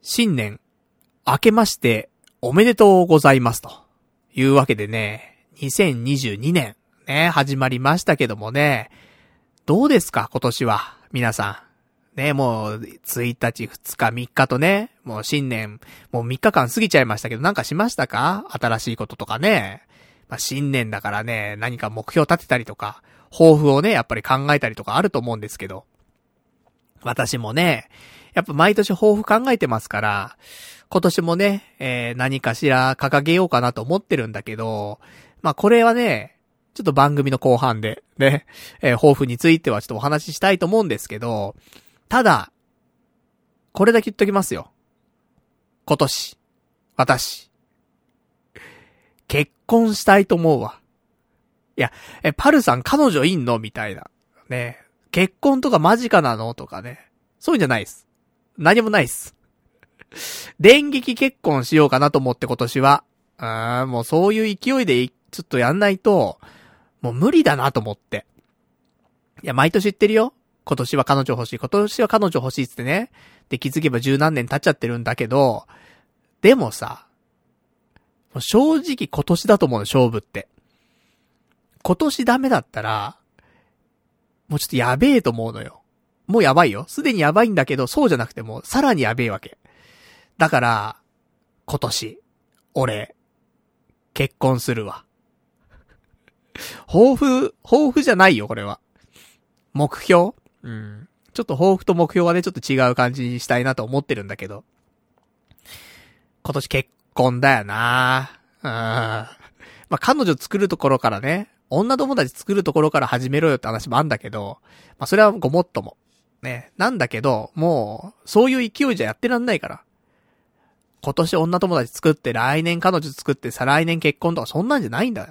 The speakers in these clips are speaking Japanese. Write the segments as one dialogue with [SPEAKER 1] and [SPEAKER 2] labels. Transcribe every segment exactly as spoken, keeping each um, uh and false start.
[SPEAKER 1] 新年明けましておめでとうございますというわけでね、にせんにじゅうにねんね、始まりましたけどもね、どうですか今年は皆さん。ね、もうついたち、ふつか、みっかとね、もう新年、もうみっかかん過ぎちゃいましたけど、なんかしましたか？新しいこととかね。まあ、新年だからね、何か目標立てたりとか、抱負をね、やっぱり考えたりとかあると思うんですけど、私もね、やっぱ毎年抱負考えてますから、今年もね、えー、何かしら掲げようかなと思ってるんだけど、まあこれはね、ちょっと番組の後半でね、えー、抱負についてはちょっとお話ししたいと思うんですけど、ただ、これだけ言っときますよ。今年、私、結婚したいと思うわ。いや、え、パルさん彼女いんのみたいな。ね。結婚とか間近なのとかね。そういうんじゃないです。何もないです。電撃結婚しようかなと思って今年は。あー、もうそういう勢いでちょっとやんないと、もう無理だなと思って。いや、毎年言ってるよ。今年は彼女欲しい。今年は彼女欲しいっつってね。で、気づけば十何年経っちゃってるんだけど、でもさ、もう正直今年だと思うの、勝負って。今年ダメだったら、もうちょっとやべえと思うのよ。もうやばいよ。すでにやばいんだけど、そうじゃなくてもうさらにやべえわけ。だから、今年、俺、結婚するわ。抱負、抱負じゃないよ、これは。目標？うん。ちょっと抱負と目標はね、ちょっと違う感じにしたいなと思ってるんだけど。今年結婚だよなうん。まあ、彼女作るところからね、女友達作るところから始めろよって話もあんだけど、まあ、それはごもっとも。ね。なんだけど、もう、そういう勢いじゃやってらんないから。今年女友達作って、来年彼女作って、再来年結婚とかそんなんじゃないんだよ。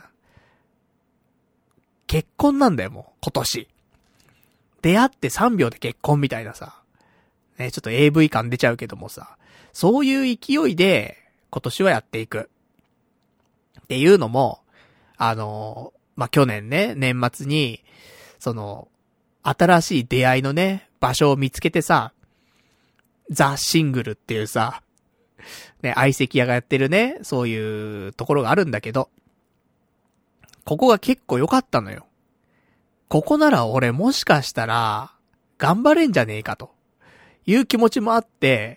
[SPEAKER 1] 結婚なんだよ、もう、今年。出会ってさんびょうで結婚みたいなさ。ね、ちょっと エーブイ 感出ちゃうけどもさ。そういう勢いで、今年はやっていく。っていうのも、あの、まあ、去年ね、年末に、その、新しい出会いのね、場所を見つけてさ、ザ・シングルっていうさ、ね、相席屋がやってるね、そういうところがあるんだけど、ここが結構良かったのよ。ここなら俺もしかしたら、頑張れんじゃねえかと、いう気持ちもあって、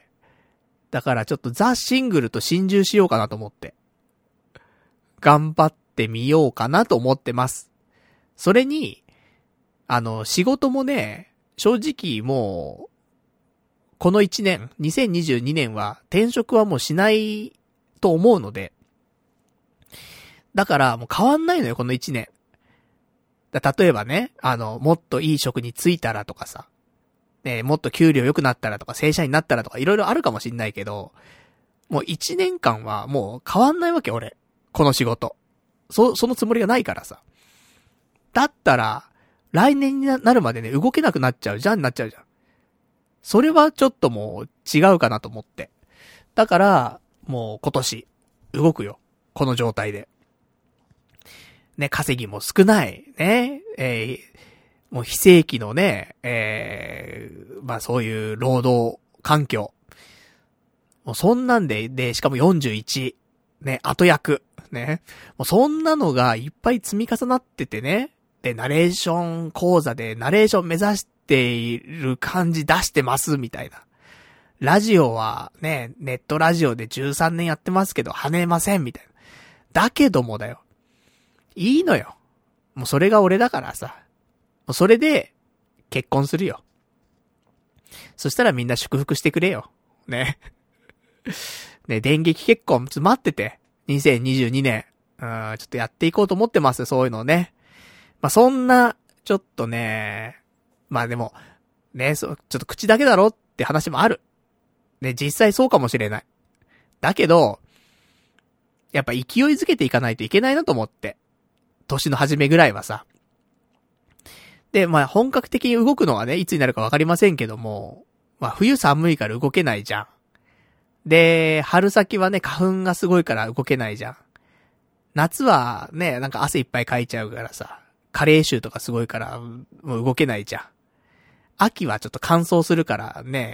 [SPEAKER 1] だからちょっとザ・シングルと心中しようかなと思って。頑張ってみようかなと思ってます。それに、あの、仕事もね、正直もう、このいちねん、にせんにじゅうにねんは転職はもうしないと思うので、だからもう変わんないのよ、このいちねん。だ例えばね、あの、もっといい職に就いたらとかさ、ね、もっと給料良くなったらとか、正社員になったらとか、いろいろあるかもしんないけど、もういちねんかんはもう変わんないわけ、俺。この仕事。そ、そのつもりがないからさ。だったら、来年になるまでね、動けなくなっちゃうじゃん、なっちゃうじゃん。それはちょっともう違うかなと思って。だから、もう今年、動くよ。この状態で。ね、稼ぎも少ない。ね、えー、もう非正規のね、えー、まあそういう労働環境。もうそんなんで、で、しかもよんじゅういち。ね、後役。ね。もうそんなのがいっぱい積み重なっててね。で、ナレーション講座でナレーション目指している感じ出してますみたいな。ラジオはね、ネットラジオでじゅうさんねんやってますけど跳ねませんみたいな。だけどもだよ。いいのよ。もうそれが俺だからさ。もうそれで結婚するよ。そしたらみんな祝福してくれよ。ね。ね、電撃結婚待ってて。にせんにじゅうにねん。うん、ちょっとやっていこうと思ってます。そういうのね。まあ、そんな、ちょっとね、まあでも、ね、そう、ちょっと口だけだろって話もある。ね、実際そうかもしれない。だけど、やっぱ勢いづけていかないといけないなと思って。年の初めぐらいはさ。で、まあ本格的に動くのはね、いつになるかわかりませんけども、まあ冬寒いから動けないじゃん。で、春先はね、花粉がすごいから動けないじゃん。夏はね、なんか汗いっぱいかいちゃうからさ、加齢臭とかすごいから、もう動けないじゃん。秋はちょっと乾燥するからね、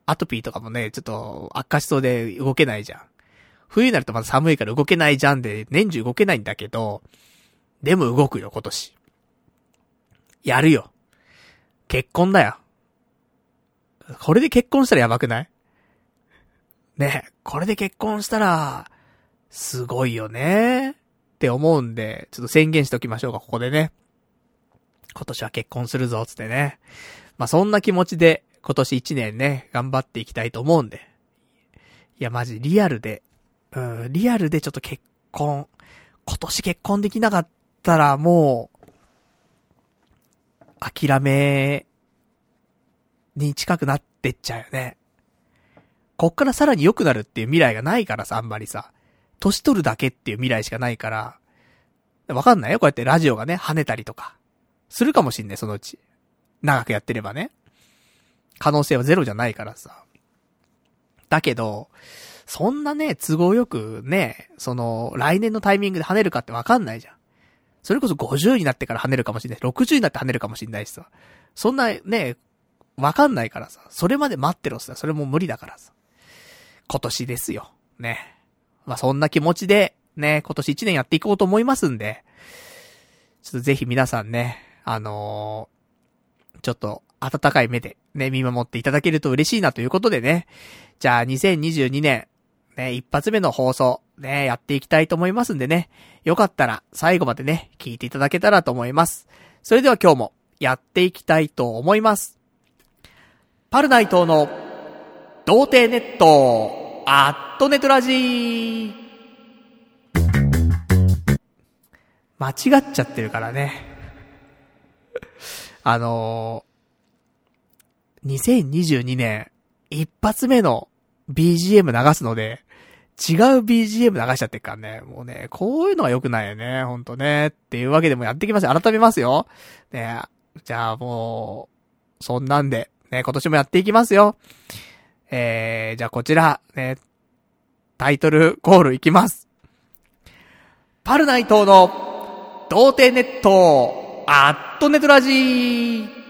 [SPEAKER 1] アトピーとかもね、ちょっと悪化しそうで動けないじゃん。冬になるとまた寒いから動けないじゃんで、年中動けないんだけど、でも動くよ、今年。やるよ。結婚だよ。これで結婚したらやばくない？ね、これで結婚したら、すごいよね。って思うんで、ちょっと宣言しておきましょうか、ここでね。今年は結婚するぞ、つってね。まあ、そんな気持ちで、今年一年ね、頑張っていきたいと思うんで。いや、マジリアルで、うん、リアルでちょっと結婚、今年結婚できなかったらもう、諦めに近くなってっちゃうよね。こっからさらに良くなるっていう未来がないからさ、あんまりさ。年取るだけっていう未来しかないから。わかんないよ、こうやってラジオがね、跳ねたりとか。するかもしんない、そのうち。長くやってればね。可能性はゼロじゃないからさ。だけど、そんなね、都合よくね、その、来年のタイミングで跳ねるかってわかんないじゃん。それこそごじゅうになってから跳ねるかもしんない。ろくじゅうになって跳ねるかもしんないしさ。そんなね、わかんないからさ。それまで待ってろさ。それも無理だからさ。今年ですよ。ね。まあ、そんな気持ちで、ね、今年一年やっていこうと思いますんで、ちょっとぜひ皆さんね、あのー、ちょっと温かい目でね、見守っていただけると嬉しいなということでね。じゃあ、にせんにじゅうにねん、ね、一発目の放送、ね、やっていきたいと思いますんでね。よかったら、最後までね、聞いていただけたらと思います。それでは今日も、やっていきたいと思います。パルナイトの、童貞ネット、アットネトラジー。間違っちゃってるからね。あのー、にせんにじゅうにねん、一発目の ビージーエム 流すので、違う ビージーエム 流しちゃってるからね。もうね、こういうのは良くないよね。ほんとね。っていうわけでもやってきますよ。改めますよ。ね、じゃあもう、そんなんで、ね、今年もやっていきますよ。えー、じゃあこちら、ね、タイトルコールいきます。パルナイトの童貞ネット、アットネトラジー。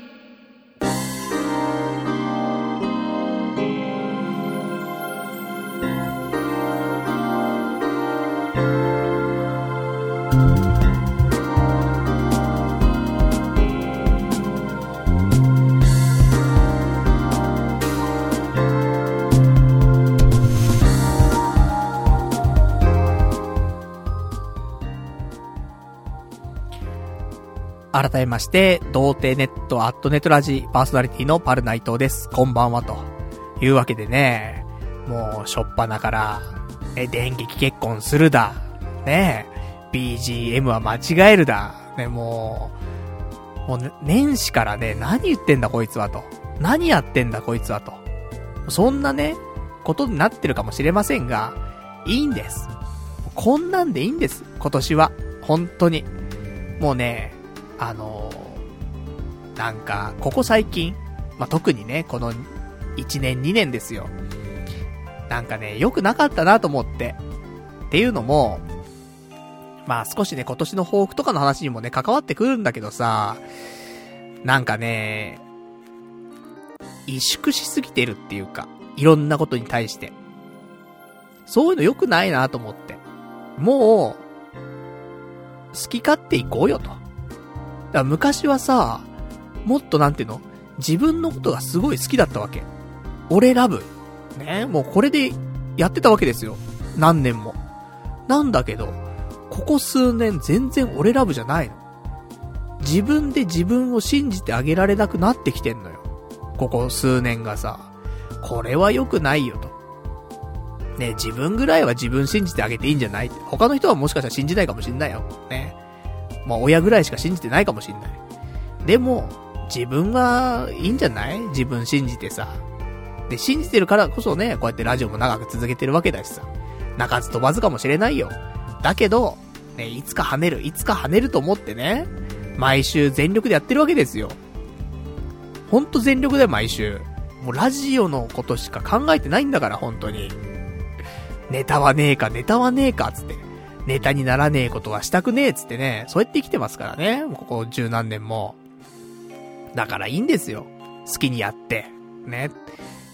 [SPEAKER 1] 改めまして、童貞ネットアットネトラジパーソナリティのパルナイトです。こんばんはというわけでね、もうしょっぱなから、え、電撃結婚するだ、ね、ビージーエム は間違えるだ、ね、もう、もう、ね、年始からね、何言ってんだこいつはと。何やってんだこいつはと。そんなね、ことになってるかもしれませんが、いいんです。こんなんでいいんです。今年は。本当に。もうね、あのー、なんか、ここ最近、まあ、特にね、このいちねんにねんですよ。なんかね、良くなかったなと思って。っていうのも、まあ少しね、今年の抱負とかの話にもね、関わってくるんだけどさ、なんかね、萎縮しすぎてるっていうか、いろんなことに対して。そういうの良くないなと思って。もう、好き勝手いこうよと。だから昔はさ、もっとなんていうの、自分のことがすごい好きだったわけ。俺ラブ。ね、もうこれでやってたわけですよ。何年も。なんだけど、ここ数年全然俺ラブじゃないの。自分で自分を信じてあげられなくなってきてんのよ。ここ数年がさ、これは良くないよと。ね、自分ぐらいは自分信じてあげていいんじゃないって。他の人はもしかしたら信じないかもしんないよ。ね。まあ親ぐらいしか信じてないかもしんない。でも、自分はいいんじゃない？自分信じてさ。で、信じてるからこそね、こうやってラジオも長く続けてるわけだしさ。鳴かず飛ばずかもしれないよ。だけど、ね、いつか跳ねる、いつか跳ねると思ってね、毎週全力でやってるわけですよ。ほんと全力で毎週。もうラジオのことしか考えてないんだから、ほんとに。ネタはねえか、ネタはねえか、つって。ネタにならねえことはしたくねえ、つってね。そうやって生きてますからね。ここ十何年も。だからいいんですよ。好きにやって。ね。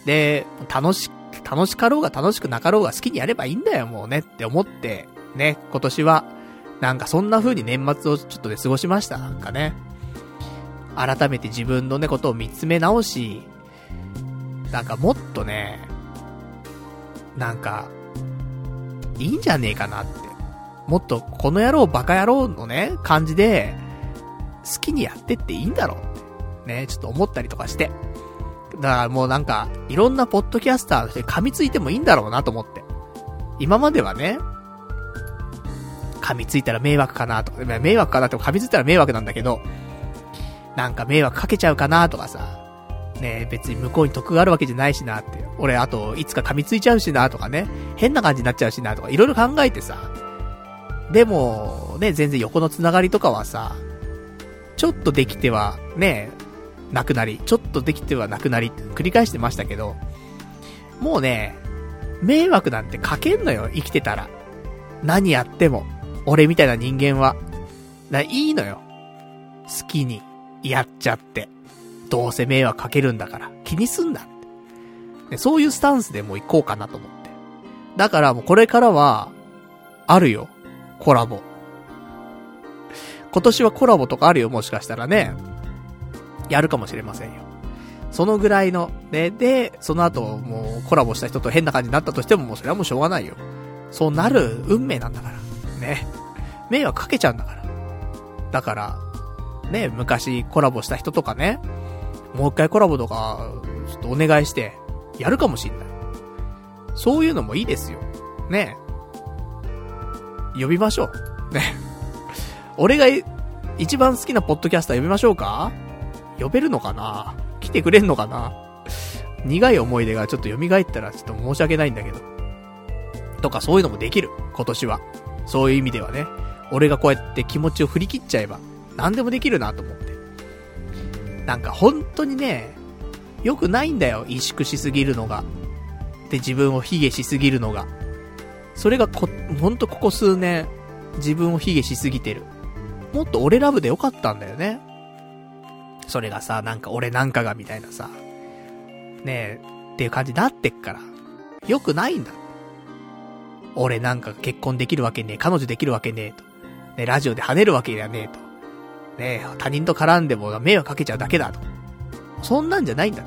[SPEAKER 1] で、楽し、楽しかろうが楽しくなかろうが好きにやればいいんだよ、もうねって思って、ね、今年は、なんかそんな風に年末をちょっとで過ごしました。なんかね。改めて自分のね、ことを見つめ直し、なんかもっとね、なんか、いいんじゃねえかなって。もっと、この野郎バカ野郎のね、感じで、好きにやってっていいんだろうって。ね、ちょっと思ったりとかして。だからもうなんか、いろんなポッドキャスターとして噛みついてもいいんだろうなと思って。今まではね、噛みついたら迷惑かなとか、迷惑かなって噛みついたら迷惑なんだけど、なんか迷惑かけちゃうかなとかさ、ね、別に向こうに得があるわけじゃないしなって、俺あといつか噛みついちゃうしなとかね、変な感じになっちゃうしなとか、いろいろ考えてさ、でも、ね、全然横のつながりとかはさ、ちょっとできては、ね、なくなり、ちょっとできてはなくなりって繰り返してましたけど、もうね、迷惑なんてかけんのよ、生きてたら。何やっても。俺みたいな人間は。だからいいのよ。好きにやっちゃって。どうせ迷惑かけるんだから。気にすんなって。でそういうスタンスでもう行こうかなと思って。だからもうこれからは、あるよ。コラボ。今年はコラボとかあるよ、もしかしたらね。やるかもしれませんよ。そのぐらいの、ね、で、その後、もうコラボした人と変な感じになったとしても、もうそれはもうしょうがないよ。そうなる運命なんだから。ね。迷惑かけちゃうんだから。だから、ね、昔コラボした人とかね、もう一回コラボとか、ちょっとお願いして、やるかもしんない。そういうのもいいですよ。ね。呼びましょう。ね。俺が一番好きなポッドキャスター呼びましょうか？呼べるのかな？来てくれんのかな？苦い思い出がちょっと蘇ったらちょっと申し訳ないんだけど。とかそういうのもできる。今年は。そういう意味ではね。俺がこうやって気持ちを振り切っちゃえば、何でもできるなと思って。なんか本当にね、良くないんだよ。萎縮しすぎるのが。で、自分を卑下しすぎるのが。それがこ、ほんとここ数年、自分を卑下しすぎてる。もっと俺ラブでよかったんだよね。それがさ、なんか俺なんかがみたいなさ、ねえ、っていう感じになってっから、よくないんだ。俺なんか結婚できるわけねえ、彼女できるわけねえと。ね、ラジオで跳ねるわけじゃねえと。ねえ、他人と絡んでも迷惑かけちゃうだけだと。そんなんじゃないんだって。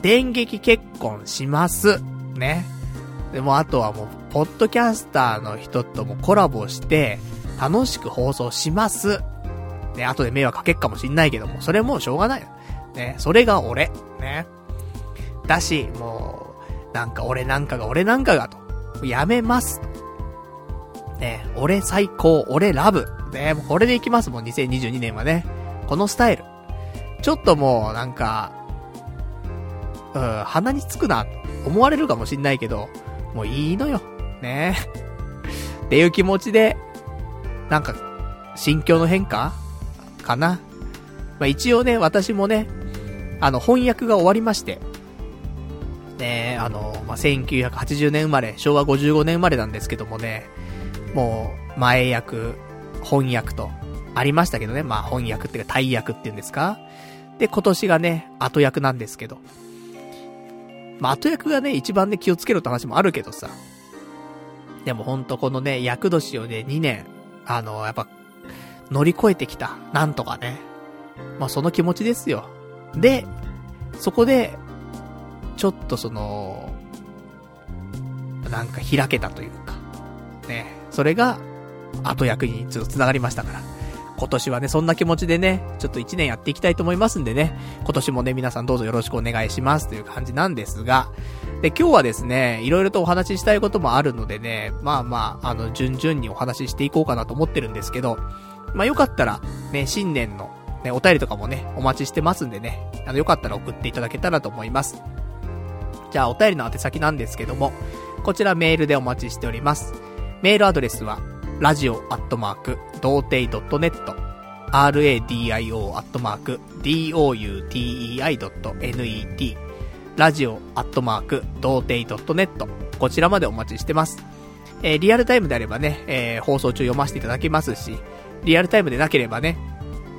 [SPEAKER 1] 電撃結婚します。ね。でもあとはもう、ポッドキャスターの人ともコラボして、楽しく放送します。ね、後で迷惑かけっかもしんないけども、それもうしょうがないよ。ね、それが俺。ね。だし、もう、なんか俺なんかが俺なんかがと。やめます。ね、俺最高、俺ラブ。ね、もうこれでいきますもん、にせんにじゅうにねんはね。このスタイル。ちょっともう、なんか、うん、鼻につくな、思われるかもしんないけど、もういいのよ。ね。っていう気持ちで、なんか、心境の変化かな。まあ、一応ね、私もね、あの、翻訳が終わりまして、ね、あの、まあ、せんきゅうひゃくはちじゅうねん生まれ、しょうわごじゅうごねん生まれなんですけどもね、もう、前訳、翻訳と、ありましたけどね、まあ、翻訳っていうか、大訳っていうんですか。で、今年がね、後訳なんですけど、まあ、後役がね、一番ね、気をつけろって話もあるけどさ。でもほんとこのね、役年をね、にねん、あの、やっぱ、乗り越えてきた。なんとかね。まあ、その気持ちですよ。で、そこで、ちょっとその、なんか開けたというか、ね。それが、後役にちょっと繋がりましたから。今年はね、そんな気持ちでね、ちょっと一年やっていきたいと思いますんでね、今年もね、皆さんどうぞよろしくお願いしますという感じなんですが、で、今日はですね、いろいろとお話ししたいこともあるのでね、まあまあ、あの、順々にお話ししていこうかなと思ってるんですけど、まあよかったら、ね、新年の、ね、お便りとかもね、お待ちしてますんでね、あの、よかったら送っていただけたらと思います。じゃあ、お便りの宛先なんですけども、こちらメールでお待ちしております。メールアドレスは、ラジオアットマーク、ドーテイドットネット、ラディオアットマーク、ドーテイドットネット、ラジオアットマーク、ドーテイドットネット、こちらまでお待ちしてます。えー、リアルタイムであればね、えー、放送中読ませていただきますし、リアルタイムでなければね、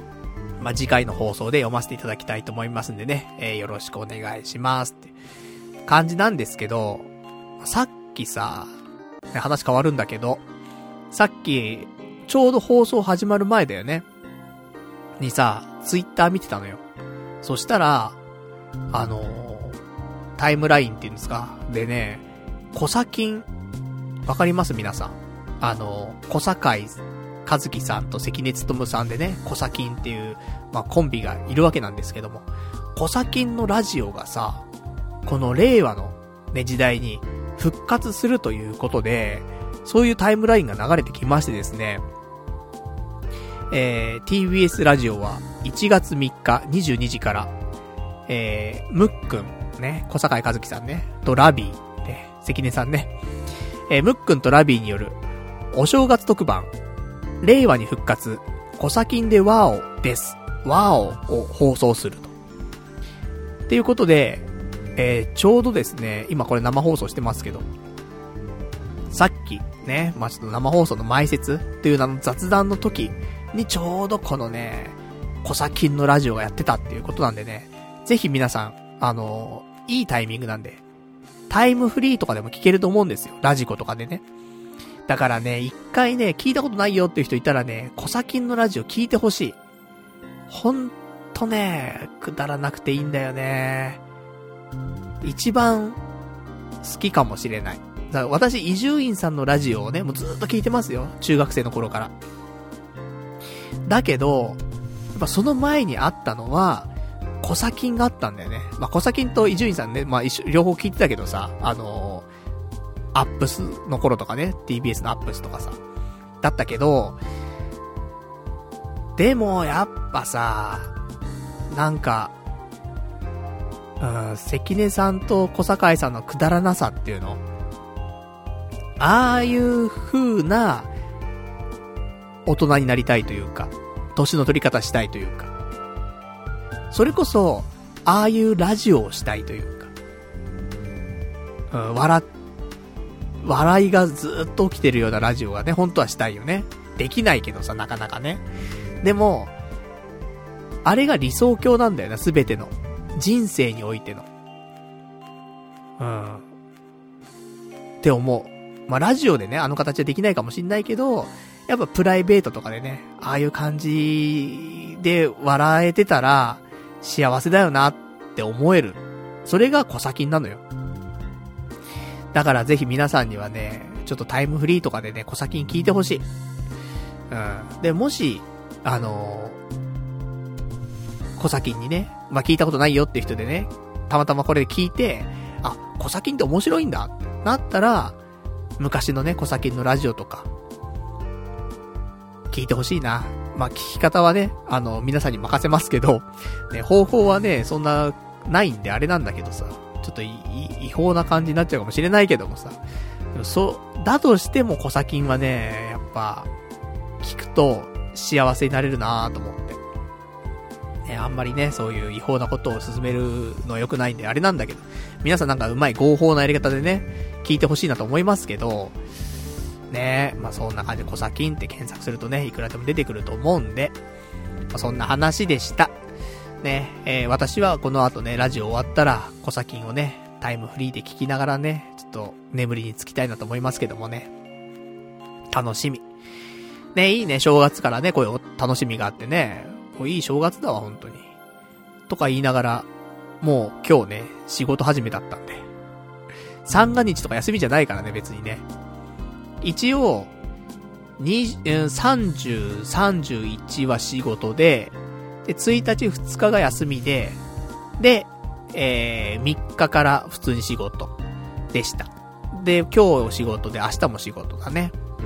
[SPEAKER 1] まあ、次回の放送で読ませていただきたいと思いますんでね、えー、よろしくお願いしますって。 感じなんですけど、さっきさ、話変わるんだけど、さっき、ちょうど放送始まる前だよね。にさ、ツイッター見てたのよ。そしたら、あのー、タイムラインっていうんですか。でね、コサキン、わかります皆さん。あのー、小堺和樹さんと関根勤さんでね、コサキンっていう、まあ、コンビがいるわけなんですけども、コサキンのラジオがさ、この令和のね、時代に復活するということで、そういうタイムラインが流れてきましてですね、えー、ティービーエス ラジオはいちがつみっかにじゅうにじから、えー、むっくん、ね、小堺和樹さんね、とラビー、ね、関根さんね、えー、むっくんとラビーによる、お正月特番、令和に復活、コサキンでワオです。ワオを放送すると。っていうことで、えー、ちょうどですね、今これ生放送してますけど、さっきね、まあ、ちょっと生放送の前説っていう名の雑談の時にちょうどこのね、コサキンのラジオがやってたっていうことなんでね、ぜひ皆さん、あのー、いいタイミングなんで、タイムフリーとかでも聞けると思うんですよ。ラジコとかでね。だからね、一回ね、聞いたことないよっていう人いたらね、コサキンのラジオ聞いてほしい。ほんとね、くだらなくていいんだよね。一番好きかもしれない。だから私、伊集院さんのラジオをね、もうずーっと聞いてますよ。中学生の頃から。だけど、やっぱその前にあったのは、コサキンがあったんだよね。まあ、コサキンと伊集院さんね、まあ、一緒、両方聞いてたけどさ、あのー、アップスの頃とかね、ティービーエス のアップスとかさ、だったけど、でも、やっぱさ、なんか、うん、関根さんと小堺さんのくだらなさっていうの、ああいう風な大人になりたいというか、年の取り方したいというか、それこそああいうラジオをしたいというか、うん、笑笑いがずっと起きてるようなラジオがね、本当はしたいよね。できないけどさ、なかなかね。でもあれが理想郷なんだよな、すべての人生においての、うんって思う。まあ、ラジオでね、あの形はできないかもしんないけど、やっぱプライベートとかでね、ああいう感じで笑えてたら、幸せだよなって思える。それがコサキンなのよ。だからぜひ皆さんにはね、ちょっとタイムフリーとかでね、コサキン聞いてほしい。うん。で、もし、あのー、コサキンにね、まあ、聞いたことないよっていう人でね、たまたまこれで聞いて、あ、コサキンって面白いんだってなったら、昔のね、コサキンのラジオとか、聞いてほしいな。まあ、聞き方はね、あの、皆さんに任せますけど、ね、方法はね、そんな、ないんであれなんだけどさ、ちょっと違法な感じになっちゃうかもしれないけどもさ、でもそう、だとしてもコサキンはね、やっぱ、聞くと幸せになれるなぁと思って。ね、あんまりね、そういう違法なことを進めるのは良くないんであれなんだけど、皆さんなんかうまい合法なやり方でね、聞いてほしいなと思いますけど、ね、まあそんな感じでコサキンって検索するとね、いくらでも出てくると思うんで、まあ、そんな話でした。ね、えー、私はこの後ね、ラジオ終わったら、コサキンをね、タイムフリーで聞きながらね、ちょっと眠りにつきたいなと思いますけどもね。楽しみ。ね、いいね、正月からね、こういう楽しみがあってね、こういい正月だわ、本当に。とか言いながら、もう今日ね、仕事始めだったんで。三が日とか休みじゃないからね、別にね。一応、さんじゅう、さんじゅういちは仕事で、で、ついたちふつかが休みで、で、えー、みっかから普通に仕事でした。で、今日仕事で明日も仕事だね。うん。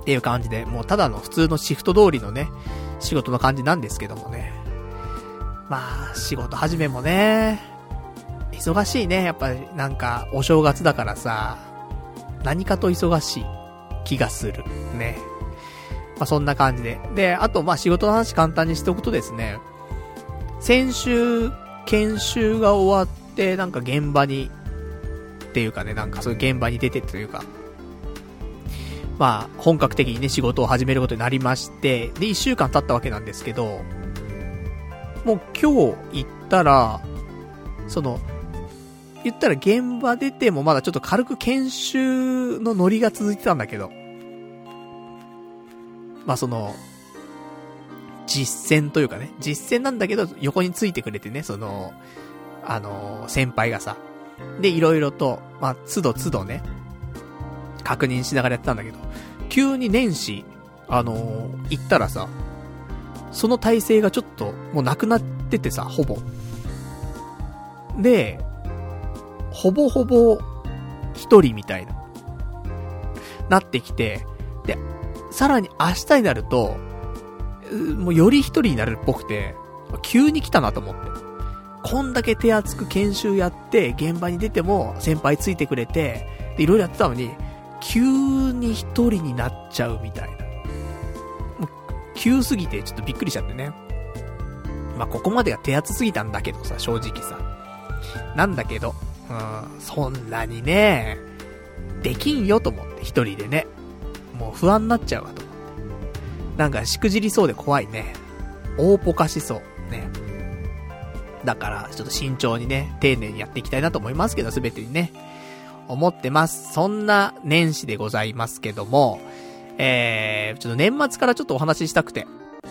[SPEAKER 1] っていう感じで、もうただの普通のシフト通りのね、仕事の感じなんですけどもね。まあ、仕事始めもね、忙しいね。やっぱりなんか、お正月だからさ、何かと忙しい気がする。ね。まあそんな感じで。で、あとまあ仕事の話簡単にしておくとですね、先週、研修が終わって、なんか現場に、っていうかね、なんかそういう現場に出てというか、まあ本格的にね仕事を始めることになりまして、で、一週間経ったわけなんですけど、もう今日行ったら、その、 言ったら現場出てもまだちょっと軽く研修のノリが続いてたんだけど、まあその、実践というかね、実践なんだけど横についてくれてね、その、あのー、先輩がさ、で、いろいろと、まあ、都度都度ね、確認しながらやってたんだけど、急に年始、あのー、行ったらさ、その体制がちょっともうなくなっててさ、ほぼ。で、ほぼほぼ一人みたいな、なってきて、で、さらに明日になると、もうより一人になるっぽくて、急に来たなと思って。こんだけ手厚く研修やって、現場に出ても先輩ついてくれて、で、いろいろやってたのに、急に一人になっちゃうみたいな。もう急すぎてちょっとびっくりしちゃってね。まあ、ここまでが手厚すぎたんだけどさ、正直さ。なんだけど、うん、そんなにね、できんよと思って、一人でね。もう不安になっちゃうわと思って。なんかしくじりそうで怖いね。大ポカしそう。ね。だから、ちょっと慎重にね、丁寧にやっていきたいなと思いますけど、すべてにね。思ってます。そんな年始でございますけども、えー、ちょっと年末からちょっとお話ししたくて。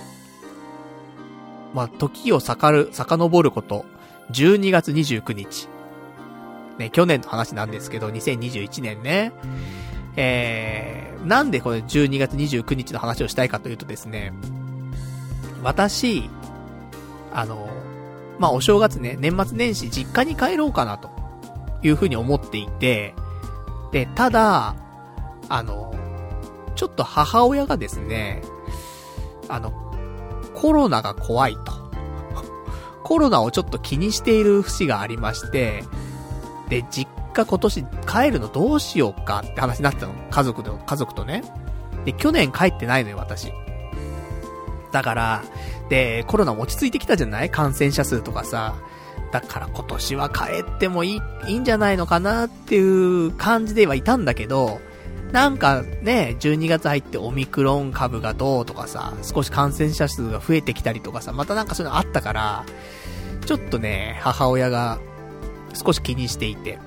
[SPEAKER 1] まあ、時をさかる、遡ること、じゅうにがつにじゅうくにち。ね、去年の話なんですけど、にせんにじゅういちねんね。えー、なんでこれじゅうにがつにじゅうくにちの話をしたいかというとですね、私、あの、まあ、お正月ね、年末年始実家に帰ろうかなというふうに思っていて、で、ただ、あの、ちょっと母親がですね、あの、コロナが怖いと。コロナをちょっと気にしている節がありまして、で、実家今年帰るのどうしようかって話になってたの。家族で、家族とね。で、去年帰ってないのよ、私。だから、で、コロナも落ち着いてきたじゃない？感染者数とかさ。だから今年は帰ってもいい、いいんじゃないのかなっていう感じではいたんだけど、なんかね、じゅうにがつ入ってオミクロン株がどうとかさ、少し感染者数が増えてきたりとかさ、またなんかそういうのあったから、ちょっとね、母親が少し気にしていて。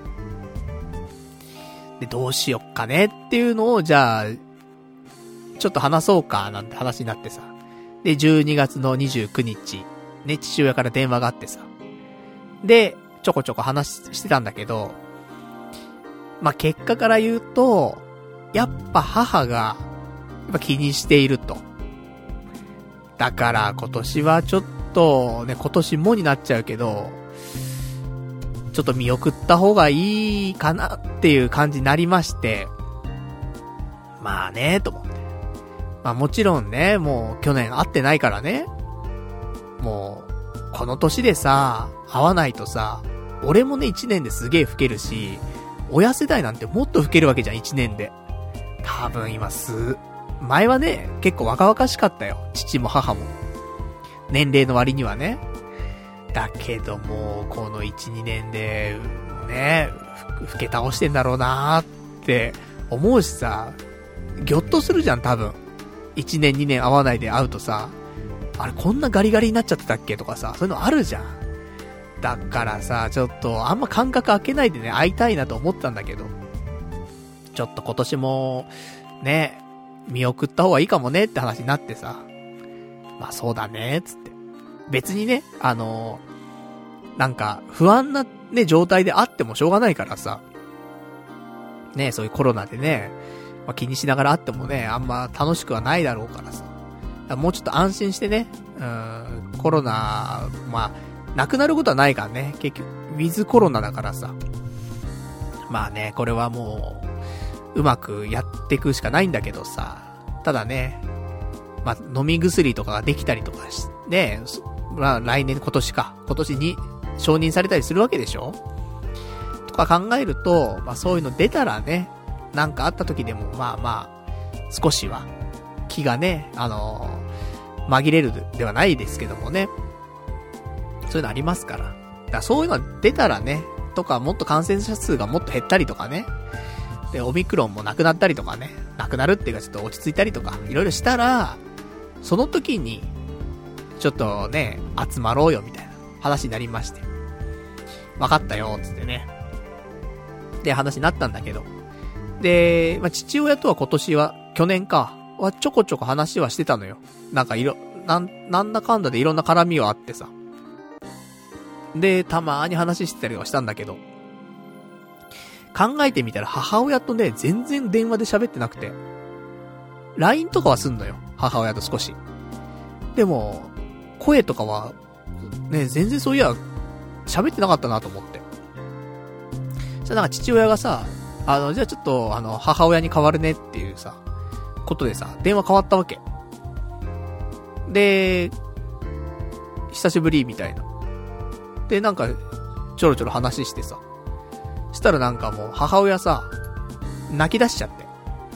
[SPEAKER 1] で、どうしよっかねっていうのを、じゃあ、ちょっと話そうかなんて話になってさ。で、じゅうにがつのにじゅうくにち、ね、父親から電話があってさ。で、ちょこちょこ話してたんだけど、まあ、結果から言うと、やっぱ母が、やっぱ気にしていると。だから今年はちょっと、ね、今年もになっちゃうけど、ちょっと見送った方がいいかなっていう感じになりまして、まあね、と思って。まあもちろんね、もう去年会ってないからね、もう、この年でさ、会わないとさ、俺もねいちねんですげえ老けるし、親世代なんてもっと老けるわけじゃん、いちねんで。多分今す、前はね、結構若々しかったよ。父も母も。年齢の割にはね。だけどもう、このいち、にねんで、ね、老け倒してんだろうなーって思うしさ、ぎょっとするじゃん、多分。いちねんにねん会わないで会うとさ、あれこんなガリガリになっちゃってたっけとかさ、そういうのあるじゃん。だからさ、ちょっとあんま間隔空けないでね、会いたいなと思ったんだけど、ちょっと今年も、ね、見送った方がいいかもねって話になってさ、まあそうだね、つって。別にね、あのー、なんか不安なね、状態であってもしょうがないからさ、ね、そういうコロナでね、まあ、気にしながらあってもね、あんま楽しくはないだろうからさ。もうちょっと安心してね、うーん、コロナ、まあ、なくなることはないからね、結局、ウィズコロナだからさ。まあね、これはもう、うまくやっていくしかないんだけどさ。ただね、まあ、飲み薬とかができたりとかし、ね、まあ、来年、今年か、今年に承認されたりするわけでしょ？とか考えると、まあそういうの出たらね、なんかあった時でも、まあまあ、少しは、気がね、あのー、紛れるではないですけどもね。そういうのありますから。だからそういうのが出たらね、とか、もっと感染者数がもっと減ったりとかね。で、オミクロンもなくなったりとかね。なくなるっていうかちょっと落ち着いたりとか、いろいろしたら、その時に、ちょっとね、集まろうよみたいな話になりまして。わかったよ、つってね。 で、話になったんだけど。で、まあ、父親とは今年は、去年か、はちょこちょこ話はしてたのよ。なんかいろ、なん、なんだかんだでいろんな絡みはあってさ。で、たまーに話してたりはしたんだけど。考えてみたら母親とね、全然電話で喋ってなくて。ライン とかはすんのよ。母親と少し。でも、声とかは、ね、全然そういや、喋ってなかったなと思って。そしたらなんか父親がさ、あの、じゃあちょっと、あの、母親に代わるねっていうさ、ことでさ、電話変わったわけ。で、久しぶりみたいな。で、なんか、ちょろちょろ話してさ。したらなんかもう、母親さ、泣き出しちゃって。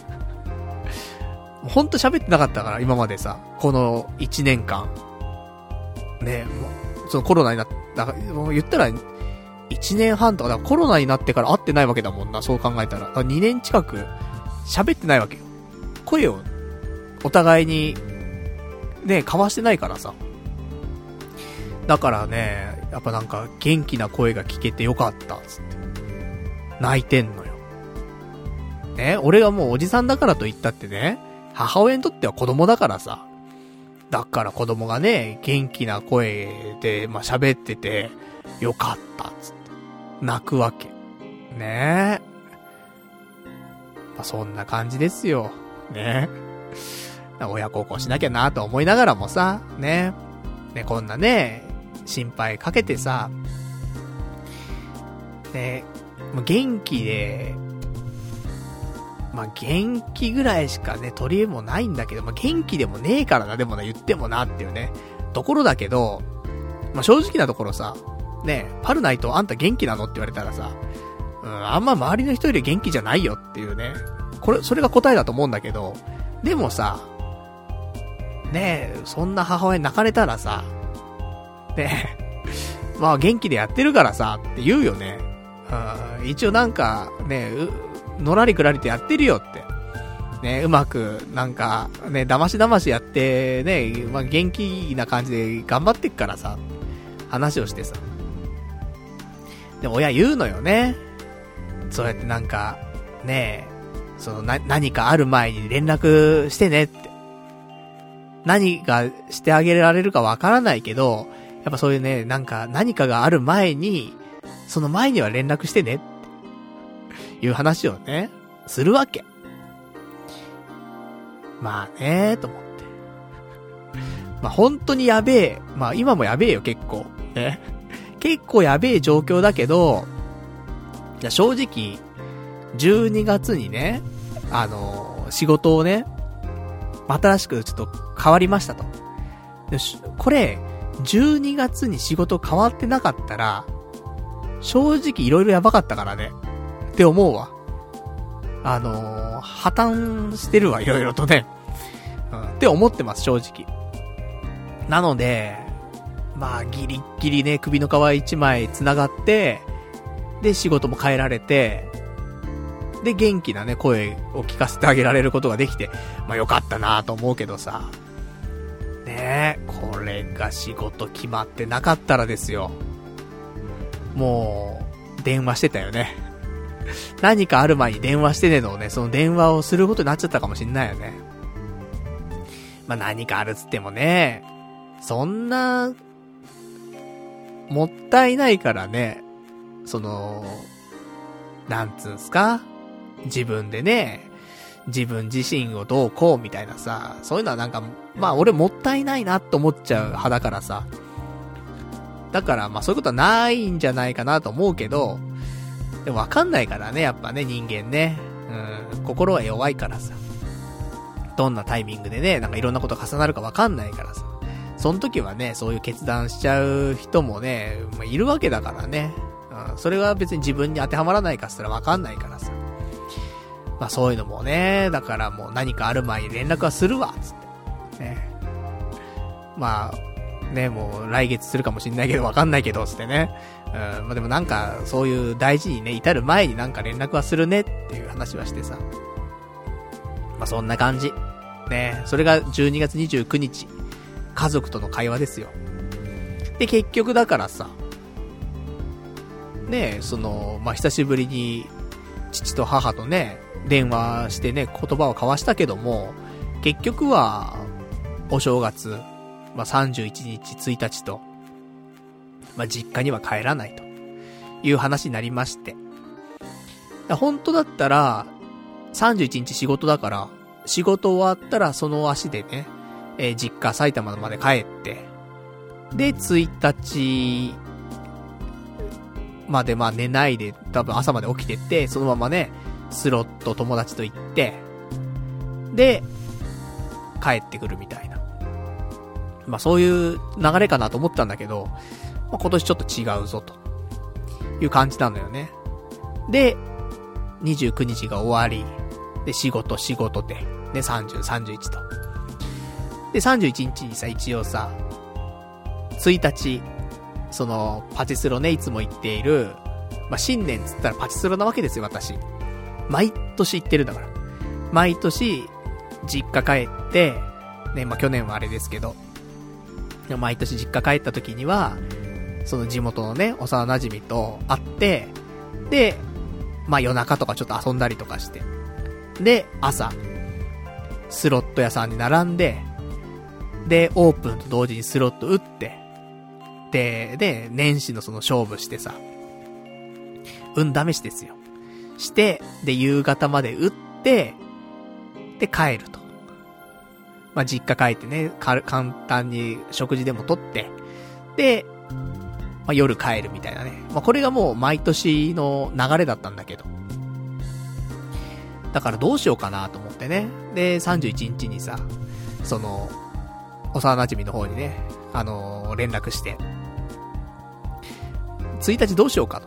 [SPEAKER 1] ほんと喋ってなかったから、今までさ、この一年間。ねえ、もう、そのコロナになった、もう言ったら、一年半とか、だからコロナになってから会ってないわけだもんな、そう考えたら。二年近く、喋ってないわけよ。声を、お互いに、ね、交わしてないからさ。だからね、やっぱなんか、元気な声が聞けてよかった、つって。泣いてんのよ。ね、俺がもうおじさんだからと言ったってね、母親にとっては子供だからさ。だから子供がね、元気な声で、まあ、喋ってて、よかった、つって。泣くわけ。ねえ。まあ、そんな感じですよ。ねえ。親孝行しなきゃなと思いながらもさ、ねえ。ね、こんなね、心配かけてさ、ねえ、もう元気で、まあ、元気ぐらいしかね、取り柄もないんだけど、まあ、元気でもねえからな、でもな、言ってもなっていうね、ところだけど、まあ、正直なところさ、ねえ、パルナイトあんた元気なのって言われたらさ、うん、あんま周りの人より元気じゃないよっていうね、これ、それが答えだと思うんだけど、でもさ、ねえ、そんな母親泣かれたらさ、ねえ、まあ元気でやってるからさ、って言うよね。うん、一応なんか、ねえ、のらりくらりとやってるよって。ね、うまく、なんか、ね、だましだましやって、ね、まあ、元気な感じで頑張ってっからさ、話をしてさ。でも親言うのよね。そうやってなんか、ね、そのな、何かある前に連絡してねって。何がしてあげられるかわからないけど、やっぱそういうね、なんか何かがある前に、その前には連絡してねっていう話をね、するわけ。まあねーと思って。まあ本当にやべえ。まあ今もやべえよ結構。ね。結構やべえ状況だけど、じゃ正直、じゅうにがつにね、あのー、仕事をね、新しくちょっと変わりましたと。でこれ、じゅうにがつに仕事変わってなかったら、正直いろいろやばかったからね。って思うわ。あのー、破綻してるわ、いろいろとね。うん。って思ってます、正直。なので、まあ、ギリッギリね、首の皮一枚繋がって、で、仕事も変えられて、で、元気なね、声を聞かせてあげられることができて、まあよかったなと思うけどさ。ねえ、これが仕事決まってなかったらですよ。もう、電話してたよね。何かある前に電話してねのをね、その電話をすることになっちゃったかもしんないよね。まあ何かあるっつってもね、そんな、もったいないからね、その、なんつうんすか？自分でね、自分自身をどうこうみたいなさ、そういうのはなんか、まあ俺もったいないなと思っちゃう派だからさ。だからまあそういうことはないんじゃないかなと思うけど、でもわかんないからね、やっぱね、人間ね。うん、心は弱いからさ。どんなタイミングでね、なんかいろんなこと重なるかわかんないからさ。その時はね、そういう決断しちゃう人もね、まあ、いるわけだからね。うん、それが別に自分に当てはまらないかっつったらわかんないからさ。まあそういうのもね、だからもう何かある前に連絡はするわ、つって。ね。まあ、ね、もう来月するかもしんないけどわかんないけど、つってね。うん、まあでもなんか、そういう大事にね、至る前になんか連絡はするねっていう話はしてさ。まあそんな感じ。ね、それがじゅうにがつにじゅうくにち。家族との会話ですよ。で、結局だからさ、ね、その、まあ久しぶりに父と母とね、電話してね、言葉を交わしたけども、結局は、お正月、まあ、さんじゅういちにち、ついたちと、まあ、実家には帰らないという話になりまして。本当だったら、さんじゅういちにち仕事だから、仕事終わったらその足でね、えー、実家埼玉まで帰って、で、ついたちまでまあ寝ないで多分朝まで起きてって、そのままね、スロット友達と行って、で、帰ってくるみたいな。まあそういう流れかなと思ったんだけど、まあ、今年ちょっと違うぞという感じなのよね。で、にじゅうくにちが終わり、で、仕事仕事で、で、さんじゅう、さんじゅういちと。で、さんじゅういちにちにさ、一応さ、ついたち、その、パチスロね、いつも行っている、まあ、新年つったらパチスロなわけですよ、私。毎年行ってるんだから。毎年、実家帰って、ね、まあ、去年はあれですけど、毎年実家帰った時には、その地元のね、幼馴染と会って、で、まあ、夜中とかちょっと遊んだりとかして、で、朝、スロット屋さんに並んで、で、オープンと同時にスロット打って、で、で、年始のその勝負してさ、運試しですよ。して、で、夕方まで打って、で、帰ると。まあ、実家帰ってね、か、簡単に食事でもとって、で、まあ、夜帰るみたいなね。まあ、これがもう毎年の流れだったんだけど。だからどうしようかなと思ってね。で、さんじゅういちにちにさ、その、幼馴染の方にね、あのー、連絡して、ついたちどうしようかと。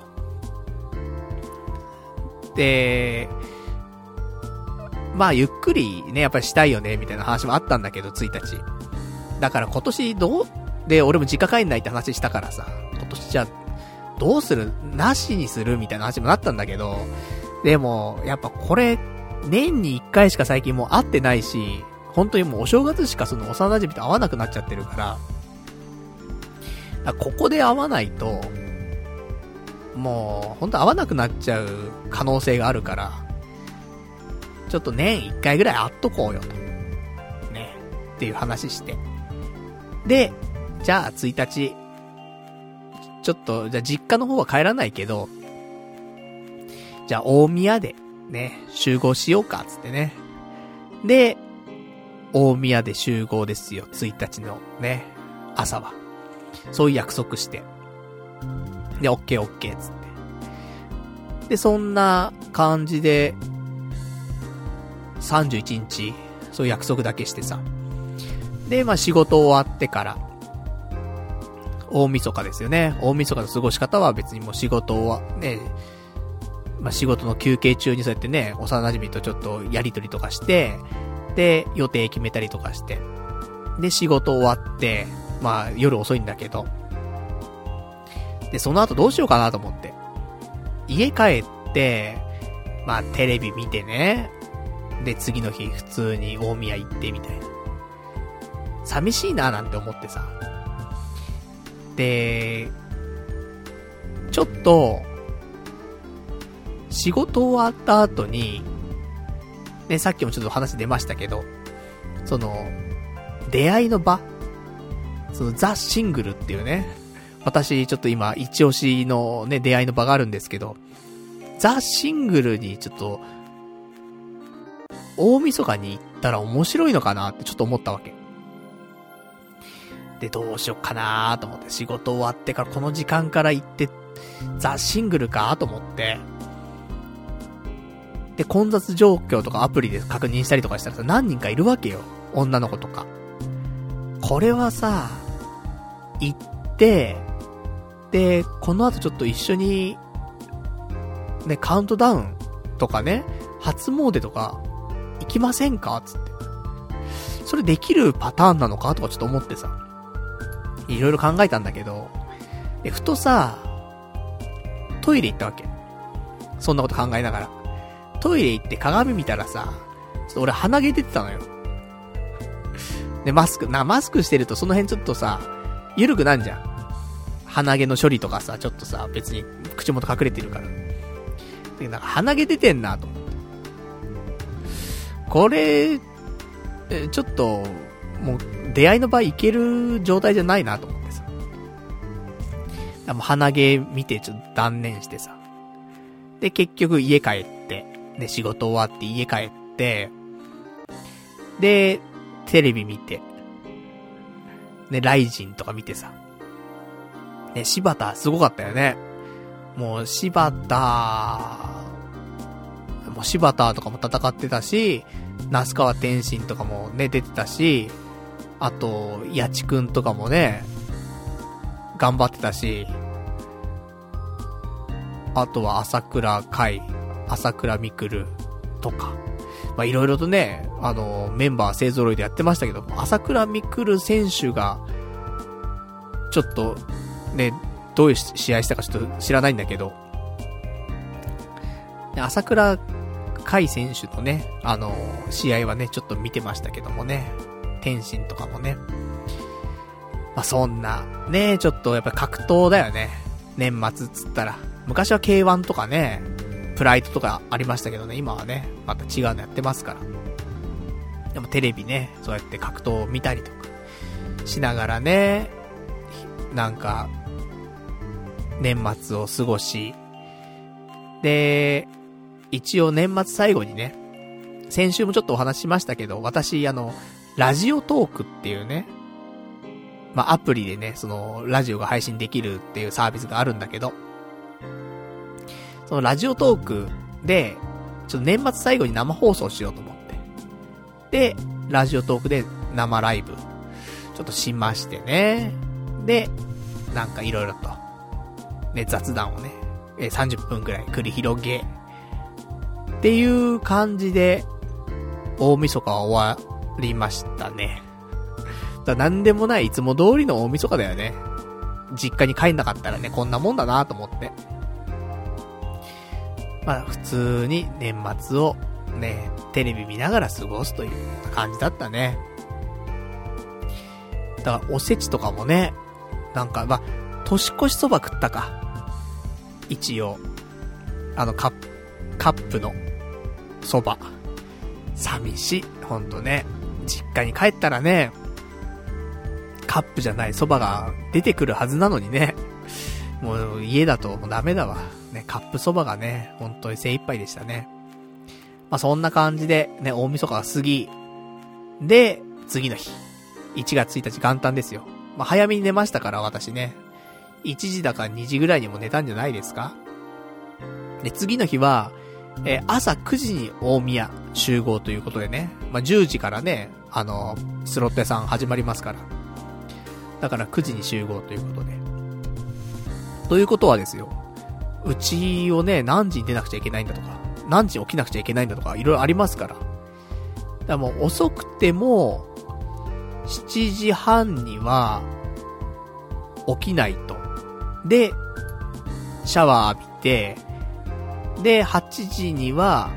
[SPEAKER 1] で、まあゆっくりね、やっぱりしたいよね、みたいな話もあったんだけど、ついたち。だから今年どう、で、俺も実家帰んないって話したからさ、今年じゃあ、どうする？なしにするみたいな話もなったんだけど、でも、やっぱこれ、年にいっかいしか最近もう会ってないし、本当にもうお正月しかその幼馴染と会わなくなっちゃってるから、からここで会わないと、もう、本当会わなくなっちゃう可能性があるから、ちょっと年いっかいぐらい会っとこうよと。ね。っていう話して。で、じゃあついたち、ちょっと、じゃあ実家の方は帰らないけど、じゃあ大宮でね、集合しようか、つってね。で、大宮で集合ですよ、ついたちのね、朝は。そういう約束して。で、オッケーオッケー、つって。で、そんな感じで、さんじゅういちにち、そういう約束だけしてさ。で、まあ仕事終わってから、大晦日ですよね。大晦日の過ごし方は別にもう仕事はね、まあ仕事の休憩中にそうやってね、幼馴染とちょっとやりとりとかして、で、予定決めたりとかして、で、仕事終わって、まあ夜遅いんだけど、で、その後どうしようかなと思って。家帰って、まあテレビ見てね、で、次の日普通に大宮行ってみたいな。寂しいななんて思ってさ。で、ちょっと、仕事終わった後に、ね、さっきもちょっと話出ましたけど、その、出会いの場、そのザ・シングルっていうね、私ちょっと今一押しのね、出会いの場があるんですけど、ザ・シングルにちょっと、大晦日に行ったら面白いのかなってちょっと思ったわけ。で、どうしよっかなーと思って、仕事終わってからこの時間から行って、ザ・シングルかーと思って、で、混雑状況とかアプリで確認したりとかしたらさ、何人かいるわけよ。女の子とか。これはさ、行って、で、この後ちょっと一緒に、ね、カウントダウンとかね、初詣とか、行きませんかつって。それできるパターンなのかとかちょっと思ってさ、いろいろ考えたんだけど、で、ふとさ、トイレ行ったわけ。そんなこと考えながら。トイレ行って鏡見たらさ、ちょっと俺鼻毛出てたのよ。で、マスク、な、マスクしてるとその辺ちょっとさ、緩くなんじゃん。鼻毛の処理とかさ、ちょっとさ、別に口元隠れてるから。 で、なんか鼻毛出てんなと思って。これ、ちょっと、もう、出会いの場合いける状態じゃないなと思ってさ。もう鼻毛見てちょっと断念してさ。で、結局家帰って、で、仕事終わって家帰って、で、テレビ見て、ね、ライジンとか見てさ。ね、柴田すごかったよね。もう柴田、もう柴田とかも戦ってたし、那須川天心とかもね、出てたし、あと、八千くんとかもね、頑張ってたし、あとは朝倉海、朝倉未来とか、まあ、いろいろとね、あの、メンバー勢揃いでやってましたけど、朝倉未来選手が、ちょっと、ね、どういう試合したかちょっと知らないんだけど、朝倉海選手のね、あの、試合はね、ちょっと見てましたけどもね、天心とかもね、まあ、そんな、ね、ちょっとやっぱ格闘だよね、年末っつったら。昔は ケーワン とかね、プライドとかありましたけどね、今はね、また違うのやってますから。でもテレビね、そうやって格闘を見たりとかしながらね、なんか、年末を過ごし、で、一応年末最後にね、先週もちょっとお話ししましたけど、私、あの、ラジオトークっていうね、まあ、アプリでね、その、ラジオが配信できるっていうサービスがあるんだけど、そのラジオトークで、ちょっと年末最後に生放送しようと思って。で、ラジオトークで生ライブ、ちょっとしましてね。で、なんかいろいろと、ね、雑談をね、えさんじゅっぷんくらい繰り広げ、っていう感じで、大晦日は終わりましたね。だからなんでもないいつも通りの大晦日だよね。実家に帰んなかったらね、こんなもんだなと思って。まあ普通に年末をね、テレビ見ながら過ごすという感じだったね。だからおせちとかもね、なんかまあ、年越しそば食ったか。一応。あのカップ、カップのそば。寂しい。ほんとね。実家に帰ったらね、カップじゃないそばが出てくるはずなのにね。もう家だともうダメだわ。ね、カップそばがね、本当に精一杯でしたね。まあそんな感じで、ね、大晦日が過ぎ。で、次の日。いちがつついたち元旦ですよ。まあ早めに寝ましたから私ね。いちじだかにじぐらいにも寝たんじゃないですか。で、次の日は、えー、朝くじに大宮集合ということでね。まあじゅうじからね、あの、スロット屋さん始まりますから。だからくじに集合ということで。ということはですよ。うちをね、何時に出なくちゃいけないんだとか、何時に起きなくちゃいけないんだとか、いろいろありますから。だからもう遅くても、しちじはんには、起きないと。で、シャワー浴びて、で、はちじには、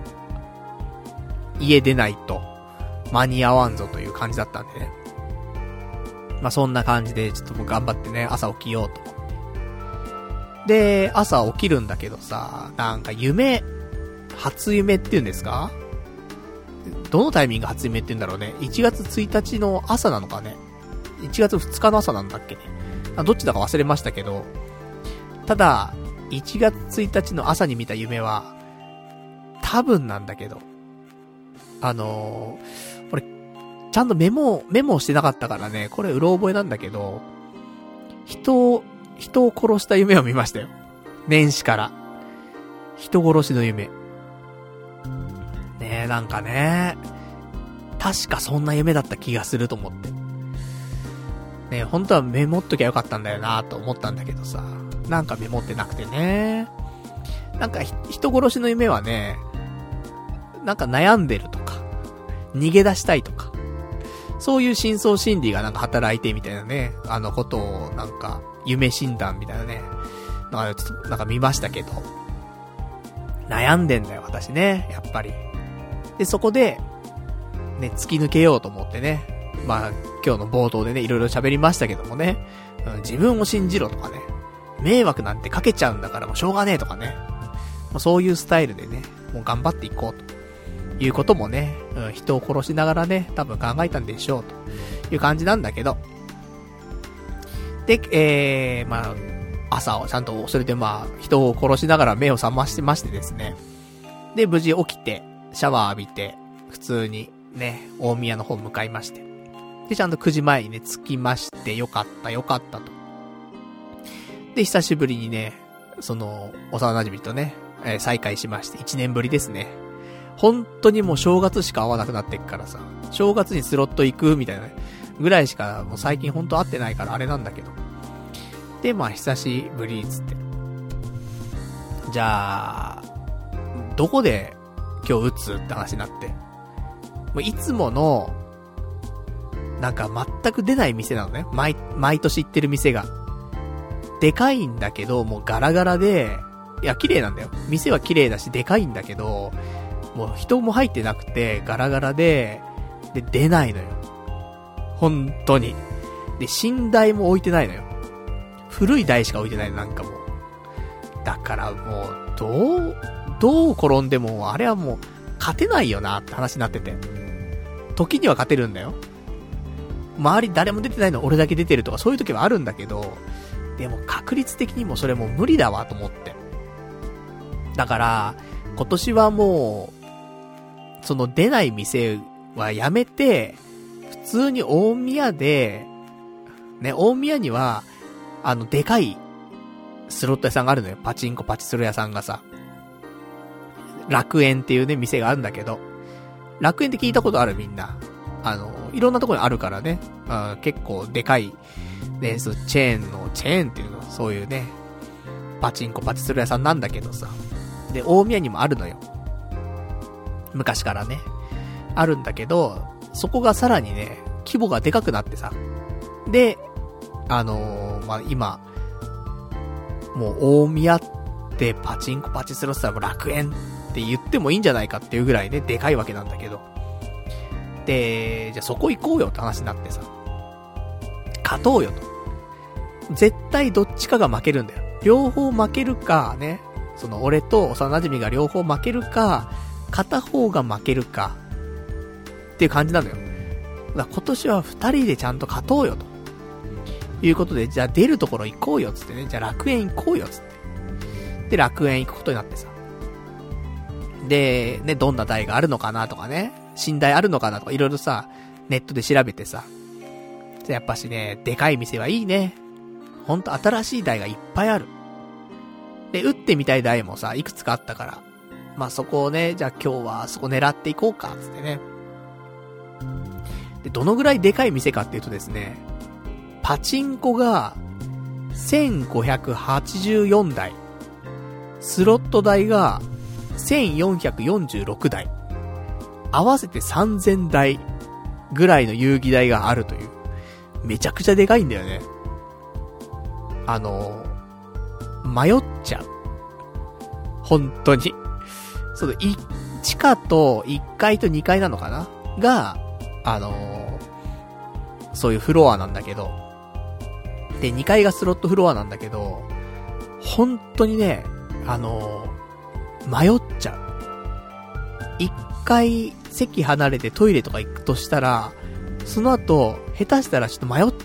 [SPEAKER 1] 家出ないと、間に合わんぞという感じだったんでね。まあ、そんな感じで、ちょっともう頑張ってね、朝起きようと。で、朝起きるんだけどさ、なんか夢、初夢って言うんですか？どのタイミング初夢って言うんだろうね。いちがつついたちの朝なのかね。いちがつふつかの朝なんだっけね。どっちだか忘れましたけど、ただ、いちがつついたちの朝に見た夢は、多分なんだけど、あのー、俺、ちゃんとメモ、メモしてなかったからね、これうろ覚えなんだけど、人を、人を殺した夢を見ましたよ。年始から。人殺しの夢。ねえ、なんかね、確かそんな夢だった気がすると思って。ねえ、本当はメモっときゃよかったんだよなと思ったんだけどさ、なんかメモってなくてね。なんか人殺しの夢はね、なんか悩んでるとか、逃げ出したいとか、そういう深層心理がなんか働いてみたいなね、あのことをなんか、夢診断みたいなね、なんかちょっとなんか見ましたけど、悩んでんだよ私ね、やっぱり。で、そこで、ね、突き抜けようと思ってね、まあ、今日の冒頭でね、いろいろ喋りましたけどもね、うん、自分を信じろとかね、迷惑なんてかけちゃうんだからもうしょうがねえとかね、 まあ、そういうスタイルでね、もう頑張っていこうということもね、うん、人を殺しながらね、多分考えたんでしょうという感じなんだけど。で、えー、まあ、朝をちゃんと、それでまあ、人を殺しながら目を覚ましてましてですね。で、無事起きて、シャワー浴びて、普通にね、大宮の方向かいまして。で、ちゃんとくじまえにね、着きまして、よかった、よかったと。で、久しぶりにね、その、幼馴染とね、えー、再会しまして、いちねんぶりですね。本当にもう正月しか会わなくなってっからさ、正月にスロット行くみたいなぐらいしか、もう最近本当会ってないからあれなんだけど。で、まあ久しぶりっつって。じゃあ、どこで今日打つって話になって。もういつもの、なんか全く出ない店なのね。毎、毎年行ってる店が。でかいんだけど、もうガラガラで、いや、綺麗なんだよ。店は綺麗だし、でかいんだけど、もう人も入ってなくて、ガラガラで、で、出ないのよ。本当に。で、新台も置いてないのよ。古い台しか置いてないの、なんかもう。だからもう、どう、どう転んでも、あれはもう、勝てないよなって話になってて。時には勝てるんだよ。周り誰も出てないの俺だけ出てるとかそういう時はあるんだけど、でも確率的にもそれもう無理だわと思って。だから、今年はもう、その出ない店はやめて、普通に大宮で、ね、大宮には、あの、でかいスロット屋さんがあるのよ。パチンコパチスロ屋さんがさ。楽園っていうね、店があるんだけど。楽園って聞いたことあるみんな。あの、いろんなところにあるからね。あ結構でかい、ね、そう、チェーンの、チェーンっていうの、そういうね、パチンコパチスロ屋さんなんだけどさ。で、大宮にもあるのよ。昔からね。あるんだけど、そこがさらにね、規模がでかくなってさ。で、あのー、まあ、今、もう大宮ってパチンコパチスロしたら楽園って言ってもいいんじゃないかっていうぐらいね、でかいわけなんだけど。で、じゃあそこ行こうよって話になってさ。勝とうよと。絶対どっちかが負けるんだよ。両方負けるかね、その俺と幼馴染が両方負けるか、片方が負けるか、っていう感じなのよ。だから今年は二人でちゃんと勝とうよと。いうことで、じゃあ出るところ行こうよつってね。じゃあ楽園行こうよつって。で、楽園行くことになってさ。で、ね、どんな台があるのかなとかね。新台あるのかなとかいろいろさ、ネットで調べてさ。やっぱしね、でかい店はいいね。ほんと新しい台がいっぱいある。で、打ってみたい台もさ、いくつかあったから。まあそこをね、じゃあ今日はそこ狙っていこうか、つってね。で、どのぐらいでかい店かっていうとですね、パチンコがせんごひゃくはちじゅうよんだい、スロット台がせんよんひゃくよんじゅうろくだい、合わせてさんぜんだいぐらいの遊戯台があるという、めちゃくちゃでかいんだよね。あの迷っちゃう。本当に。その、い、地下といっかいとにかいなのかなが、あのー、そういうフロアなんだけど、で、にかいがスロットフロアなんだけど、本当にね、あのー、迷っちゃう。いっかい席離れてトイレとか行くとしたら、その後、下手したらちょっと迷って、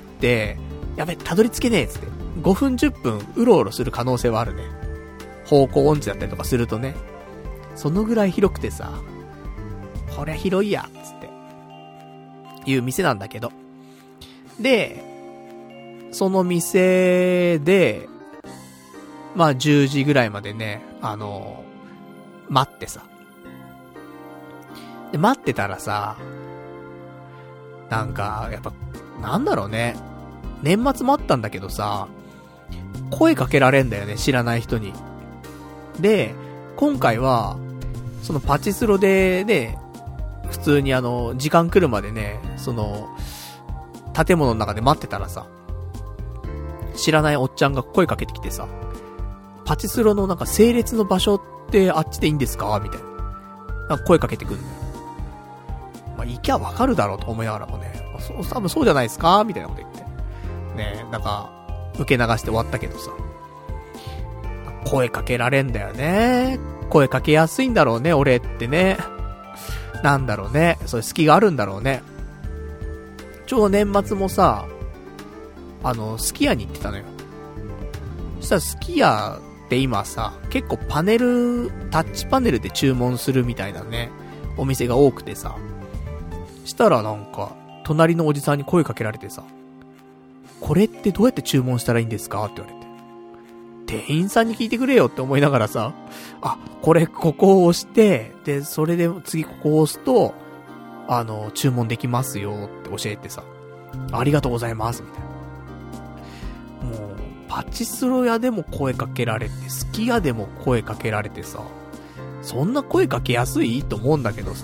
[SPEAKER 1] やべ、たどり着けねえっつって、ごふんじゅっぷんうろうろする可能性はあるね。方向音痴だったりとかするとね。そのぐらい広くてさ、こりゃ広いや、つって、いう店なんだけど。で、その店で、まあじゅうじぐらいまでね、あの、待ってさ。で、待ってたらさ、なんか、やっぱ、なんだろうね。年末もあったんだけどさ、声かけられんだよね、知らない人に。で、今回は、そのパチスロでね、普通にあの、時間来るまでね、その、建物の中で待ってたらさ、知らないおっちゃんが声かけてきてさ、パチスロのなんか整列の場所ってあっちでいいんですかみたいな。なんか声かけてくんだよ。まあ、行きゃわかるだろうと思いながらもね、そう、多分そうじゃないですかみたいなこと言って。ね、なんか、受け流して終わったけどさ、 声かけられんだよね。声かけやすいんだろうね、俺ってね。なんだろうね。そういう隙があるんだろうね。ちょうど年末もさ、あの、すき家に行ってたのよ。そしたらすき家って今さ、結構パネル、タッチパネルで注文するみたいなね、お店が多くてさ。したらなんか、隣のおじさんに声かけられてさ、これってどうやって注文したらいいんですかって言われて。店員さんに聞いてくれよって思いながらさ、あ、これここを押して、で、それで次ここを押すと、あの、注文できますよって教えてさ、ありがとうございます、みたいな。もう、パチスロ屋でも声かけられて、すき家でも声かけられてさ、そんな声かけやすいと思うんだけどさ。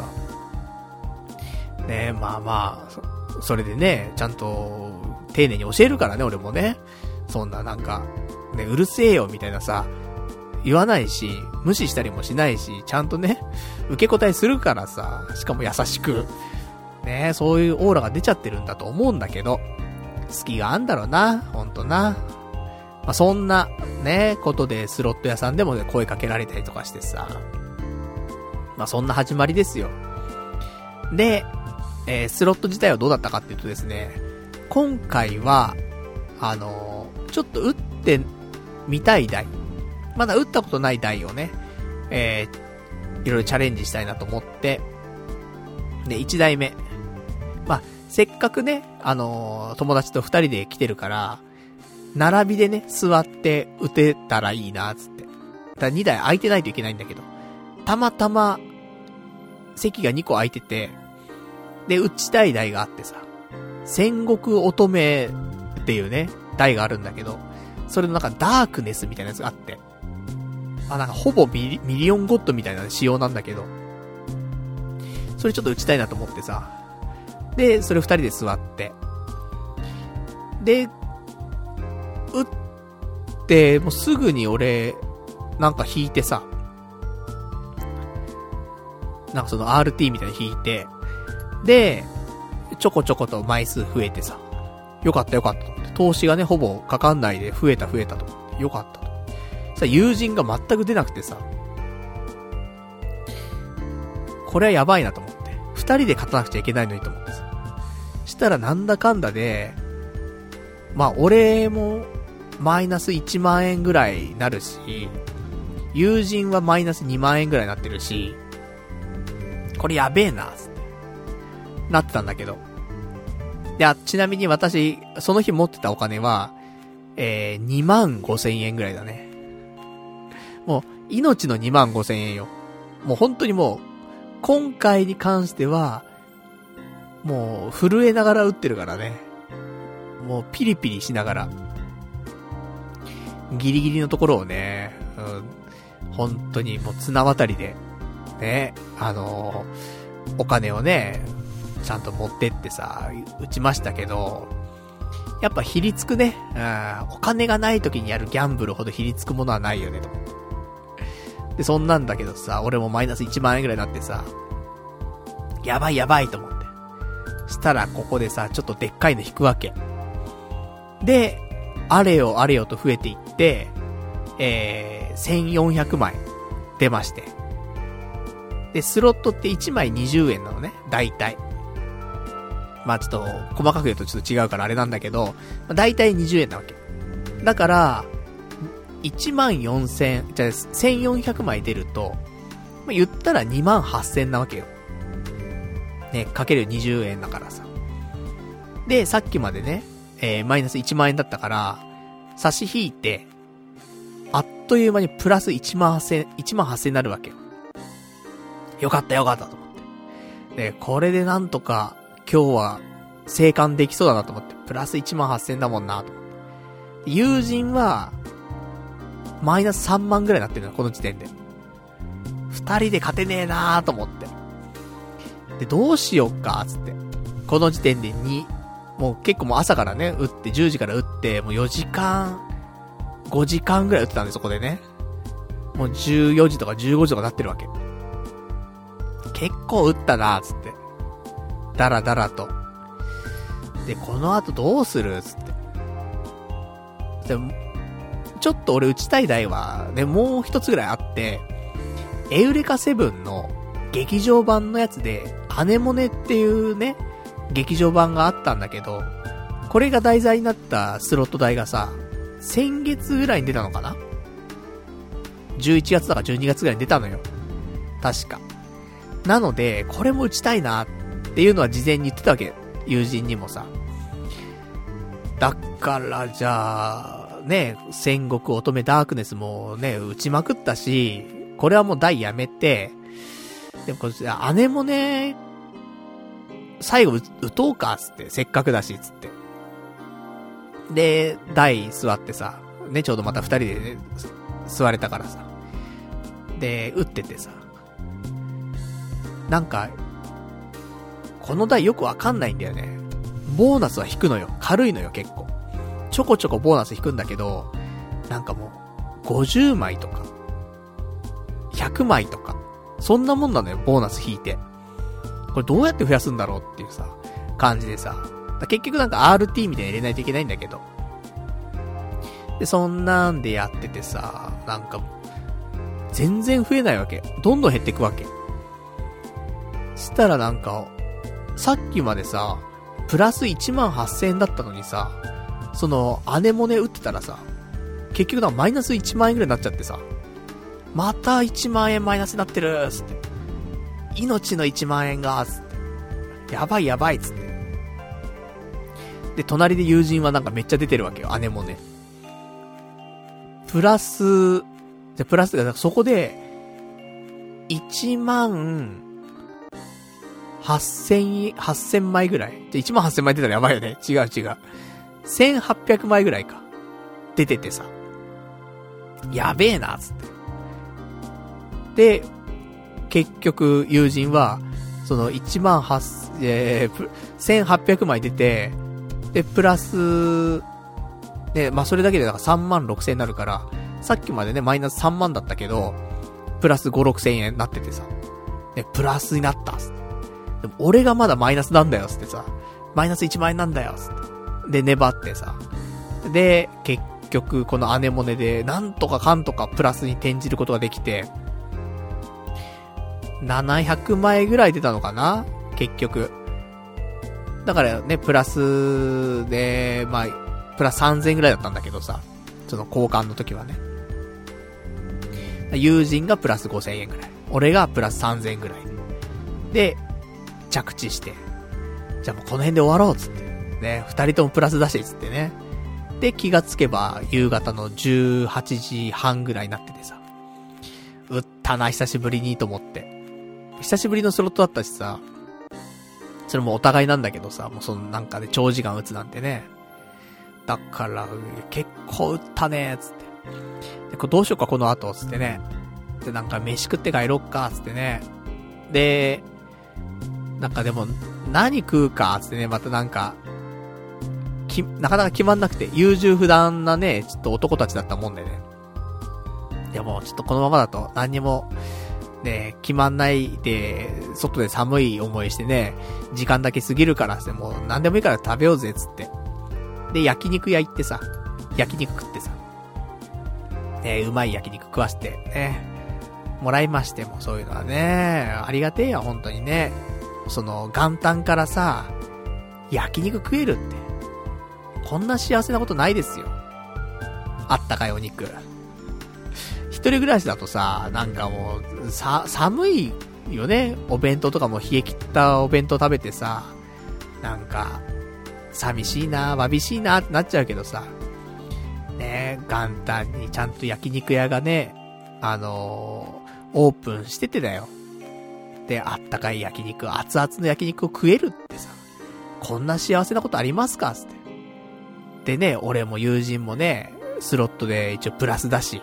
[SPEAKER 1] ねえ、まあまあ、それでね、ちゃんと、丁寧に教えるからね、俺もね。そんななんか、ね、うるせえよみたいなさ、言わないし、無視したりもしないし、ちゃんとね、受け答えするからさ、しかも優しく、ね、そういうオーラが出ちゃってるんだと思うんだけど、好きがあんだろうな、ほんとな。まあ、そんな、ね、ことでスロット屋さんでもね、声かけられたりとかしてさ、まあそんな始まりですよ。で、えー、スロット自体はどうだったかっていうとですね、今回は、あのー、ちょっと打ってみたい台、まだ打ったことない台をね、えー、いろいろチャレンジしたいなと思って、で、いち台目。まあ、せっかくね、あのー、友達とふたりで来てるから、並びでね、座って打てたらいいな、つって。だからに台空いてないといけないんだけど、たまたま、席がにこ空いてて、で、打ちたい台があってさ、戦国乙女っていうね、台があるんだけど、それのなんかダークネスみたいなやつがあって、あ、なんかほぼミリ、ミリオンゴッドみたいな仕様なんだけど、それちょっと打ちたいなと思ってさ、で、それ二人で座って、で、打って、もうすぐに俺、なんか引いてさ、なんかその アールティー みたいなの引いて、で、ちょこちょこと枚数増えてさ、よかったよかったと思って、投資がね、ほぼかかんないで増えた増えたと思って、よかったと。さ、友人が全く出なくてさ、これはやばいなと思って、二人で勝たなくちゃいけないのにと思ってさ、したらなんだかんだで、まあ俺もマイナスいちまん円ぐらいになるし、友人はマイナスにまん円ぐらいになってるし、これやべえな、つって。なってたんだけど。いや、ちなみに私、その日持ってたお金は、えー、にまんごせんえんぐらいだね。もう、命のにまんごせんえんよ。もう本当にもう、今回に関しては、もう、震えながら打ってるからね。もう、ピリピリしながら、ギリギリのところをね、うん、本当にもう綱渡りで、ね、あのー、お金をね、ちゃんと持ってってさ、打ちましたけど、やっぱひりつくね、うん、お金がない時にやるギャンブルほどひりつくものはないよね、と思って。で、そんなんだけどさ、俺もマイナスいちまん円ぐらいになってさ、やばいやばいと思って。したらここでさ、ちょっとでっかいの引くわけ。で、あれよあれよと増えていって、えー、せんよんひゃくまい出まして。で、スロットっていちまいにじゅうえんなのね、大体。まあちょっと、細かく言うとちょっと違うからあれなんだけど、まあ、大体にじゅうえんなわけ。だから、いちまんよんせん、じゃあせんよんひゃくまい出ると、まあ、言ったらにまんはっせんなわけよ。ね、かけるにじゅうえんだからさ。で、さっきまでね、えー、マイナスいちまん円だったから、差し引いて、あっという間にプラスいちまんはっせん、いちまんはっせんになるわけよ。よかったよかったと思って。で、これでなんとか、今日は、生還できそうだなと思って、プラスいちまんはっせんだもんなと思って。友人は、マイナスさんまんぐらいになってるの、この時点で。二人で勝てねえなーと思って。で、どうしよっか、つって。この時点でに、もう結構もう朝からね、打って、じゅうじから打って、もうよじかん、ごじかんぐらい打ってたんで、そこでね。もうじゅうよじとかじゅうごじとかなってるわけ。結構打ったな、つって。だらだらと。で、この後どうするつって。でも、ちちょっと俺打ちたい台は、ね、もう一つぐらいあって、エウレカセブンの劇場版のやつで、アネモネっていうね、劇場版があったんだけど、これが題材になったスロット台がさ、先月ぐらいに出たのかな ?じゅういちがつだかじゅうにがつぐらいに出たのよ。確か。なので、これも打ちたいなっていうのは事前に言ってたわけ。友人にもさ。だからじゃあ、ね、戦国乙女ダークネスもね、打ちまくったし、これはもう台やめて、でもこれ、アネモネ、最後打とうかつって、せっかくだし、つって。で、台座ってさ、ね、ちょうどまた二人でね、座れたからさ。で、打っててさ。なんか、この台よくわかんないんだよね。ボーナスは引くのよ。軽いのよ、結構。ちょこちょこボーナス引くんだけど、なんかもう、ごじゅうまいとか、ひゃくまいとか、そんなもんなのよ、ボーナス引いて。これどうやって増やすんだろうっていうさ、感じでさ。結局なんか アールティー みたいに入れないといけないんだけど。で、そんなんでやっててさ、なんか、全然増えないわけ。どんどん減っていくわけ。したらなんか、さっきまでさ、プラスいちまんはっせんえんだったのにさ、その、アネモネ打ってたらさ、結局なんかマイナスいちまんえんぐらいになっちゃってさ、またいちまんえんマイナスになってるーつって。命のいちまんえんがーつって。やばいやばいつって。で、隣で友人はなんかめっちゃ出てるわけよ、姉もね。プラス、じゃ、プラスが、そこで、いちまんはっせん、はっせんまいぐらい。じゃ、いちまんはっせんまい出たらやばいよね。違う違う。せんはっぴゃくまいぐらいか。出ててさ。やべえな、つって。で、結局、友人は、そのいちまんはっせん、えー、せんはっぴゃくまい出て、で、プラス、ね、まあ、それだけでだからさんまんろくせんえんになるから、さっきまでね、マイナスさんまんだったけど、プラスご、ろくせんえんになっててさ、ね、プラスになったっつって。でも、俺がまだマイナスなんだよっつってさ、マイナスいちまんえんなんだよっつって。で、粘ってさ。で、結局、このアネモネで、なんとかかんとかプラスに転じることができて、ななひゃくまいぐらい出たのかな結局。だからね、プラスで、まあ、プラスさんぜんえんぐらいだったんだけどさ、その交換の時はね。友人がプラスごせんえんぐらい。俺がプラスさんぜんえんぐらい。で、着地して。じゃあもうこの辺で終わろうっつって。ね、二人ともプラス出してっつってね。で、気がつけば夕方のじゅうはちじはんぐらいになっててさ。打ったな、久しぶりにと思って。久しぶりのスロットだったしさ。それもお互いなんだけどさ、もうそのなんかで長時間打つなんてね。だから、結構打ったねーつって。で、これどうしようかこの後つってね。で、なんか飯食って帰ろっかつってね。で、なんかでも、何食うかつってね、またなんか、き、なかなか決まんなくて、優柔不断なね、ちょっと男たちだったもんでね。いやもうちょっとこのままだと何にも、ね、決まんないで、外で寒い思いしてね、時間だけ過ぎるからって、もう何でもいいから食べようぜ、つって。で、焼肉屋行ってさ、焼肉食ってさ、ね、うまい焼肉食わして、ね、もらいましても、そういうのはね、ありがてえや、本当にね。その、元旦からさ、焼肉食えるって、こんな幸せなことないですよ。あったかいお肉。一人暮らしだとさ、なんかもう、さ、寒いよね。お弁当とかも冷え切ったお弁当食べてさ、なんか、寂しいな、わびしいなってなっちゃうけどさ、ね、元旦にちゃんと焼肉屋がね、あのー、オープンしててだよ。で、あったかい焼肉、熱々の焼肉を食えるってさ、こんな幸せなことありますかつって。でね、俺も友人もね、スロットで一応プラスだし、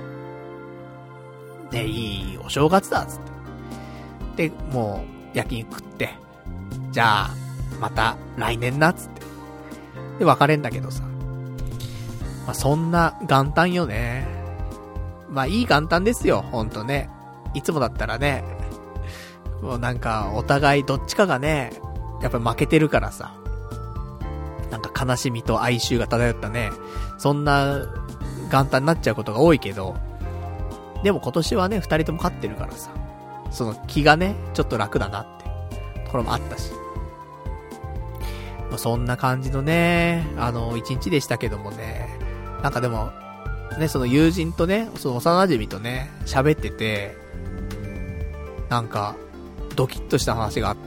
[SPEAKER 1] ね、いいお正月だ、つって。で、もう、焼肉食って、じゃあ、また、来年な、つって。で、別れんだけどさ。まあ、そんな元旦よね。まあ、いい元旦ですよ、ほんとね。いつもだったらね、もうなんか、お互いどっちかがね、やっぱ負けてるからさ、なんか悲しみと哀愁が漂ったね、そんな元旦になっちゃうことが多いけど、でも今年はね、二人とも勝ってるからさ、その気がね、ちょっと楽だなってところもあったし。まあ、そんな感じのね、あの、一日でしたけどもね、なんかでも、ね、その友人とね、その幼馴染とね、喋ってて、なんか、ドキッとした話があって、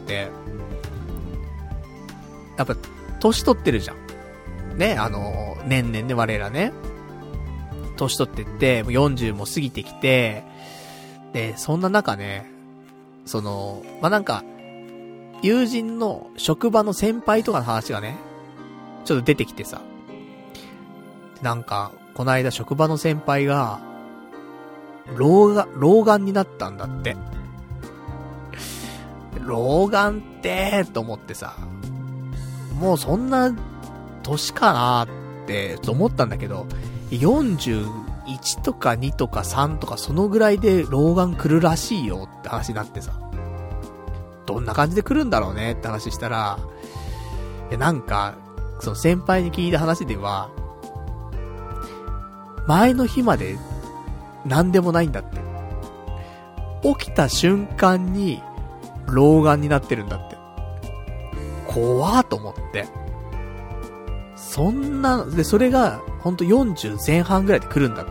[SPEAKER 1] やっぱ、年取ってるじゃん。ね、あの、年々ね、我らね、年取ってって、もうよんじゅうも過ぎてきて、で、そんな中ね、その、まあ、なんか、友人の職場の先輩とかの話がね、ちょっと出てきてさ、なんか、この間職場の先輩が、老眼、老眼になったんだって。老眼って、と思ってさ、もうそんな、年かなって、ちょっと思ったんだけど、よんじゅういちとかにとかさんとかそのぐらいで老眼来るらしいよって話になってさ、どんな感じで来るんだろうねって話したら、え、なんか、その先輩に聞いた話では、前の日まで何でもないんだって。起きた瞬間に老眼になってるんだって。怖ーと思って。そんな、で、それがほんとよんじゅう前半ぐらいで来るんだって。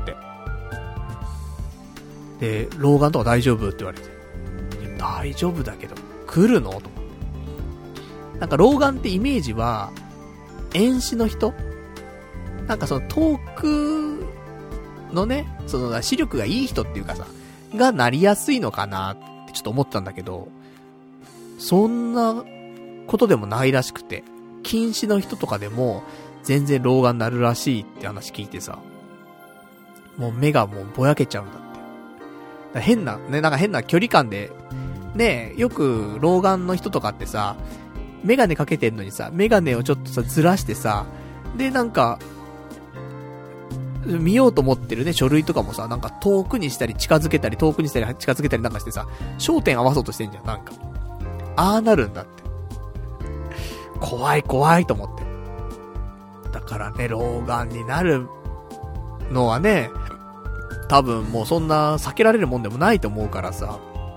[SPEAKER 1] で、老眼とか大丈夫って言われて。いや、大丈夫だけど、来るのと思って。なんか老眼ってイメージは、遠視の人なんかその遠くのね、その視力がいい人っていうかさ、がなりやすいのかなってちょっと思ったんだけど、そんなことでもないらしくて、近視の人とかでも全然老眼になるらしいって話聞いてさ、もう目がもうぼやけちゃうんだって。だから変な、ね、なんか変な距離感で、ねえ、よく老眼の人とかってさ、メガネかけてんのにさ、メガネをちょっとさ、ずらしてさ、で、なんか、見ようと思ってるね、書類とかもさ、なんか遠くにしたり近づけたり、遠くにしたり近づけたりなんかしてさ、焦点合わそうとしてんじゃん、なんか。ああなるんだって。怖い怖いと思って。だからね、老眼になるのはね、多分もうそんな避けられるもんでもないと思うからさ、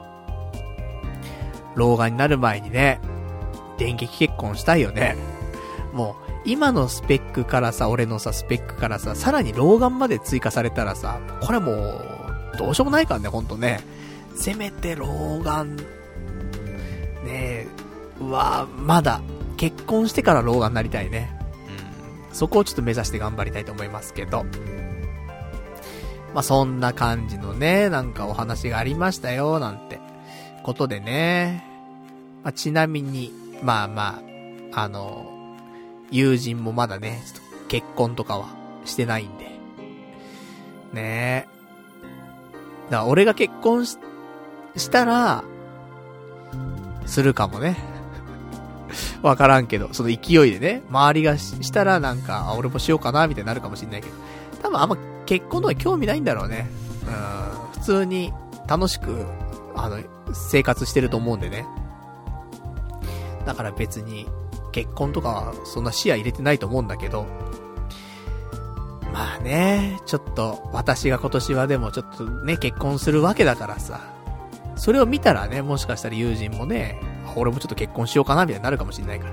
[SPEAKER 1] 老眼になる前にね、電撃結婚したいよね。もう、今のスペックからさ、俺のさ、スペックからさ、さらに老眼まで追加されたらさ、これもう、どうしようもないからね、ほんとね。せめて老眼、ねえ、うわぁ、まだ、結婚してから老眼になりたいね。うん。そこをちょっと目指して頑張りたいと思いますけど。まあ、そんな感じのね、なんかお話がありましたよ、なんて。ことでね。まあ、ちなみに、まあまあ、あの、友人もまだね、ちょっと結婚とかはしてないんで。ねえ。だから俺が結婚し、したら、するかもね。わからんけど、その勢いでね、周りが し, したらなんか、あ、俺もしようかな、みたいになるかもしんないけど。多分あんま結婚とか興味ないんだろうね。うん。普通に楽しく、あの、生活してると思うんでね。だから別に、結婚とかはそんな視野入れてないと思うんだけど、まあね、ちょっと私が今年はでもちょっとね、結婚するわけだからさ、それを見たらね、もしかしたら友人もね、俺もちょっと結婚しようかなみたいになるかもしれないから、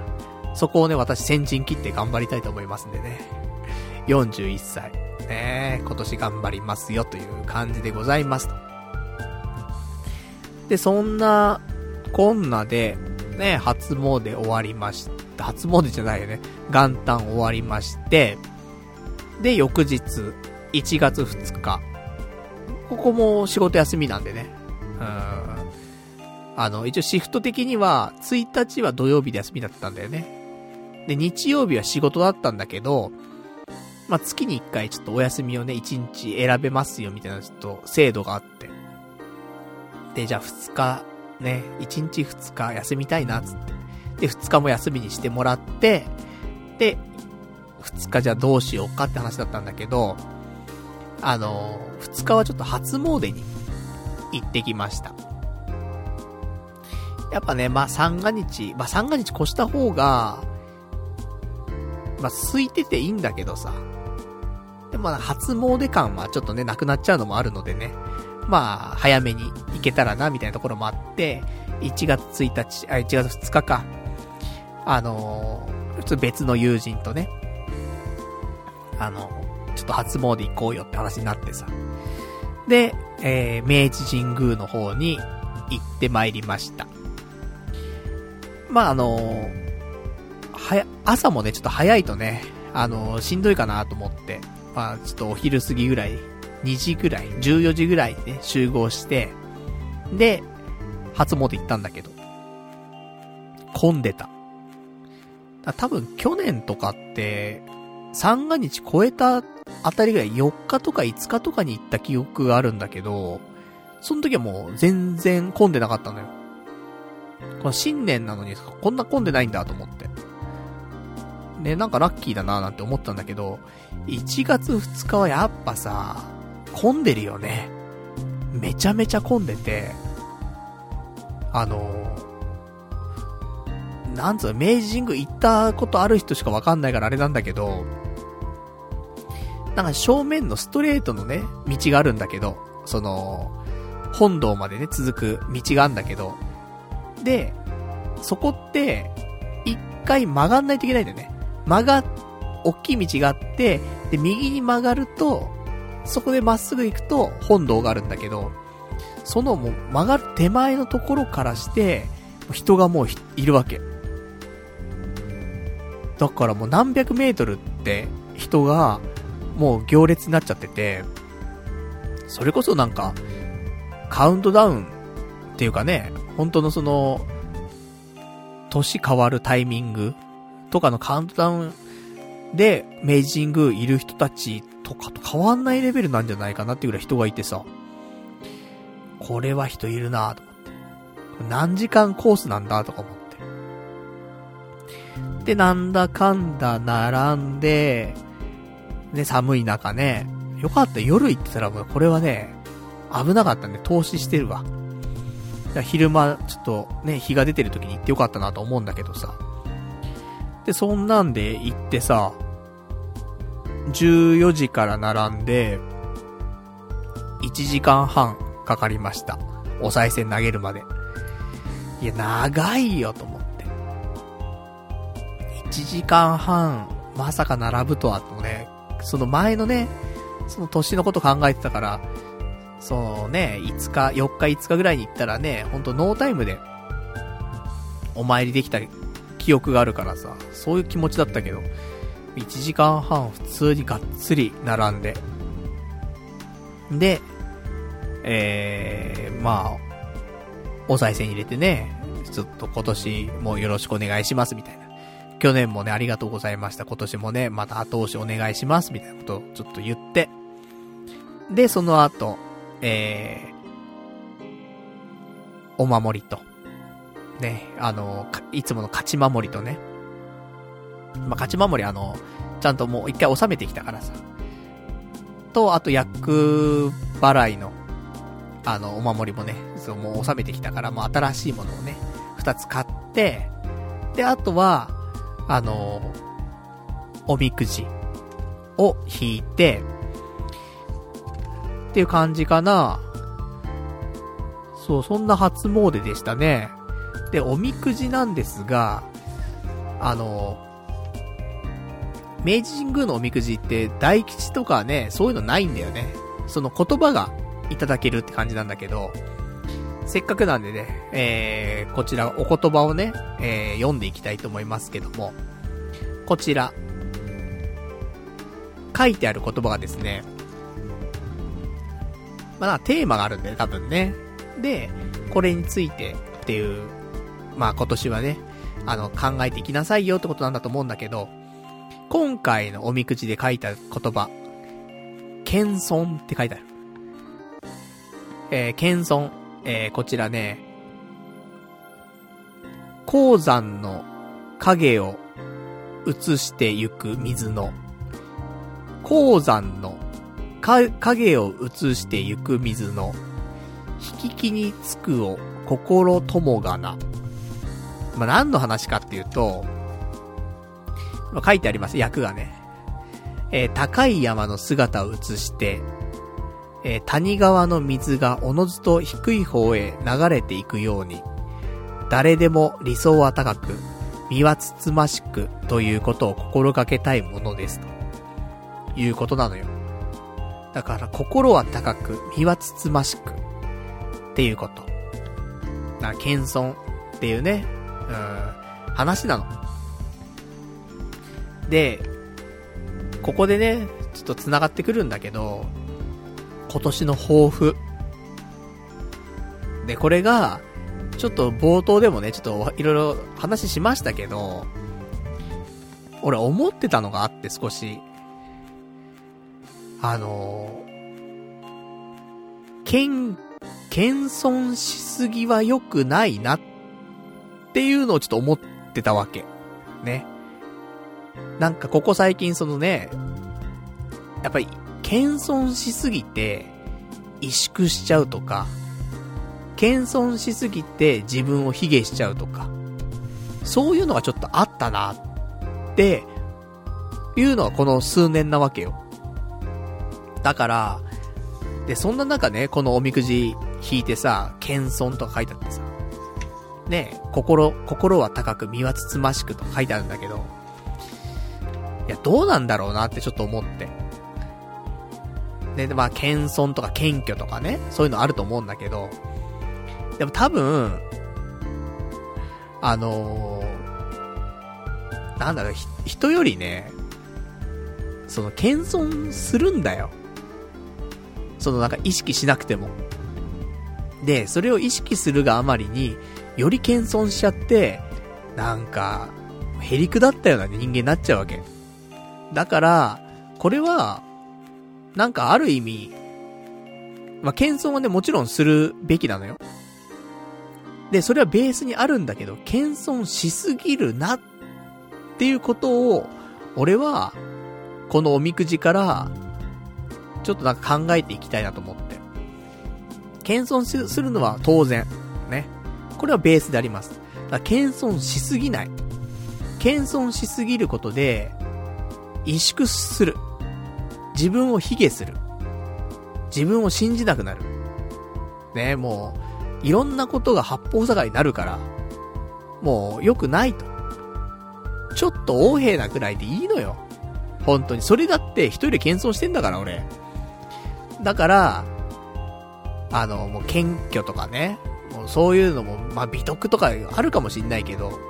[SPEAKER 1] そこをね、私先陣切って頑張りたいと思いますんでね。よんじゅういっさいね、今年頑張りますよという感じでございますと。で、そんなこんなでね、初詣終わりました。初詣じゃないよね。元旦終わりまして、で、翌日、いちがつふつか。ここも仕事休みなんでね。うーん。あの、一応シフト的には、ついたちは土曜日で休みだったんだよね。で、日曜日は仕事だったんだけど、まあ、月にいっかいちょっとお休みをね、いちにち選べますよみたいなちょっと制度があって。で、じゃあふつか、ね、いちにちふつか休みたいな、つって。で、ふつかも休みにしてもらって、で、ふつかじゃあどうしようかって話だったんだけど、あの、ふつかはちょっと初詣に行ってきました。やっぱね、まあ、三が日、まあ、三が日越した方が、まあ、空いてていいんだけどさ、でまあ、初詣感はちょっとね、なくなっちゃうのもあるのでね。まあ、早めに行けたらな、みたいなところもあって、いちがつついたち、あ、いちがつふつかか。あのー、普通別の友人とね、あの、ちょっと初詣行こうよって話になってさ。で、えー、明治神宮の方に行ってまいりました。まあ、あのー、はや、朝もね、ちょっと早いとね、あのー、しんどいかなと思って、まあ、ちょっとお昼過ぎぐらい、にじぐらい、じゅうよじぐらいにね、集合して、で、初詣行ったんだけど、混んでた。多分去年とかって、三が日超えたあたりぐらい、よっかとかいつかとかに行った記憶があるんだけど、その時はもう全然混んでなかったのよ。この新年なのにこんな混んでないんだと思って。ね、なんかラッキーだなーなんて思ったんだけど、いちがつふつかはやっぱさ、混んでるよね。めちゃめちゃ混んでて、あのー、なんつうの、明治神宮行ったことある人しかわかんないからあれなんだけど、なんか正面のストレートのね、道があるんだけど、その、本堂までね、続く道があるんだけど、で、そこって、一回曲がんないといけないんだよね。曲が、大きい道があって、で、右に曲がると、そこでまっすぐ行くと本堂があるんだけど、そのもう曲がる手前のところからして、人がもういるわけ。だからもう何百メートルって人がもう行列になっちゃってて、それこそなんか、カウントダウンっていうかね、本当のその、年変わるタイミングとかのカウントダウンで明治神宮いる人たちとかと変わんないレベルなんじゃないかなっていうぐらい人がいてさ、これは人いるなぁと思って、何時間コースなんだとか思って、でなんだかんだ並んでね、寒い中ね、よかった夜行ってたらもうこれはね危なかったんで投資してるわ。昼間ちょっとね日が出てる時に行ってよかったなと思うんだけどさ、でそんなんで行ってさ、じゅうよじから並んでいちじかんはんかかりました。お賽銭投げるまで。いや長いよと思って、いちじかんはんまさか並ぶとはとね、その前のねその年のこと考えてたから、そうね、いつか、よっかいつかぐらいに行ったらね、ほんとノータイムでお参りできた記憶があるからさ、そういう気持ちだったけど、いちじかんはん普通にがっつり並んで、で、えー、まあお賽銭入れてね、ちょっと今年もよろしくお願いしますみたいな、去年もねありがとうございました、今年もねまた後押しお願いしますみたいなことをちょっと言って、でその後えー、お守りとね、あのいつもの勝ち守りとね、まあ、勝ち守りあのちゃんともう一回納めてきたからさ、とあと厄払いのあのお守りもね、そうもう納めてきたから、もう新しいものをね二つ買って、であとはあのおみくじを引いてっていう感じかな。そう、そんな初詣でしたね。で、おみくじなんですが、あの、明治神宮のおみくじって大吉とかね、そういうのないんだよね。その言葉がいただけるって感じなんだけど、せっかくなんでね、えー、こちらお言葉をね、えー、読んでいきたいと思いますけども、こちら、書いてある言葉がですね、まあ、テーマがあるんだよ、多分ね。で、これについてっていう、まあ今年はね、あの、考えていきなさいよってことなんだと思うんだけど、今回のおみくじで書いた言葉、謙遜って書いてある。えー、謙遜、えー、こちらね、鉱山の影を映してゆく水の、鉱山のか影を映してゆく水の引き木につくを心ともがな。まあ、何の話かっていうと、まあ、書いてあります、訳がね。 えー、高い山の姿を映して、えー、谷川の水がおのずと低い方へ流れていくように、誰でも理想は高く、身はつつましくということを心がけたいものです。ということなのよ。だから心は高く、身はつつましくっていうこと。だから謙遜っていうね、うーん、話なの。で、ここでね、ちょっと繋がってくるんだけど、今年の抱負。で、これが、ちょっと冒頭でもね、ちょっといろいろ話しましたけど、俺思ってたのがあって少し、あのー、謙、謙遜しすぎは良くないなっていうのをちょっと思ってたわけ。ね。なんかここ最近そのね、やっぱり謙遜しすぎて萎縮しちゃうとか、謙遜しすぎて自分を卑下しちゃうとか、そういうのがちょっとあったなっていうのがこの数年なわけよ。だからで、そんな中ね、このおみくじ引いてさ、謙遜とか書いてあってさ、ね、心心は高く身はつつましくと書いてあるんだけど、いやどうなんだろうなってちょっと思って。で、まあ謙遜とか謙虚とかね、そういうのあると思うんだけど、でも多分あのー、なんだろう、人よりね、その謙遜するんだよ。そのなんか意識しなくても。で、それを意識するがあまりにより謙遜しちゃって、なんかへりくだったような人間になっちゃうわけだから、これはなんかある意味、まあ、謙遜はね、もちろんするべきなのよ。で、それはベースにあるんだけど、謙遜しすぎるなっていうことを、俺はこのおみくじからちょっとなんか考えていきたいなと思って。謙遜するのは当然ね、これはベースであります。だから謙遜しすぎない。謙遜しすぎることで萎縮する。自分を卑下する。自分を信じなくなる。ね、もういろんなことが八方塞がりになるから、もう良くないと。ちょっと横柄なくらいでいいのよ。本当に。それだって一人で謙遜してんだから俺。だから、あの、もう謙虚とかね、もうそういうのも、まあ美徳とかあるかもしんないけど、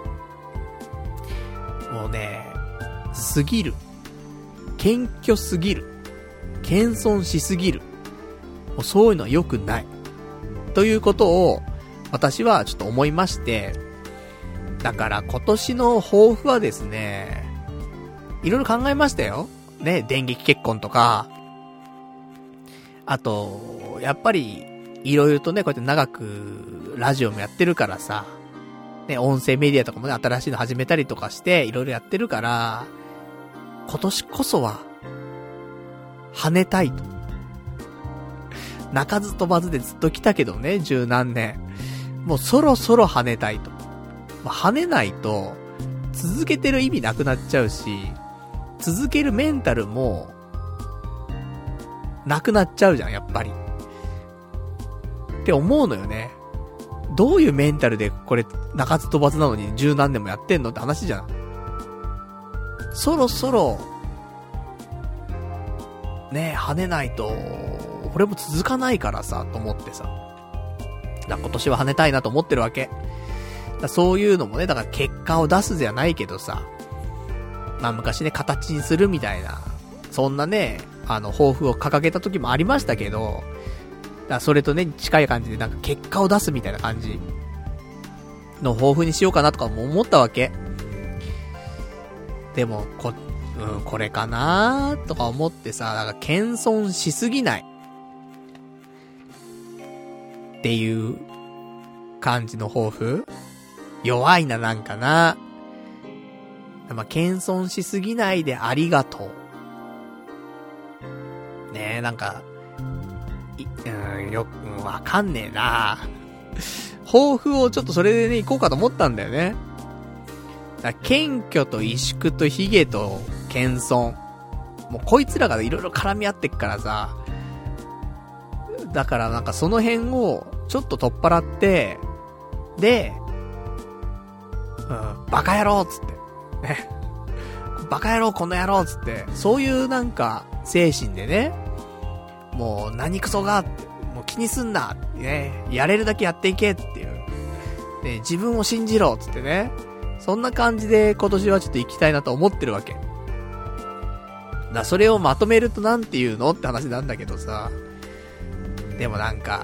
[SPEAKER 1] もうね、すぎる。謙虚すぎる。謙遜しすぎる。もうそういうのは良くない。ということを、私はちょっと思いまして、だから今年の抱負はですね、いろいろ考えましたよ。ね、電撃結婚とか、あと、やっぱり、いろいろとね、こうやって長くラジオもやってるからさ、ね、音声メディアとかもね、新しいの始めたりとかして、いろいろやってるから、今年こそは、跳ねたいと。鳴かず飛ばずでずっと来たけどね、十何年。もうそろそろ跳ねたいと。まあ、跳ねないと、続けてる意味なくなっちゃうし、続けるメンタルも、なくなっちゃうじゃん、やっぱり。って思うのよね。どういうメンタルでこれ、鳴かず飛ばずなのに十何年もやってんのって話じゃん。そろそろ、ねえ、跳ねないと、俺も続かないからさ、と思ってさ。だ今年は跳ねたいなと思ってるわけ。だそういうのもね、だから結果を出すじゃないけどさ、まあ昔ね、形にするみたいな、そんなね、あの、抱負を掲げた時もありましたけど、だそれとね、近い感じでなんか結果を出すみたいな感じの抱負にしようかなとかも思ったわけ。でも、こ、うん、これかなーとか思ってさ、なんか謙遜しすぎないっていう感じの抱負？弱いな、なんかな。まあ、謙遜しすぎないでありがとう。ねえ、なんか、い、うん、よく、うん、わかんねえな。抱負をちょっとそれでね、行こうかと思ったんだよね。だ謙虚と萎縮と卑下と謙遜。 もうこいつらがいろいろ絡み合ってっからさ、だからなんかその辺をちょっと取っ払って、で、うん、バカ野郎っつって、ね。バカ野郎この野郎っつって、そういうなんか精神でね、もう何クソがって、もう気にすんなってね、やれるだけやっていけっていう。で、自分を信じろっつってね、そんな感じで今年はちょっと行きたいなと思ってるわけ。だそれをまとめるとなんて言うのって話なんだけどさ、でもなんか、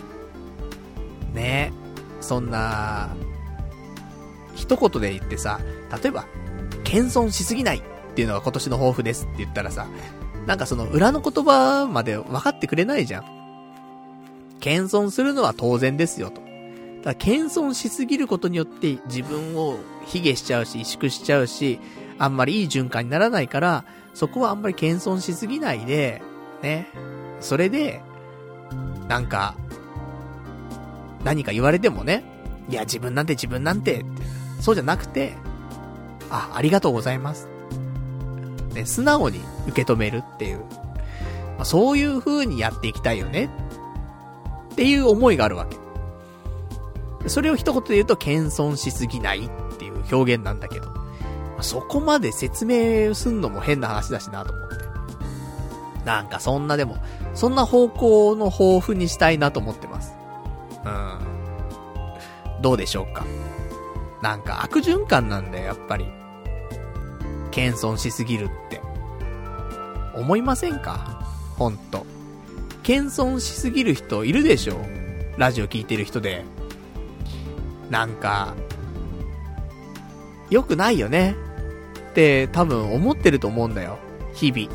[SPEAKER 1] ね、そんな、一言で言ってさ、例えば、謙遜しすぎないっていうのが今年の抱負ですって言ったらさ、なんかその裏の言葉まで分かってくれないじゃん。謙遜するのは当然ですよと。だから謙遜しすぎることによって自分を卑下しちゃうし、萎縮しちゃうし、あんまりいい循環にならないから、そこはあんまり謙遜しすぎないで、ね。それで、なんか、何か言われてもね、いや自分なんて自分なんてって、そうじゃなくて、あ、ありがとうございます。ね、素直に受け止めるっていう。まあ、そういう風にやっていきたいよね。っていう思いがあるわけ。それを一言で言うと、謙遜しすぎないっていう表現なんだけど。まあ、そこまで説明すんのも変な話だしなと思って。なんかそんなでも、そんな方向の抱負にしたいなと思ってます。うん。どうでしょうか。なんか悪循環なんだよ、やっぱり。謙遜しすぎるって。思いませんか？ほんと。謙遜しすぎる人いるでしょ？ラジオ聞いてる人で。なんか、良くないよね。って多分思ってると思うんだよ。日々。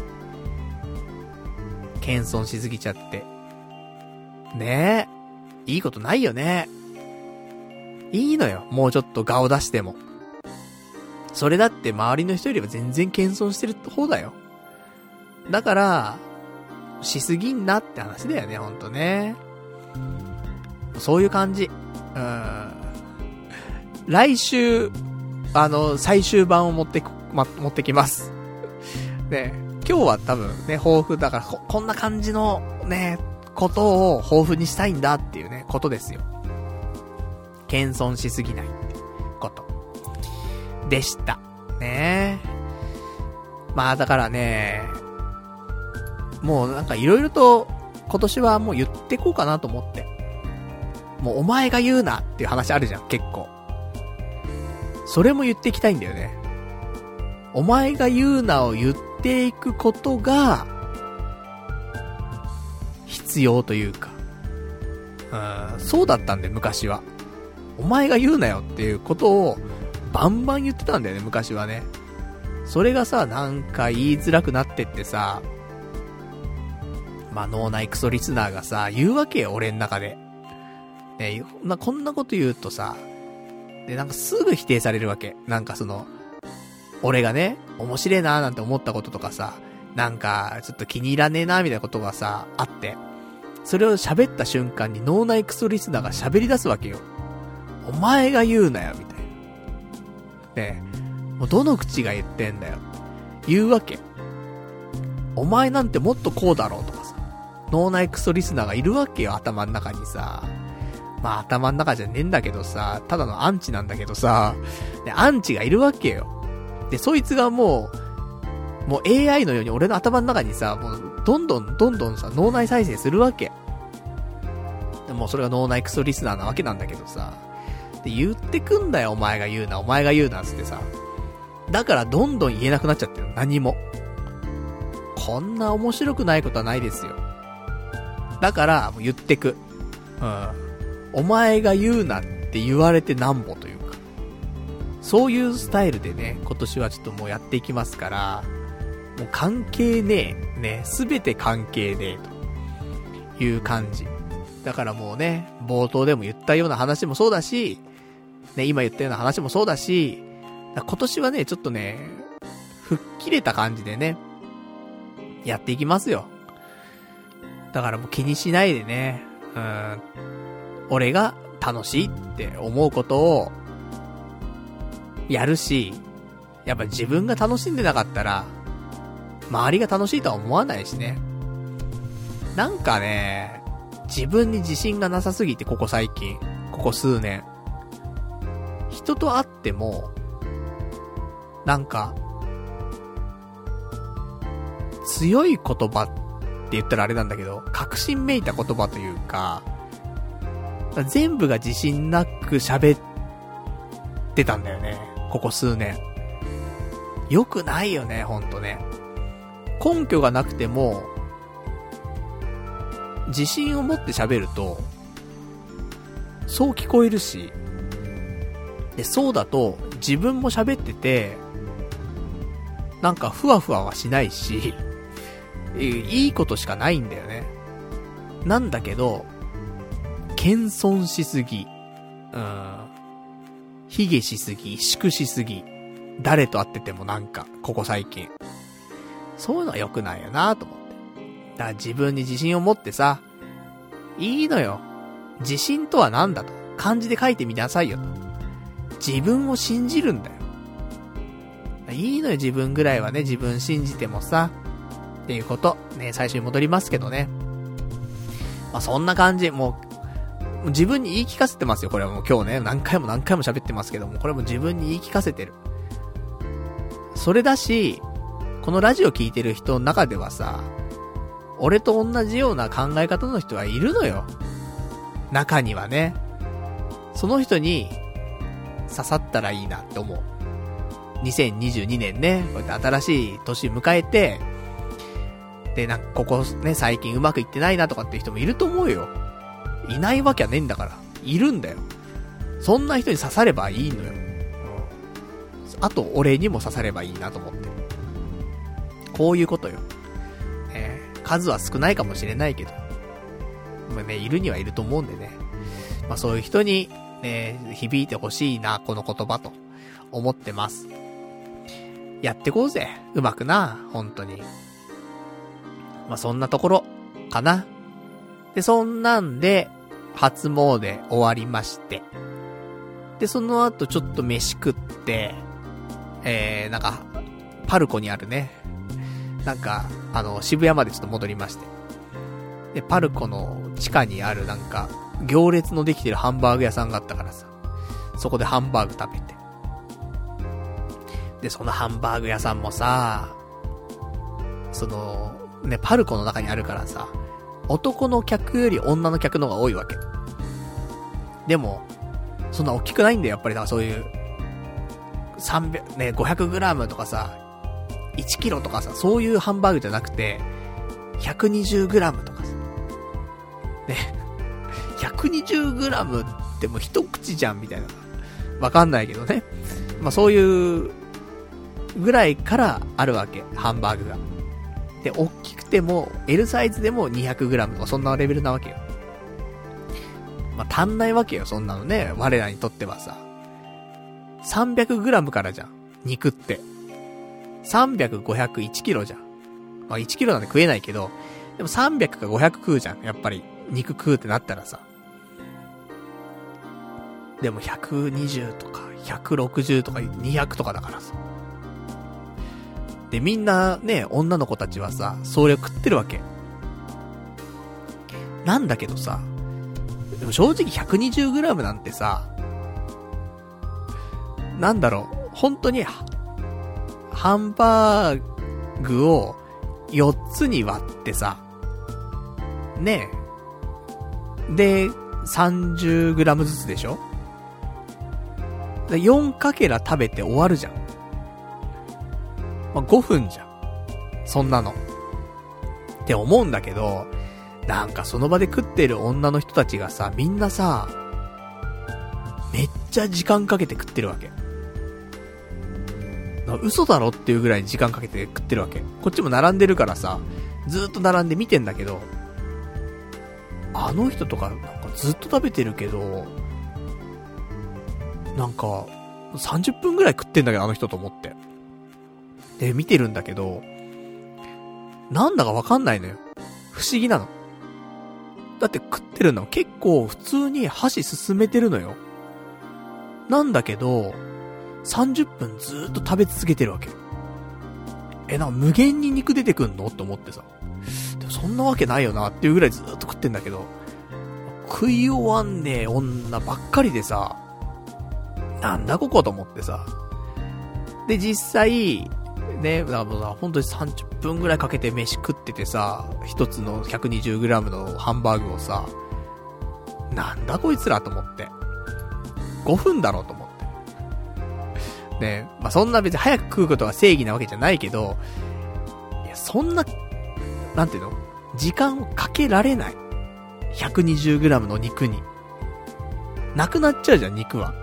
[SPEAKER 1] 謙遜しすぎちゃって。ねえ。いいことないよね。いいのよ。もうちょっと顔出しても。それだって周りの人よりは全然謙遜してる方だよ。だから、しすぎんなって話だよね、ほんとね。そういう感じ。うん。来週、あの、最終版を持ってく、ま、持ってきます。ね、今日は多分ね、抱負だからこ、こんな感じのね、ことを抱負にしたいんだっていうね、ことですよ。謙遜しすぎないってことでしたね。まあだからね、もうなんかいろいろと今年はもう言ってこうかなと思って。もうお前が言うなっていう話あるじゃん、結構。それも言っていきたいんだよね。お前が言うなを言っていくことが必要というか、うん、そうだったんで昔は。お前が言うなよっていうことをバンバン言ってたんだよね、昔はね。それがさ、なんか言いづらくなってってさ、まあ脳内クソリスナーがさ、言うわけよ、俺の中で。ね、なこんなこと言うとさ、で、なんかすぐ否定されるわけ。なんかその、俺がね、面白いなーなんて思ったこととかさ、なんかちょっと気に入らねえなーみたいなことがさ、あって、それを喋った瞬間に脳内クソリスナーが喋り出すわけよ。お前が言うなよ、みたいな。ねえ、もうどの口が言ってんだよ。言うわけ。お前なんてもっとこうだろうとかさ、脳内クソリスナーがいるわけよ、頭の中にさ。まあ頭の中じゃねえんだけどさ、ただのアンチなんだけどさ、でアンチがいるわけよ。で、そいつがもう、もう エーアイ のように俺の頭の中にさ、もうどんどんどんどんさ、脳内再生するわけ。でもそれが脳内クソリスナーなわけなんだけどさ、で言ってくんだよ、お前が言うな、お前が言うな、つってさ。だからどんどん言えなくなっちゃってる、何も。こんな面白くないことはないですよ。だから、もう言ってく。うん。お前が言うなって言われてなんぼというか。そういうスタイルでね、今年はちょっともうやっていきますから、もう関係ねえ、ね、すべて関係ねえという感じ。だからもうね、冒頭でも言ったような話もそうだし、ね、今言ったような話もそうだし、今年はね、ちょっとね、吹っ切れた感じでね、やっていきますよ。だからもう気にしないでね、うん、俺が楽しいって思うことをやるし、やっぱ自分が楽しんでなかったら、 周りが楽しいとは思わないしね。なんかね、自分に自信がなさすぎて、ここ最近、ここ数年。人と会っても、なんか、強い言葉って言ったらあれなんだけど、確信めいた言葉というか、全部が自信なく喋ってたんだよね。ここ数年。よくないよね、ほんとね。根拠がなくても、自信を持って喋ると、そう聞こえるし、で、そうだと自分も喋ってて、なんかふわふわはしないし、いいことしかないんだよね。なんだけど、謙遜しすぎ、うん、卑下しすぎ、萎縮しすぎ、誰と会っててもなんか、ここ最近。そういうのは良くないよなと思って。だから自分に自信を持ってさ、いいのよ。自信とは何だと。漢字で書いてみなさいよと。自分を信じるんだよ。いいのよ、自分ぐらいはね、自分信じてもさ。っていうこと。ね、最初に戻りますけどね。まあ、そんな感じ。もう、自分に言い聞かせてますよ。これはもう今日ね、何回も何回も喋ってますけども、これはもう自分に言い聞かせてる。それだし、このラジオ聞いてる人の中ではさ、俺と同じような考え方の人はいるのよ。中にはね。その人に刺さったらいいなって思う。にせんにじゅうにねんね、こうやって新しい年迎えて、で、なんかここね、最近うまくいってないなとかっていう人もいると思うよ。いないわけはねえんだから。いるんだよ。そんな人に刺さればいいのよ。あと、俺にも刺さればいいなと思って。こういうことよ。えー、数は少ないかもしれないけど。まあね、いるにはいると思うんでね。まあそういう人に、ね、響いてほしいな、この言葉と思ってます。やってこうぜ。うまくな、本当に。まあそんなところ、かな。で、そんなんで、初詣終わりまして。で、その後ちょっと飯食って、えー、なんか、パルコにあるね。なんか、あの、渋谷までちょっと戻りまして。で、パルコの地下にあるなんか、行列のできてるハンバーグ屋さんがあったからさ。そこでハンバーグ食べて。で、そのハンバーグ屋さんもさ、その、ね、パルコの中にあるからさ、男の客より女の客の方が多いわけ。でも、そんな大きくないんだよ、やっぱり。だからそういう、さんびゃく、ね、ごひゃくグラム とかさ、いちキロとかさ、そういうハンバーグじゃなくて、ひゃくにじゅうグラム とかさ。ね。ひゃくにじゅうグラム ってもう一口じゃん、みたいな。わかんないけどね。まあそういうぐらいからあるわけ、ハンバーグが。で、大きくても、L サイズでも にひゃくグラム とかそんなレベルなわけよ。まあ足んないわけよ、そんなのね。我らにとってはさ。さんびゃくグラム からじゃん。肉って。さんびゃく、ごひゃく、いちキロじゃん。まあいちキロなんで食えないけど、でもさんびゃくかごひゃく食うじゃん。やっぱり、肉食うってなったらさ。でもひゃくにじゅうとか、ひゃくろくじゅうとか、にひゃくとかだからさ。で、みんなね、女の子たちはさ、それを食ってるわけ。なんだけどさ、でも正直 ひゃくにじゅうグラム なんてさ、なんだろう、本当に、ハンバーグをよっつに割ってさ、ねえ。で、さんじゅうグラム ずつでしょ？よんかけら食べて終わるじゃん。まあ、ごふんじゃん。そんなの。って思うんだけど、なんかその場で食ってる女の人たちがさ、みんなさ、めっちゃ時間かけて食ってるわけ。嘘だろっていうぐらい時間かけて食ってるわけ。こっちも並んでるからさ、ずーっと並んで見てんだけど、あの人とかなんかずっと食べてるけど、なんかさんじゅっぷんぐらい食ってんだけど、あの人と思って。で、見てるんだけど、なんだかわかんないのよ。不思議なの。だって食ってるの結構普通に箸進めてるのよ。なんだけど、さんじゅっぷんずーっと食べ続けてるわけ。 え、なんか無限に肉出てくんのって思ってさ。でもそんなわけないよなっていうぐらいずーっと食ってんだけど、食い終わんねえ女ばっかりでさ、なんだここと思ってさ。で、実際、ね、だから本当にさんじゅっぷんぐらいかけて飯食っててさ、一つの ひゃくにじゅうグラム のハンバーグをさ、なんだこいつらと思って。ごふんだろうと思って。ね、まあ、そんな別に早く食うことが正義なわけじゃないけど、いや、そんな、なんていうの？時間をかけられない。ひゃくにじゅうグラム の肉に。なくなっちゃうじゃん、肉は。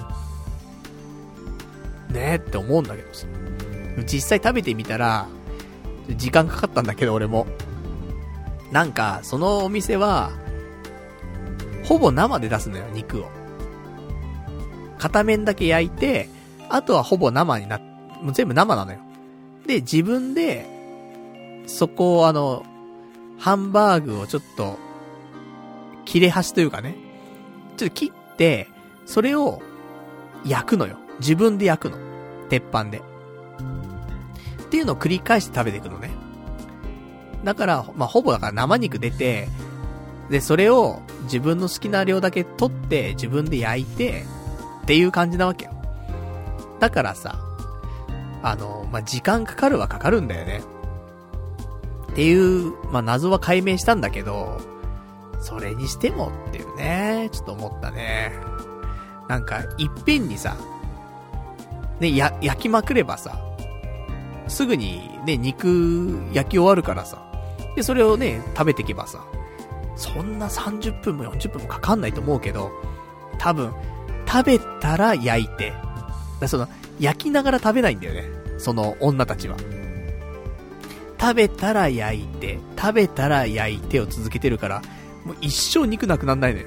[SPEAKER 1] ねえって思うんだけどさ。実際食べてみたら、時間かかったんだけど俺も。なんか、そのお店は、ほぼ生で出すのよ、肉を。片面だけ焼いて、あとはほぼ生になっ、もう全部生なのよ。で、自分で、そこをあの、ハンバーグをちょっと、切れ端というかね、ちょっと切って、それを焼くのよ。自分で焼くの。鉄板で。っていうのを繰り返して食べていくのね。だから、まあ、ほぼだから生肉出て、で、それを自分の好きな量だけ取って自分で焼いて、っていう感じなわけよ。だからさ、あの、まあ、時間かかるはかかるんだよね。っていう、まあ、謎は解明したんだけど、それにしてもっていうね、ちょっと思ったね。なんか、いっぺんにさ、ね、や、焼きまくればさ、すぐにね、肉焼き終わるからさ、で、それをね、食べていけばさ、そんなさんじゅっぷんもよんじゅっぷんもかかんないと思うけど、多分、食べたら焼いて、だその、焼きながら食べないんだよね、その女たちは。食べたら焼いて、食べたら焼いてを続けてるから、もう一生肉なくなんないのよ。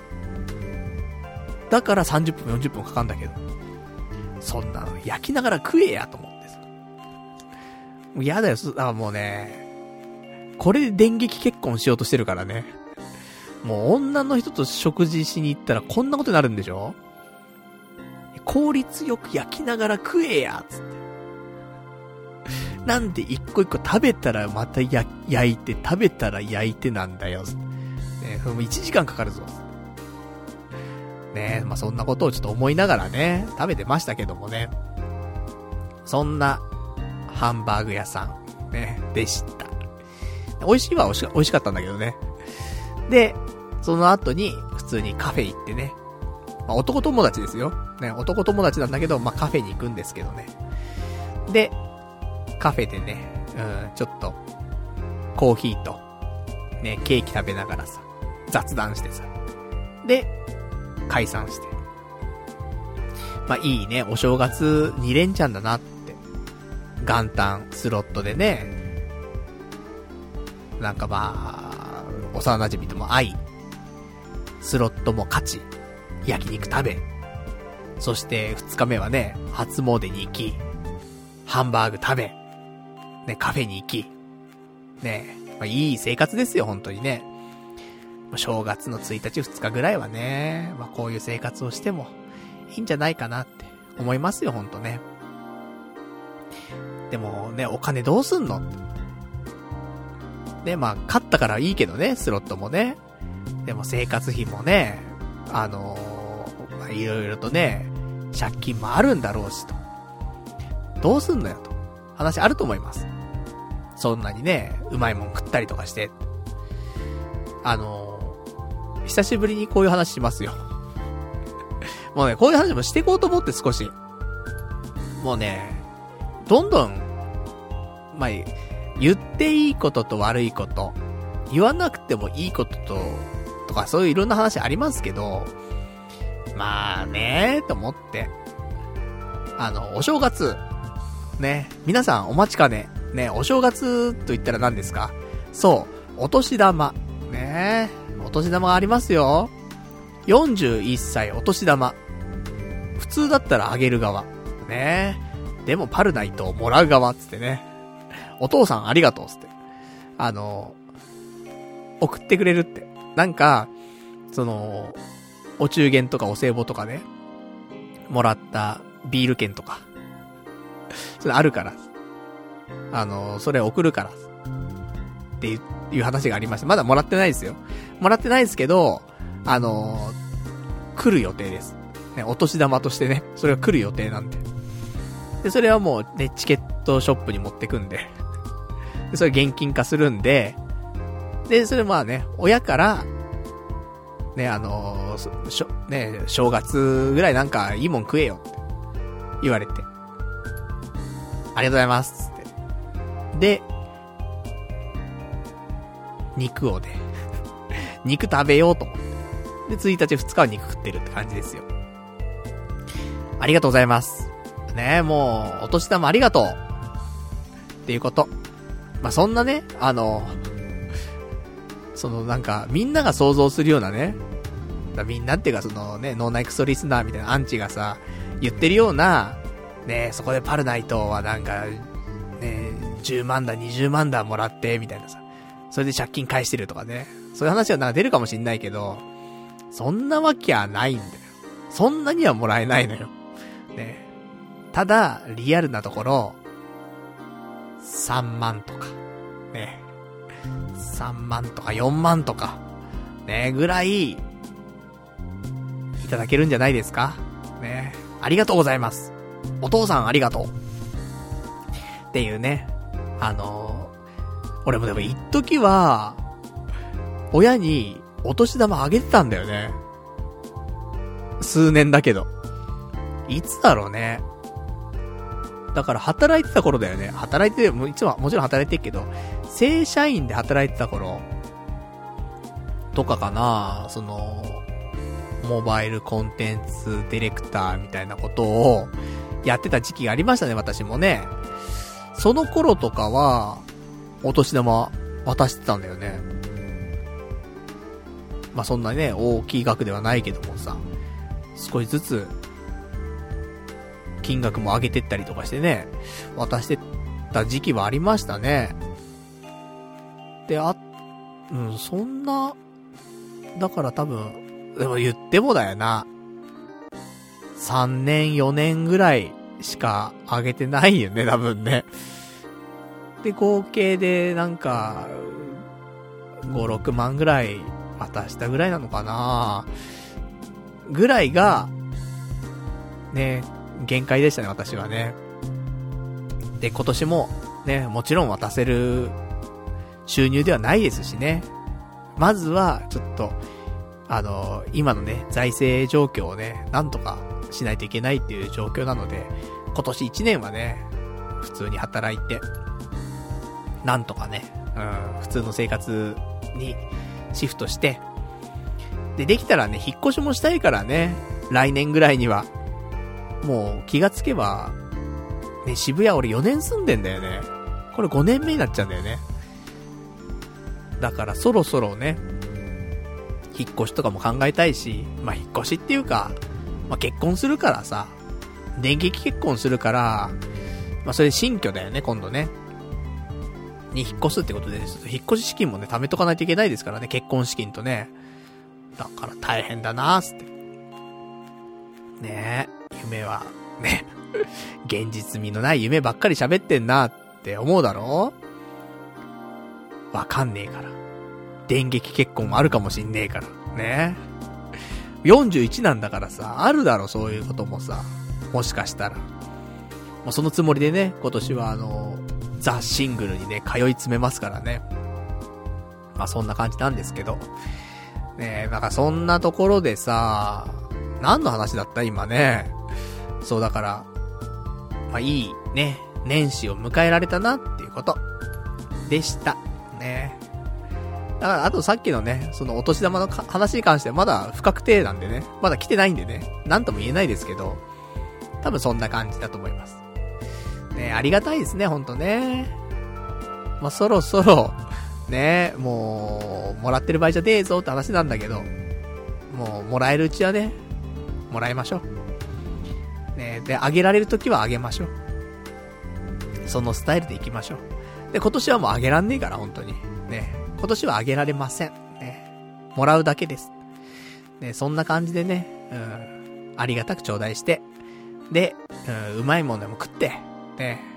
[SPEAKER 1] だからさんじゅっぷんもよんじゅっぷんもかかんだけど、そんなの焼きながら食えやと思ってさ。もうやだよ、だからもうね、これで電撃結婚しようとしてるからね。もう女の人と食事しに行ったらこんなことになるんでしょ？効率よく焼きながら食えやつって。なんで一個一個食べたらまたや焼いて、食べたら焼いてなんだよ。ね、もういちじかんかかるぞ。ね、まあ、そんなことをちょっと思いながらね、食べてましたけどもね。そんな、ハンバーグ屋さん、ね、でした。美味しいは美味し、美味しかったんだけどね。で、その後に、普通にカフェ行ってね。まあ、男友達ですよ。ね、男友達なんだけど、まあ、カフェに行くんですけどね。で、カフェでね、うん、ちょっと、コーヒーと、ね、ケーキ食べながらさ、雑談してさ。で、解散して。まあ、いいね、お正月に連チャンだなって。元旦、スロットでね、なんかまあ、幼馴染とも会い、スロットも勝ち、焼肉食べ、そして二日目はね、初詣に行き、ハンバーグ食べ、ね、カフェに行き、ね、まあ、いい生活ですよ、本当にね。正月のついたちふつかぐらいはね、まあ、こういう生活をしてもいいんじゃないかなって思いますよ、ほんとね。でもね、お金どうすんの？で、まあ、勝ったからいいけどね、スロットもね。でも生活費もね、あのー、まあ、いろいろとね、借金もあるんだろうしと。どうすんのよと。話あると思います。そんなにね、うまいもん食ったりとかして。あのー、久しぶりにこういう話しますよ。もうね、こういう話もしていこうと思って少し。もうね、どんどん、まあ、言っていいことと悪いこと、言わなくてもいいことと、とかそういういろんな話ありますけど、まあねーと思って。あの、お正月、ね、皆さんお待ちかね、ね、お正月と言ったら何ですか？そう、お年玉。ねえ、お年玉がありますよ。よんじゅういっさいお年玉。普通だったらあげる側。ねえ。でもパルナイトをもらう側つってね。お父さんありがとうつって。あの、送ってくれるって。なんか、その、お中元とかお歳暮とかね、もらったビール券とか。それあるから。 あの、それ送るから、っていう話がありました。まだもらってないですよ。もらってないですけど、あの、来る予定です。ね、お年玉としてね、それが来る予定なんで。で、それはもうね、チケットショップに持ってくんで。で、それ現金化するんで、で、それまあね、親から、ね、あのー、しょ、ね、正月ぐらいなんかいいもん食えよって言われて。ありがとうございますって。で、肉をね、肉食べようと思って。で、ついたちふつかは肉食ってるって感じですよ。ありがとうございます。ね、もう、お年玉ありがとう。っていうこと。まあ、そんなね、あの、そのなんか、みんなが想像するようなね、みんなっていうかそのね、脳内クソリスナーみたいなアンチがさ、言ってるような、ね、そこでパルナイトはなんか、ね、じゅうまんだ、にじゅうまんだもらって、みたいなさ、それで借金返してるとかね、そういう話はなんか出るかもしんないけど、そんなわけはないんだよ。そんなにはもらえないのよ。ね。ただ、リアルなところ、さんまんとか、ね。さんまんとかよんまんとか、ね、ぐらい、いただけるんじゃないですかね。ありがとうございます。お父さんありがとう。っていうね。あのー、俺もでも一時は、親にお年玉あげてたんだよね。数年だけど。いつだろうね。だから働いてた頃だよね。働いて、もういつももちろん働いてるけど、正社員で働いてた頃とかかな、その、モバイルコンテンツディレクターみたいなことをやってた時期がありましたね、私もね。その頃とかは、お年玉渡してたんだよね。まあ、そんなね、大きい額ではないけどもさ、少しずつ、金額も上げてったりとかしてね、渡してた時期はありましたね。で、あ、うん、そんな、だから多分、でも言ってもだよな。さんねん、よねんぐらいしか上げてないよね、多分ね。で、合計でなんか、ご、ろくまんぐらい渡したぐらいなのかなぐらいが、ね、限界でしたね、私はね。で、今年も、ね、もちろん渡せる収入ではないですしね。まずは、ちょっと、あの、今のね、財政状況をね、なんとかしないといけないっていう状況なので、今年いちねんはね、普通に働いて、なんとかね、うん、普通の生活にシフトして、で、できたらね、引っ越しもしたいからね、来年ぐらいには。もう気がつけば、ね、渋谷俺よねん住んでんだよね。これごねんめになっちゃうんだよね。だからそろそろね、引っ越しとかも考えたいし、まあ、引っ越しっていうか、まあ、結婚するからさ、電撃結婚するから、まあ、それ新居だよね、今度ね。に引っ越すってことで、引っ越し資金もね、貯めとかないといけないですからね、結婚資金とね。だから大変だなーって。ねえ。夢は、ね、現実味のない夢ばっかり喋ってんなって思うだろう？わかんねえから。電撃結婚もあるかもしんねえから。ね。よんじゅういちなんだからさ、あるだろ、そういうこともさ。もしかしたら。もうそのつもりでね、今年はあの、ザ・シングルにね、通い詰めますからね。まあそんな感じなんですけど。ねえ、なんかそんなところでさ、何の話だった今ね。そうだから、まあいいね、年始を迎えられたなっていうことでしたね。だからあとさっきのね、そのお年玉の話に関してはまだ不確定なんでね、まだ来てないんでね、なんとも言えないですけど、多分そんな感じだと思います。ね、ありがたいですね、ほんとね。まあそろそろね、もうもらってる場合じゃねえぞって話なんだけど、もうもらえるうちはね、もらいましょう。ね、で、あげられるときはあげましょう。そのスタイルでいきましょう。で、今年はもうあげらんねえから、本当に。ね、今年はあげられません。ね、もらうだけです。ね、そんな感じでね、うん、ありがたく頂戴して、で、うん、うまいもんでも食って、ね、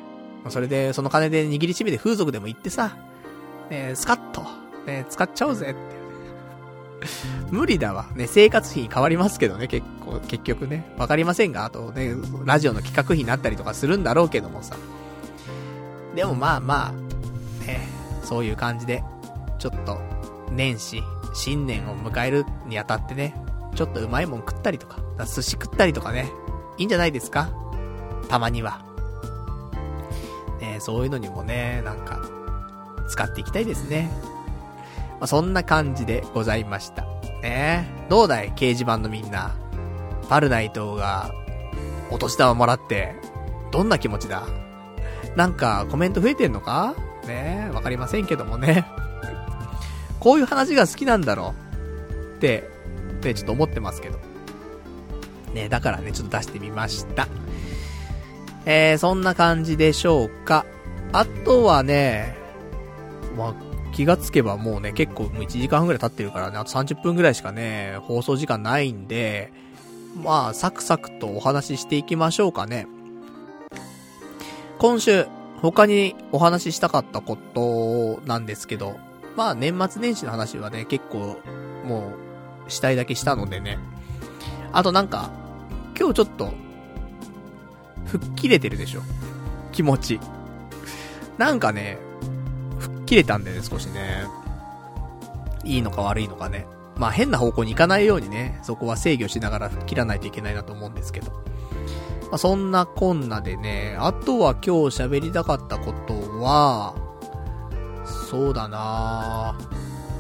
[SPEAKER 1] それで、その金で握りしめて風俗でも行ってさ、ね、スカッと、ね、使っちゃおうぜって。無理だわ。ね、生活費に変わりますけどね、結構、結局ね。わかりませんが、あとね、ラジオの企画費になったりとかするんだろうけどもさ。でもまあまあ、ね、そういう感じで、ちょっと、年始、新年を迎えるにあたってね、ちょっとうまいもん食ったりとか、寿司食ったりとかね、いいんじゃないですか？たまには。ね、そういうのにもね、なんか、使っていきたいですね。まあ、そんな感じでございました。ね、どうだい？掲示板のみんな。パルナイトが、お年玉もらって、どんな気持ちだ？なんか、コメント増えてんのか？ね、わかりませんけどもね。こういう話が好きなんだろうって、ね、ちょっと思ってますけど。ね、だからね、ちょっと出してみました。えー、そんな感じでしょうか。あとはね、まあ、気がつけばもうね、結構もういちじかんぐらい経ってるからね、あとさんじゅっぷんぐらいしかね、放送時間ないんで、まあ、サクサクとお話ししていきましょうかね。今週、他にお話ししたかったことなんですけど、まあ年末年始の話はね、結構、もう、したいだけしたのでね。あとなんか、今日ちょっと、吹っ切れてるでしょ。気持ち。なんかね、吹っ切れたんだよね、少しね。いいのか悪いのかね。まあ変な方向に行かないようにね、そこは制御しながら吹っ切らないといけないなと思うんですけど。まあ、そんなこんなでね、あとは今日喋りたかったことは、そうだなぁ。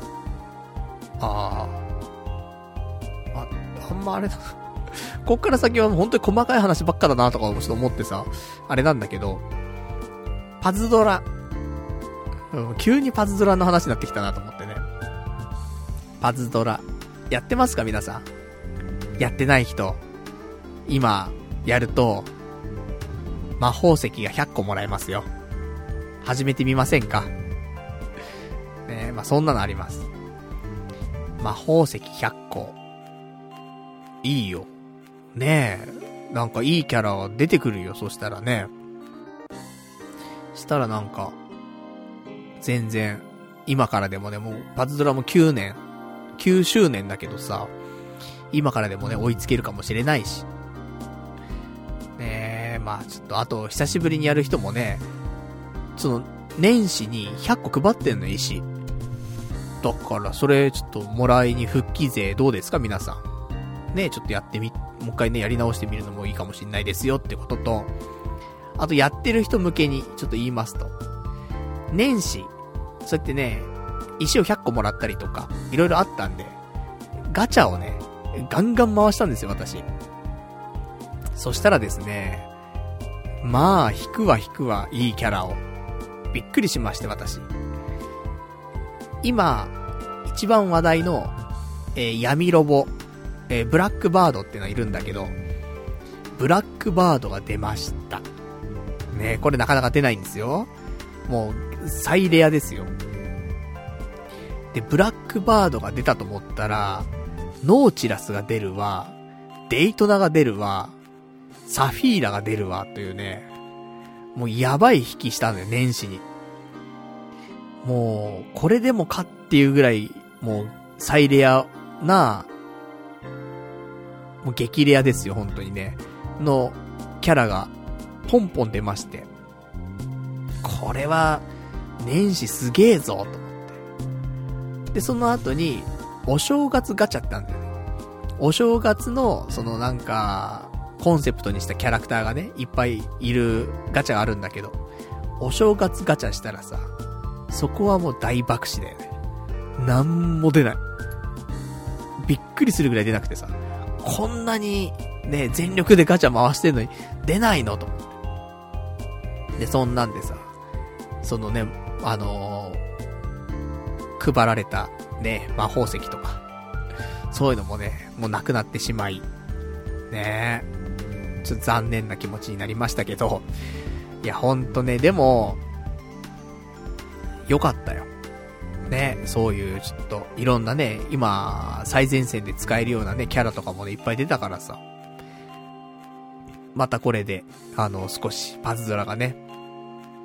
[SPEAKER 1] あー。あ、あんまあれだ。こっから先は本当に細かい話ばっかだなとかちょっと思ってさ、あれなんだけど、パズドラ。うん、急にパズドラの話になってきたなと思ってね。パズドラ。やってますか皆さん。やってない人。今、やると、魔法石がひゃっこもらえますよ。始めてみませんか？ねえ、まあ、そんなのあります。魔法石ひゃっこ。いいよ。ねえ、なんかいいキャラが出てくるよ、そしたらね。したらなんか、全然、今からでもね、もう、パズドラもきゅうねん、きゅうしゅうねんだけどさ、今からでもね、追いつけるかもしれないし。ねえ、まあちょっと、あと、久しぶりにやる人もね、その、年始にひゃっこ配ってんの、石。だから、それ、ちょっと、もらいに復帰税どうですか、皆さん。ねえ、ちょっとやってみ、もう一回ね、やり直してみるのもいいかもしれないですよってことと、あと、やってる人向けに、ちょっと言いますと、年始、そうやってね、石をひゃっこもらったりとか、いろいろあったんで、ガチャをね、ガンガン回したんですよ、私。そしたらですね、まあ、引くわ引くわ、いいキャラを。びっくりしまして、私。今、一番話題の、えー、闇ロボ、えー、ブラックバードっていうのがいるんだけど、ブラックバードが出ました。ね、これなかなか出ないんですよ。もう、最レアですよ。で、ブラックバードが出たと思ったら、ノーチラスが出るわ、デイトナが出るわ、サフィーラが出るわ、というね、もうやばい引きしたんだよ、年始に。もう、これでもかっていうぐらい、もう、最レアな、もう激レアですよ、本当にね。の、キャラが、ポンポン出まして。これは、年始すげえぞ、と思って。で、その後に、お正月ガチャってあるんだよね。お正月の、そのなんか、コンセプトにしたキャラクターがね、いっぱいいるガチャがあるんだけど、お正月ガチャしたらさ、そこはもう大爆死だよね。なんも出ない。びっくりするぐらい出なくてさ、こんなにね、全力でガチャ回してんのに出ないのと思って。で、そんなんでさ、そのね、あのー、配られたね、魔法石とか、そういうのもね、もうなくなってしまい、ねえ、ちょっと残念な気持ちになりましたけど、いや、ほんとね、でも、よかったよ。ね、そういうちょっと、いろんなね、今、最前線で使えるようなね、キャラとかもね、いっぱい出たからさ、またこれで、あの、少し、パズドラがね、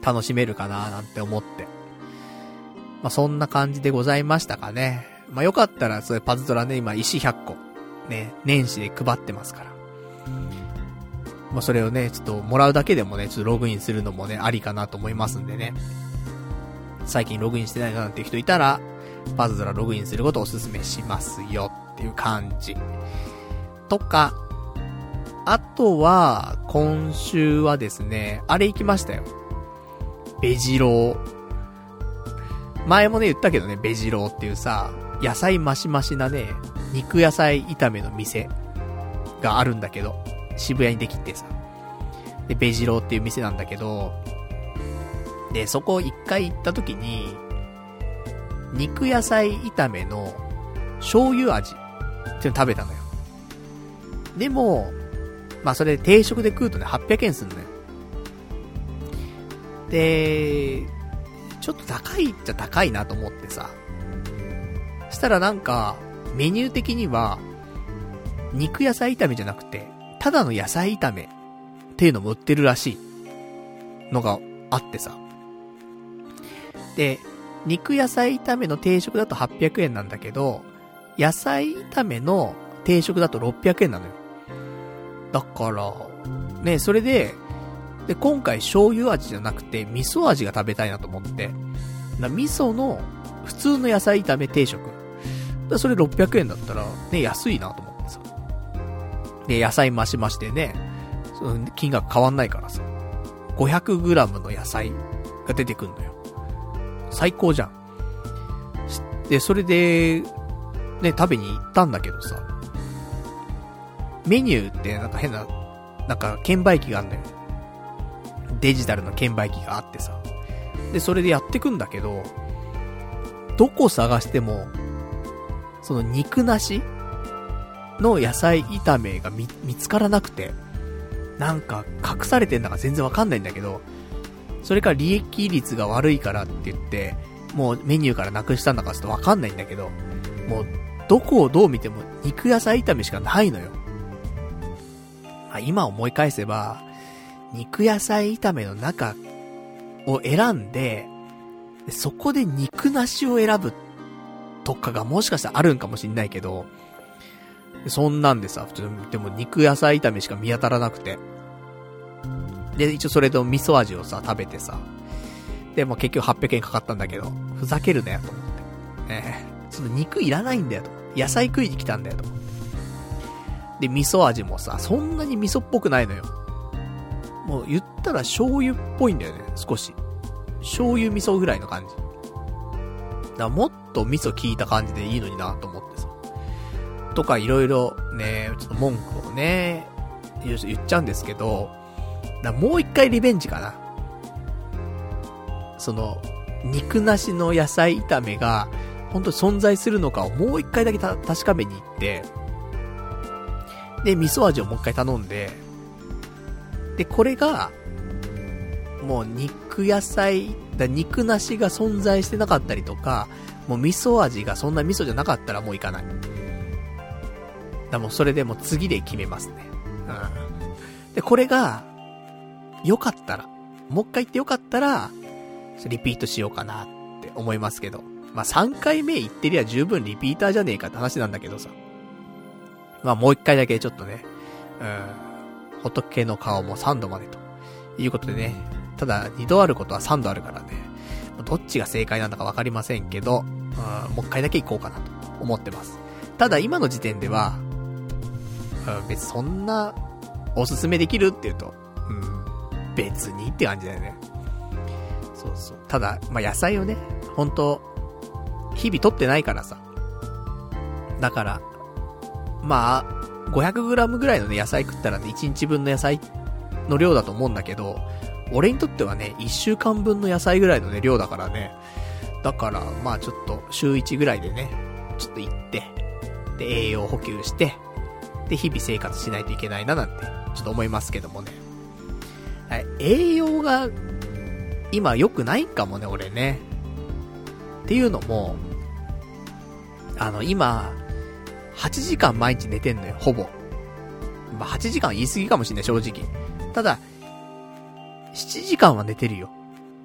[SPEAKER 1] 楽しめるかななんて思って。まあ、そんな感じでございましたかね。まあ、よかったら、それパズドラね、今石ひゃっこ、ね、年始で配ってますから。まあ、それをね、ちょっともらうだけでもね、ちょっとログインするのもね、ありかなと思いますんでね。最近ログインしてないななんていう人いたら、パズドラログインすることをお勧めしますよっていう感じ。とか、あとは、今週はですね、あれ行きましたよ。ベジロー。前もね言ったけどね、ベジローっていうさ、野菜マシマシなね、肉野菜炒めの店があるんだけど、渋谷にできてさ。で、ベジローっていう店なんだけど、で、そこ一回行った時に、肉野菜炒めの醤油味っていうの食べたのよ。でも、まあそれ定食で食うとね、はっぴゃくえんすんのよ。で、ちょっと高いっちゃ高いなと思ってさ。したらなんか、メニュー的には、肉野菜炒めじゃなくて、ただの野菜炒めっていうのも売ってるらしいのがあってさ。で、肉野菜炒めの定食だとはっぴゃくえんなんだけど、野菜炒めの定食だとろっぴゃくえんなのよ。だから、ね、それで、で、今回醤油味じゃなくて、味噌味が食べたいなと思って、だ味噌の普通の野菜炒め定食。だそれろっぴゃくえんだったら、ね、安いなと思ってさ。で、野菜増し増してね、その金額変わんないからさ、ごひゃくグラムの野菜が出てくんのよ。最高じゃん。で、それで、ね、食べに行ったんだけどさ、メニューってなんか変な、なんか券売機があるんだよ。デジタルの券売機があってさ。で、それでやってくんだけど、どこ探しても、その肉なしの野菜炒めが 見, 見つからなくて、なんか隠されてんだか全然わかんないんだけど、それから利益率が悪いからって言って、もうメニューからなくしたんだかちょっとわかんないんだけど、もうどこをどう見ても肉野菜炒めしかないのよ。まあ、今思い返せば、肉野菜炒めの中を選んで、でそこで肉なしを選ぶとかがもしかしたらあるんかもしんないけど、そんなんでさ、普通にでも肉野菜炒めしか見当たらなくて。で、一応それと味噌味をさ、食べてさ。で、も結局はっぴゃくえんかかったんだけど、ふざけるなよと思って。ねえ、その肉いらないんだよと。野菜食いに来たんだよと思って。で、味噌味もさ、そんなに味噌っぽくないのよ。もう言ったら醤油っぽいんだよね、少し。醤油味噌ぐらいの感じ。だからもっと味噌効いた感じでいいのになと思ってさ。とかいろいろね、ちょっと文句をね、言っちゃうんですけど、だもう一回リベンジかな。その、肉なしの野菜炒めが、本当に存在するのかをもう一回だけた確かめに行って、で、味噌味をもう一回頼んで、で、これが、もう肉野菜、だ肉なしが存在してなかったりとか、もう味噌味がそんな味噌じゃなかったらもういかない。だもうそれでもう次で決めますね。うん。で、これが、良かったら、もう一回行って良かったら、リピートしようかなって思いますけど。まあ、さんかいめ行ってりゃ十分リピーターじゃねえかって話なんだけどさ。まあ、もう一回だけちょっとね、うん、仏の顔もさんどまでということでね。ただ、にどあることはさんどあるからね。どっちが正解なんだかわかりませんけど、うん、もう一回だけ行こうかなと思ってます。ただ、今の時点では、うん、別にそんな、おすすめできるって言うと、うん、別にって感じだよね。そうそう。ただ、まあ、野菜をね、ほんと、日々取ってないからさ。だから、まあ、ごひゃくグラムぐらいのね、野菜食ったらね、いちにちぶんの野菜の量だと思うんだけど、俺にとってはね、いっしゅうかんぶんの野菜ぐらいのね、量だからね。だから、まあちょっと、週いちぐらいでね、ちょっと行って、で、栄養補給して、で、日々生活しないといけないななんて、ちょっと思いますけどもね。はい、栄養が、今良くないんかもね、俺ね。っていうのも、あの、今、はちじかん毎日寝てんのよ、ほぼ。まあ、はちじかん言い過ぎかもしんない、正直。ただ、しちじかんは寝てるよ。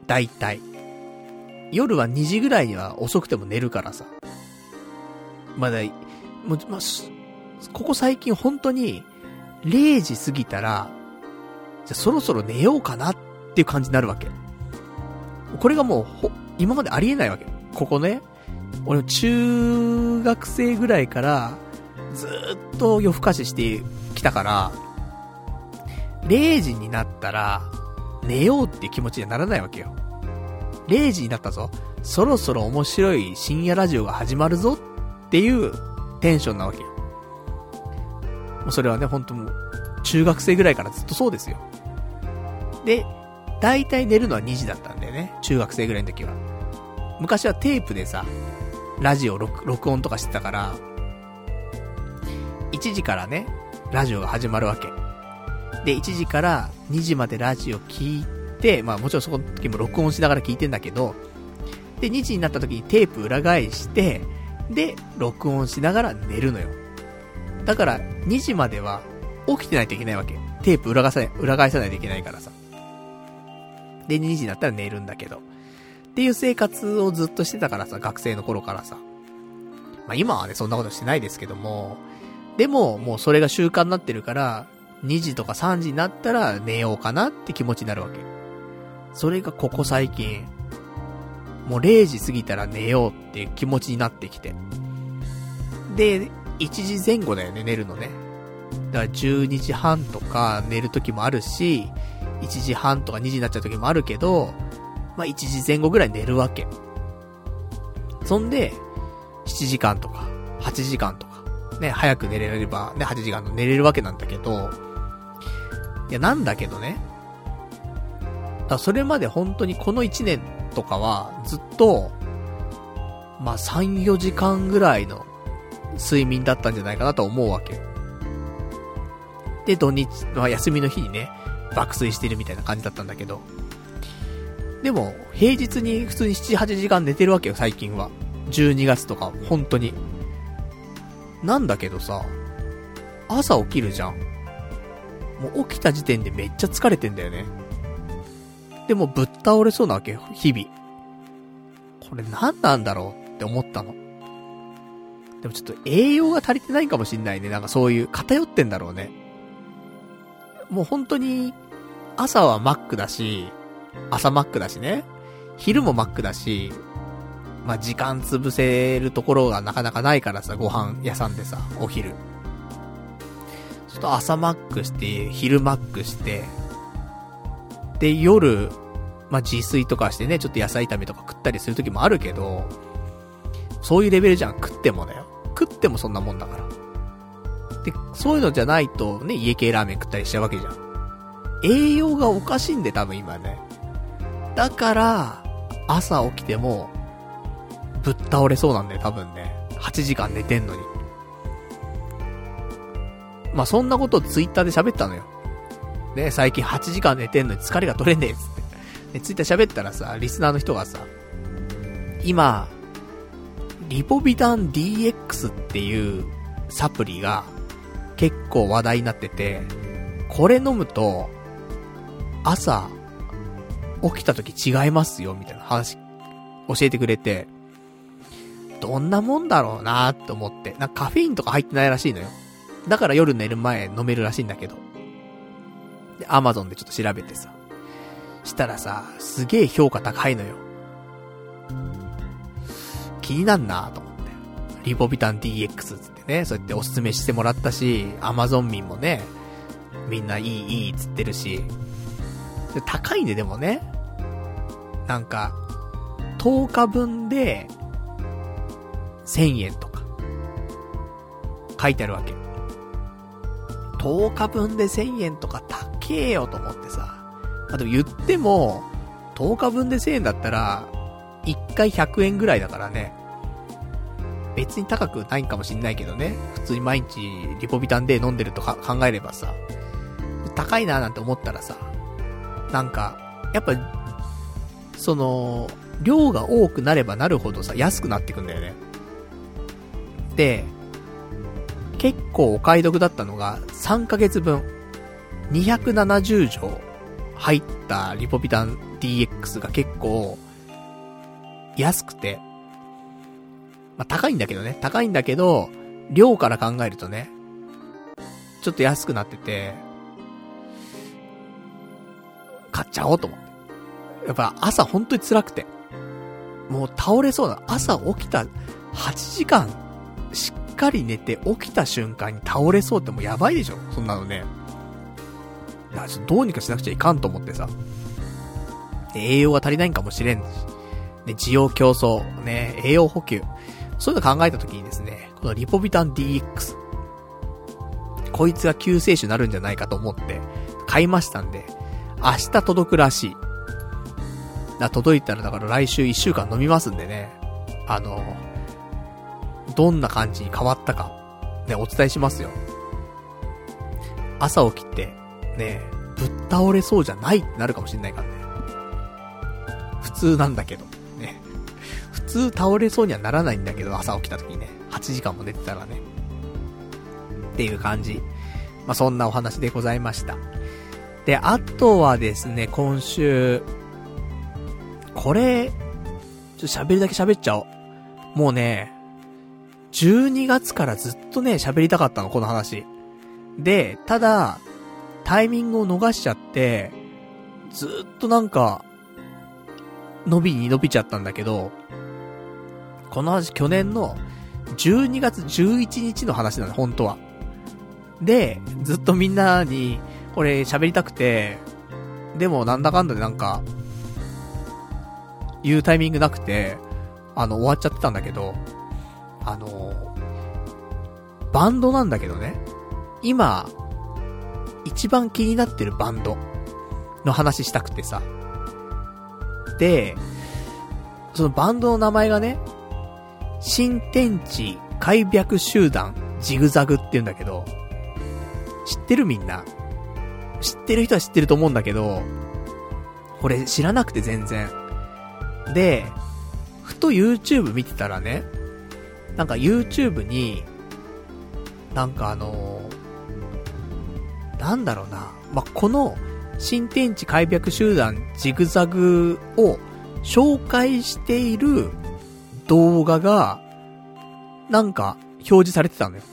[SPEAKER 1] だいたい。夜はにじぐらいには遅くても寝るからさ。まだ、もう、まあ、ここ最近本当に、れいじ過ぎたら、じゃあそろそろ寝ようかなっていう感じになるわけ。これがもう、ほ、今までありえないわけ。ここね、俺中学生ぐらいから、ずーっと夜更かししてきたから、れいじになったら、寝ようっていう気持ちにはならないわけよ。れいじになったぞ。そろそろ面白い深夜ラジオが始まるぞっていうテンションなわけよ。もうそれはね、ほんともう、中学生ぐらいからずっとそうですよ。で、だいたい寝るのはにじだったんだよね。中学生ぐらいの時は。昔はテープでさ、ラジオ録、録音とかしてたから、いちじからね、ラジオが始まるわけ。で、いちじからにじまでラジオ聞いて、まあもちろんそこの時も録音しながら聞いてんだけど、で、にじになった時にテープ裏返して、で、録音しながら寝るのよ。だから、にじまでは起きてないといけないわけ。テープ裏返さない、裏返さないといけないからさ。で、にじになったら寝るんだけど。っていう生活をずっとしてたからさ、学生の頃からさ。まあ今はね、そんなことしてないですけども、でも、もうそれが習慣になってるから、にじとかさんじになったら寝ようかなって気持ちになるわけ。それがここ最近、もうれいじ過ぎたら寝ようっていう気持ちになってきて。で、いちじぜん後だよね、寝るのね。だからじゅうにじはんとか寝る時もあるし、いちじはんとかにじになっちゃう時もあるけど、まあいちじぜん後ぐらい寝るわけ。そんで、しちじかんとか、はちじかんとか、ね、早く寝れれば、ね、はちじかんの寝れるわけなんだけど、いや、なんだけどね。だからそれまで本当にこのいちねんとかは、ずっと、まあさん、よじかんぐらいの睡眠だったんじゃないかなと思うわけ。で、土日、まあ休みの日にね、爆睡してるみたいな感じだったんだけど。でも、平日に普通になな、はちじかん寝てるわけよ、最近は。じゅうにがつとか、本当に。なんだけどさ、朝起きるじゃん。もう起きた時点でめっちゃ疲れてんだよね。でもぶっ倒れそうなわけよ、日々。これ何なんだろうって思ったの。でもちょっと栄養が足りてないかもしんないね。なんかそういう偏ってんだろうね。もう本当に朝はマックだし、朝マックだしね。昼もマックだし、まあ、時間潰せるところがなかなかないからさ、ご飯屋さんでさ、お昼。ちょっと朝マックして、昼マックして、で、夜、まあ、自炊とかしてね、ちょっと野菜炒めとか食ったりする時もあるけど、そういうレベルじゃん、食ってもだよ。食ってもそんなもんだから。で、そういうのじゃないとね、家系ラーメン食ったりしちゃうわけじゃん。栄養がおかしいんで、多分今ね。だから、朝起きても、ぶっ倒れそうなんだよ、多分ね。はちじかん寝てんのに。まあ、そんなことをツイッターで喋ったのよ。ね、最近はちじかん寝てんのに疲れが取れねえっつって。ね、ツイッター喋ったらさ、リスナーの人がさ、今、リポビタン ディーエックス っていうサプリが結構話題になってて、これ飲むと、朝、起きた時違いますよ、みたいな話、教えてくれて、どんなもんだろうなーって思って。なんかカフェインとか入ってないらしいのよ。だから夜寝る前飲めるらしいんだけど。で、アマゾンでちょっと調べてさ。したらさ、すげえ評価高いのよ。気になんなーと思って。リポビタン ディーエックス つってね、そうやっておすすめしてもらったし、アマゾン民もね、みんないいいいつってるし。高いね、でもね。なんか、とおかぶんで、せんえんとか、書いてあるわけ。とおかぶんでせんえんとか高えよと思ってさ。まあ、でも言っても、とおかぶんでせんえんだったら、いっかいひゃくえんぐらいだからね。別に高くないんかもしんないけどね。普通に毎日リポビタン D 飲んでるとか考えればさ、高いなーなんて思ったらさ、なんか、やっぱ、その、量が多くなればなるほどさ、安くなってくんだよね。で、結構お買い得だったのが、さんかげつぶん、にひゃくななじゅうじょう入ったリポビタンディーエックス が結構安くて、まあ高いんだけどね、高いんだけど、量から考えるとね、ちょっと安くなってて、買っちゃおうと思って。やっぱ朝本当に辛くて、もう倒れそうな、朝起きたはちじかんしっかり寝て起きた瞬間に倒れそうってもうやばいでしょ、そんなのね。いや、ちょっとどうにかしなくちゃいかんと思ってさ。栄養が足りないんかもしれんし。ね、需要競争、ね、栄養補給。そういうの考えたときにですね、このリポビタン ディーエックス。こいつが救世主になるんじゃないかと思って、買いましたんで、明日届くらしい。だ届いたらだから来週いっしゅうかん飲みますんでね。あの、どんな感じに変わったか、ね、お伝えしますよ。朝起きて、ね、ぶっ倒れそうじゃないってなるかもしれないからね。普通なんだけど、ね。普通倒れそうにはならないんだけど、朝起きた時にね、はちじかんも寝てたらね。っていう感じ。まあ、そんなお話でございました。で、あとはですね、今週、これ、ちょっと喋るだけ喋っちゃおう。もうね、じゅうにがつからずっとね、喋りたかったの、この話。で、ただ、タイミングを逃しちゃって、ずっとなんか、伸びに伸びちゃったんだけど、この話去年のじゅうにがつじゅういちにちの話なの、本当は。で、ずっとみんなに、これ喋りたくて、でもなんだかんだでなんか、言うタイミングなくて、あの、終わっちゃってたんだけど、あの、バンドなんだけどね、今、一番気になってるバンドの話したくてさ。で、そのバンドの名前がね、新天地開闢集団ジグザグって言うんだけど、知ってるみんな。知ってる人は知ってると思うんだけど、これ知らなくて全然。で、ふと YouTube 見てたらね、なんか YouTube に、なんかあのー、なんだろうな、まあ、この新天地開闢集団ジグザグを紹介している動画が、なんか表示されてたのよ。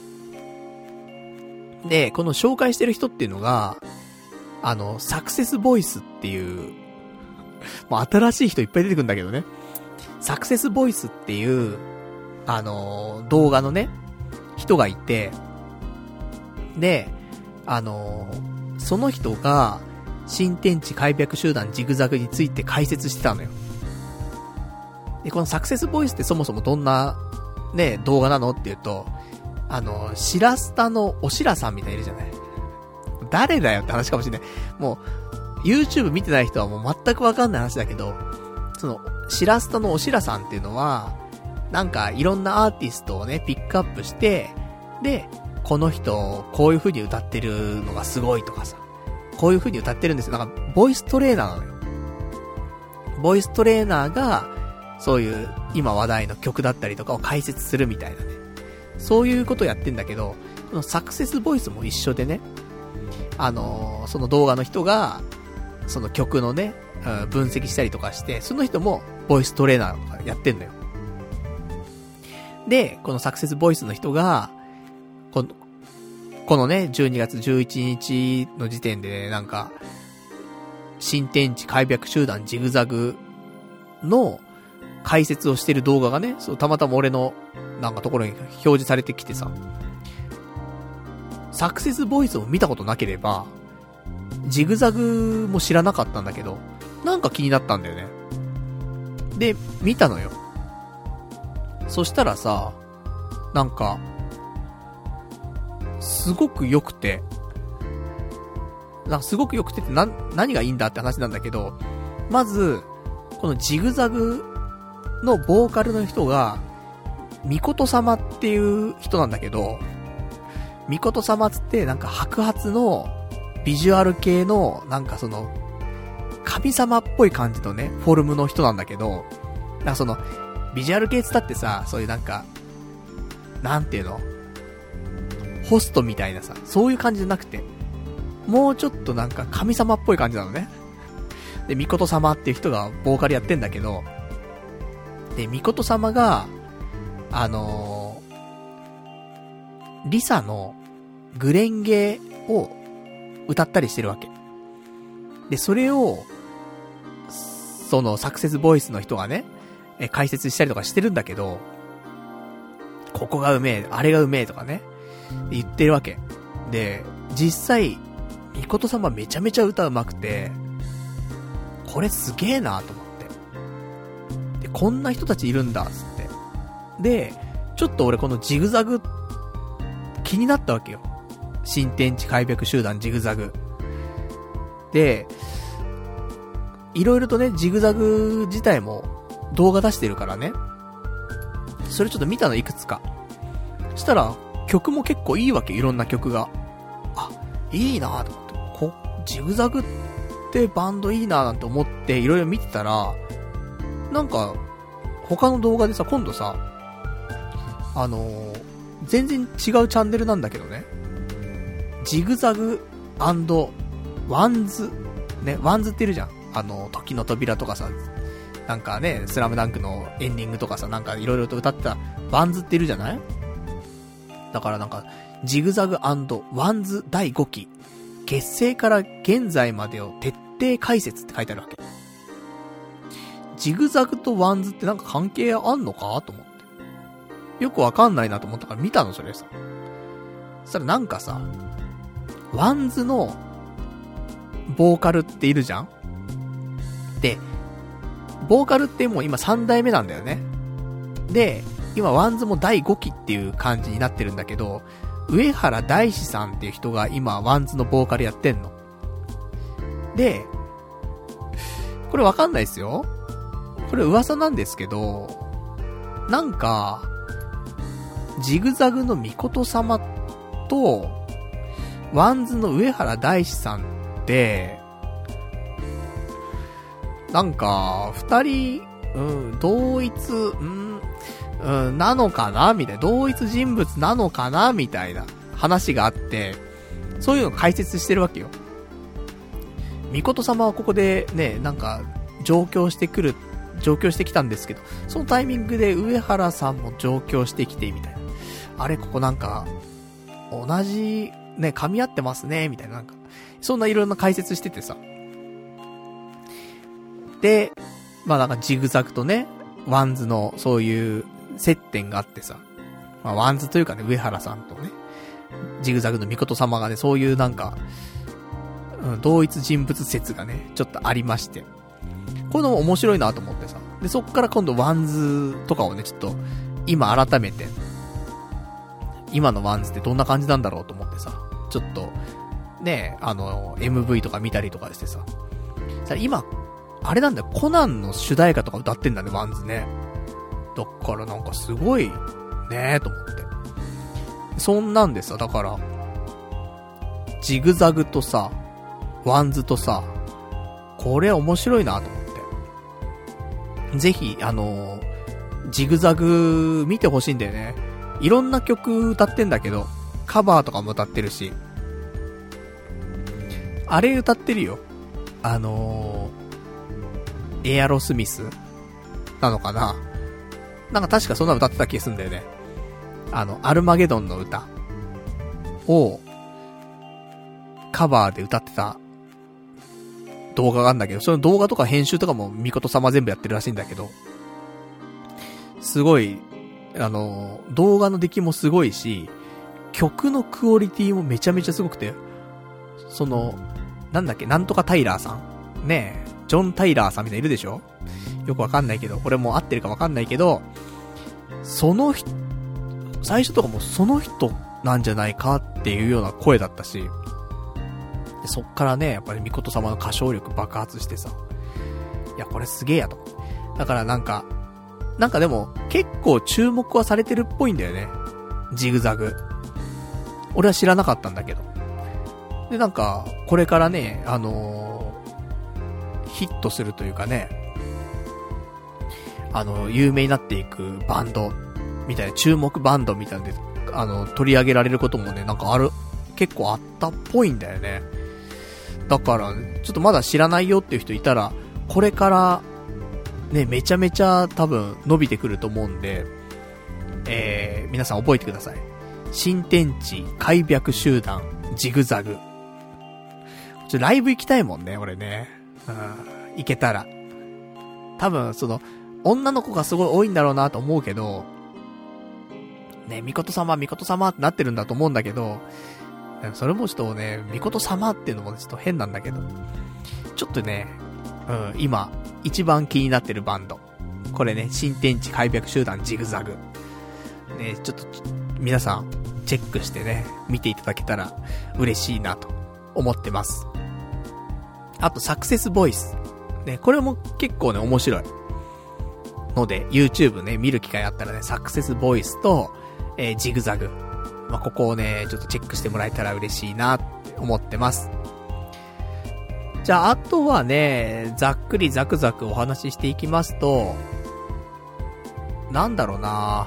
[SPEAKER 1] で、この紹介してる人っていうのが、あの、サクセスボイスっていう、もう新しい人いっぱい出てくるんだけどね。サクセスボイスっていう、あのー、動画のね、人がいて、で、あのー、その人が、新天地開闢集団ジグザグについて解説してたのよ。で、このサクセスボイスってそもそもどんな、ね、動画なのっていうと、あの、シラスタのおしらさんみたいにいるじゃない。誰だよって話かもしれない。もう、YouTube 見てない人はもう全くわかんない話だけど、その、シラスタのおしらさんっていうのは、なんかいろんなアーティストをね、ピックアップして、で、この人、こういう風に歌ってるのがすごいとかさ、こういう風に歌ってるんですよ。なんか、ボイストレーナーなのよ。ボイストレーナーが、そういう、今話題の曲だったりとかを解説するみたいなね。そういうことをやってんだけど、このサクセスボイスも一緒でね、あのー、その動画の人が、その曲のね、うん、分析したりとかして、その人も、ボイストレーナーとかやってんのよ。で、このサクセスボイスの人が、この、このね、じゅうにがつじゅういちにちの時点で、ね、なんか、新天地開闢集団ジグザグの解説をしてる動画がね、そう、たまたま俺の、なんかところに表示されてきてさ、サクセスボイスを見たことなければ、ジグザグも知らなかったんだけど、なんか気になったんだよね。で、見たのよ。そしたらさ、なんか、すごく良くて、なんかすごく良くてってな、何がいいんだって話なんだけど、まず、このジグザグのボーカルの人が、ミコト様っていう人なんだけど、ミコト様つってなんか白髪のビジュアル系のなんかその神様っぽい感じのねフォルムの人なんだけど、なんかそのビジュアル系つったってさ、そういうなんかなんていうの、ホストみたいなさ、そういう感じじゃなくて、もうちょっとなんか神様っぽい感じなのね。 で、みこと様っていう人がボーカルやってんだけど、で、みこと様が、あのー、リサのグレンゲを歌ったりしてるわけ。で、それを、そのサクセスボイスの人がね、え、解説したりとかしてるんだけど、ここがうめえ、あれがうめえとかね、言ってるわけ。で、実際、みこと様めちゃめちゃ歌うまくて、これすげえなと思って。で、こんな人たちいるんだ、つって。で、ちょっと俺このジグザグ、気になったわけよ。新天地開闢集団ジグザグ。で、いろいろとね、ジグザグ自体も動画出してるからね。それちょっと見たのいくつか。そしたら、曲も結構いいわけ、いろんな曲が。あ、いいなぁと思って。こ、ジグザグってバンドいいなぁなんて思っていろいろ見てたら、なんか、他の動画でさ、今度さ、あのー、全然違うチャンネルなんだけどね。ジグザグ&ワンズ。ね、ワンズっているじゃん。あの、時の扉とかさ、なんかね、スラムダンクのエンディングとかさ、なんかいろいろと歌ってたワンズっているじゃない？だからなんか、ジグザグ&ワンズだいごき、結成から現在までを徹底解説って書いてあるわけ。ジグザグとワンズってなんか関係あんのかと思って。よくわかんないなと思ったから見たの、それさ。そしたらなんかさ、ワンズのボーカルっているじゃん？で、ボーカルってもう今さんだいめなんだよね。で、今ワンズもだいごきっていう感じになってるんだけど、上原大志さんっていう人が今ワンズのボーカルやってんの。で、これわかんないですよ。これ噂なんですけど、なんか、ジグザグのみこと様と、ワンズの上原大志さんって、なんか、二人、うん、同一、うん、うん、なのかなみたいな。同一人物なのかなみたいな話があって、そういうのを解説してるわけよ。みこと様はここでね、なんか、上京してくる、上京してきたんですけど、そのタイミングで上原さんも上京してきて、みたいな。あれ、ここなんか、同じ、ね、噛み合ってますね、みたいな。なんか、そんないろんな解説しててさ。で、まあなんかジグザグとね、ワンズのそういう接点があってさ、まあワンズというかね、上原さんとね、ジグザグのみこと様がね、そういうなんか、うん、同一人物説がね、ちょっとありまして、これの面白いなと思ってさ、で、そっから今度ワンズとかをね、ちょっと、今改めて、今のワンズってどんな感じなんだろうと思ってさ、ちょっと、ね、あの、エムブイ とか見たりとかしてさ、さ、今、あれなんだよ、コナンの主題歌とか歌ってんだね、ワンズね。だからなんかすごい、ねえ、と思って。そんなんでさ、だから、ジグザグとさ、ワンズとさ、これ面白いなと思って。ぜひ、あのー、ジグザグ見てほしいんだよね。いろんな曲歌ってんだけど、カバーとかも歌ってるし、あれ歌ってるよ。あのー、エアロスミスなのかな、なんか確かそんな歌ってた気がするんだよね。あの、アルマゲドンの歌をカバーで歌ってた動画があるんだけど、その動画とか編集とかもみこと様全部やってるらしいんだけど、すごい、あの、動画の出来もすごいし、曲のクオリティもめちゃめちゃすごくて、その、なんだっけ、なんとかタイラーさんねえ、ジョン・タイラーさんみたいないるでしょ？よくわかんないけど、これも合ってるかわかんないけど、その人、最初とかもその人なんじゃないかっていうような声だったし、でそっからね、やっぱりみこと様の歌唱力爆発してさ、いや、これすげえやと。だからなんか、なんかでも、結構注目はされてるっぽいんだよね。ジグザグ。俺は知らなかったんだけど。で、なんか、これからね、あのー、ヒットするというかね、あの、有名になっていくバンド、みたいな、注目バンドみたいなんで、あの、取り上げられることもね、なんかある、結構あったっぽいんだよね。 だから、ちょっとまだ知らないよっていう人いたら、これから、ね、めちゃめちゃ多分伸びてくると思うんで、えー、皆さん覚えてください。新天地開闢集団ジグザグ。ちょライブ行きたいもんね、俺ね。うん、行けたら。多分、その、女の子がすごい多いんだろうなと思うけど、ね、みこと様、みこと様ってなってるんだと思うんだけど、それもちょっとね、みこと様っていうのもちょっと変なんだけど、ちょっとね、うん、今、一番気になってるバンド。これね、新天地開闢集団ジグザグ。ね、ちょっと、皆さん、チェックしてね、見ていただけたら嬉しいなと思ってます。あと、サクセスボイス。ね、これも結構ね、面白い。ので、YouTube ね、見る機会あったらね、サクセスボイスと、えー、ジグザグ。まあ、ここをね、ちょっとチェックしてもらえたら嬉しいなって思ってます。じゃあ、あとはね、ざっくりザクザクお話ししていきますと、なんだろうな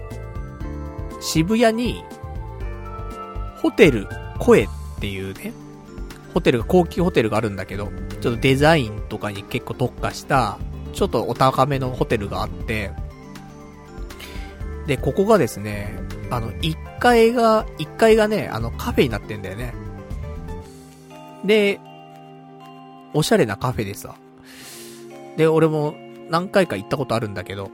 [SPEAKER 1] 渋谷に、ホテル、声っていうね、ホテルが、高級ホテルがあるんだけど、ちょっとデザインとかに結構特化した、ちょっとお高めのホテルがあって、で、ここがですね、あの、いっかいが、いっかいがね、あの、カフェになってんだよね。で、おしゃれなカフェでさ。で、俺も何回か行ったことあるんだけど、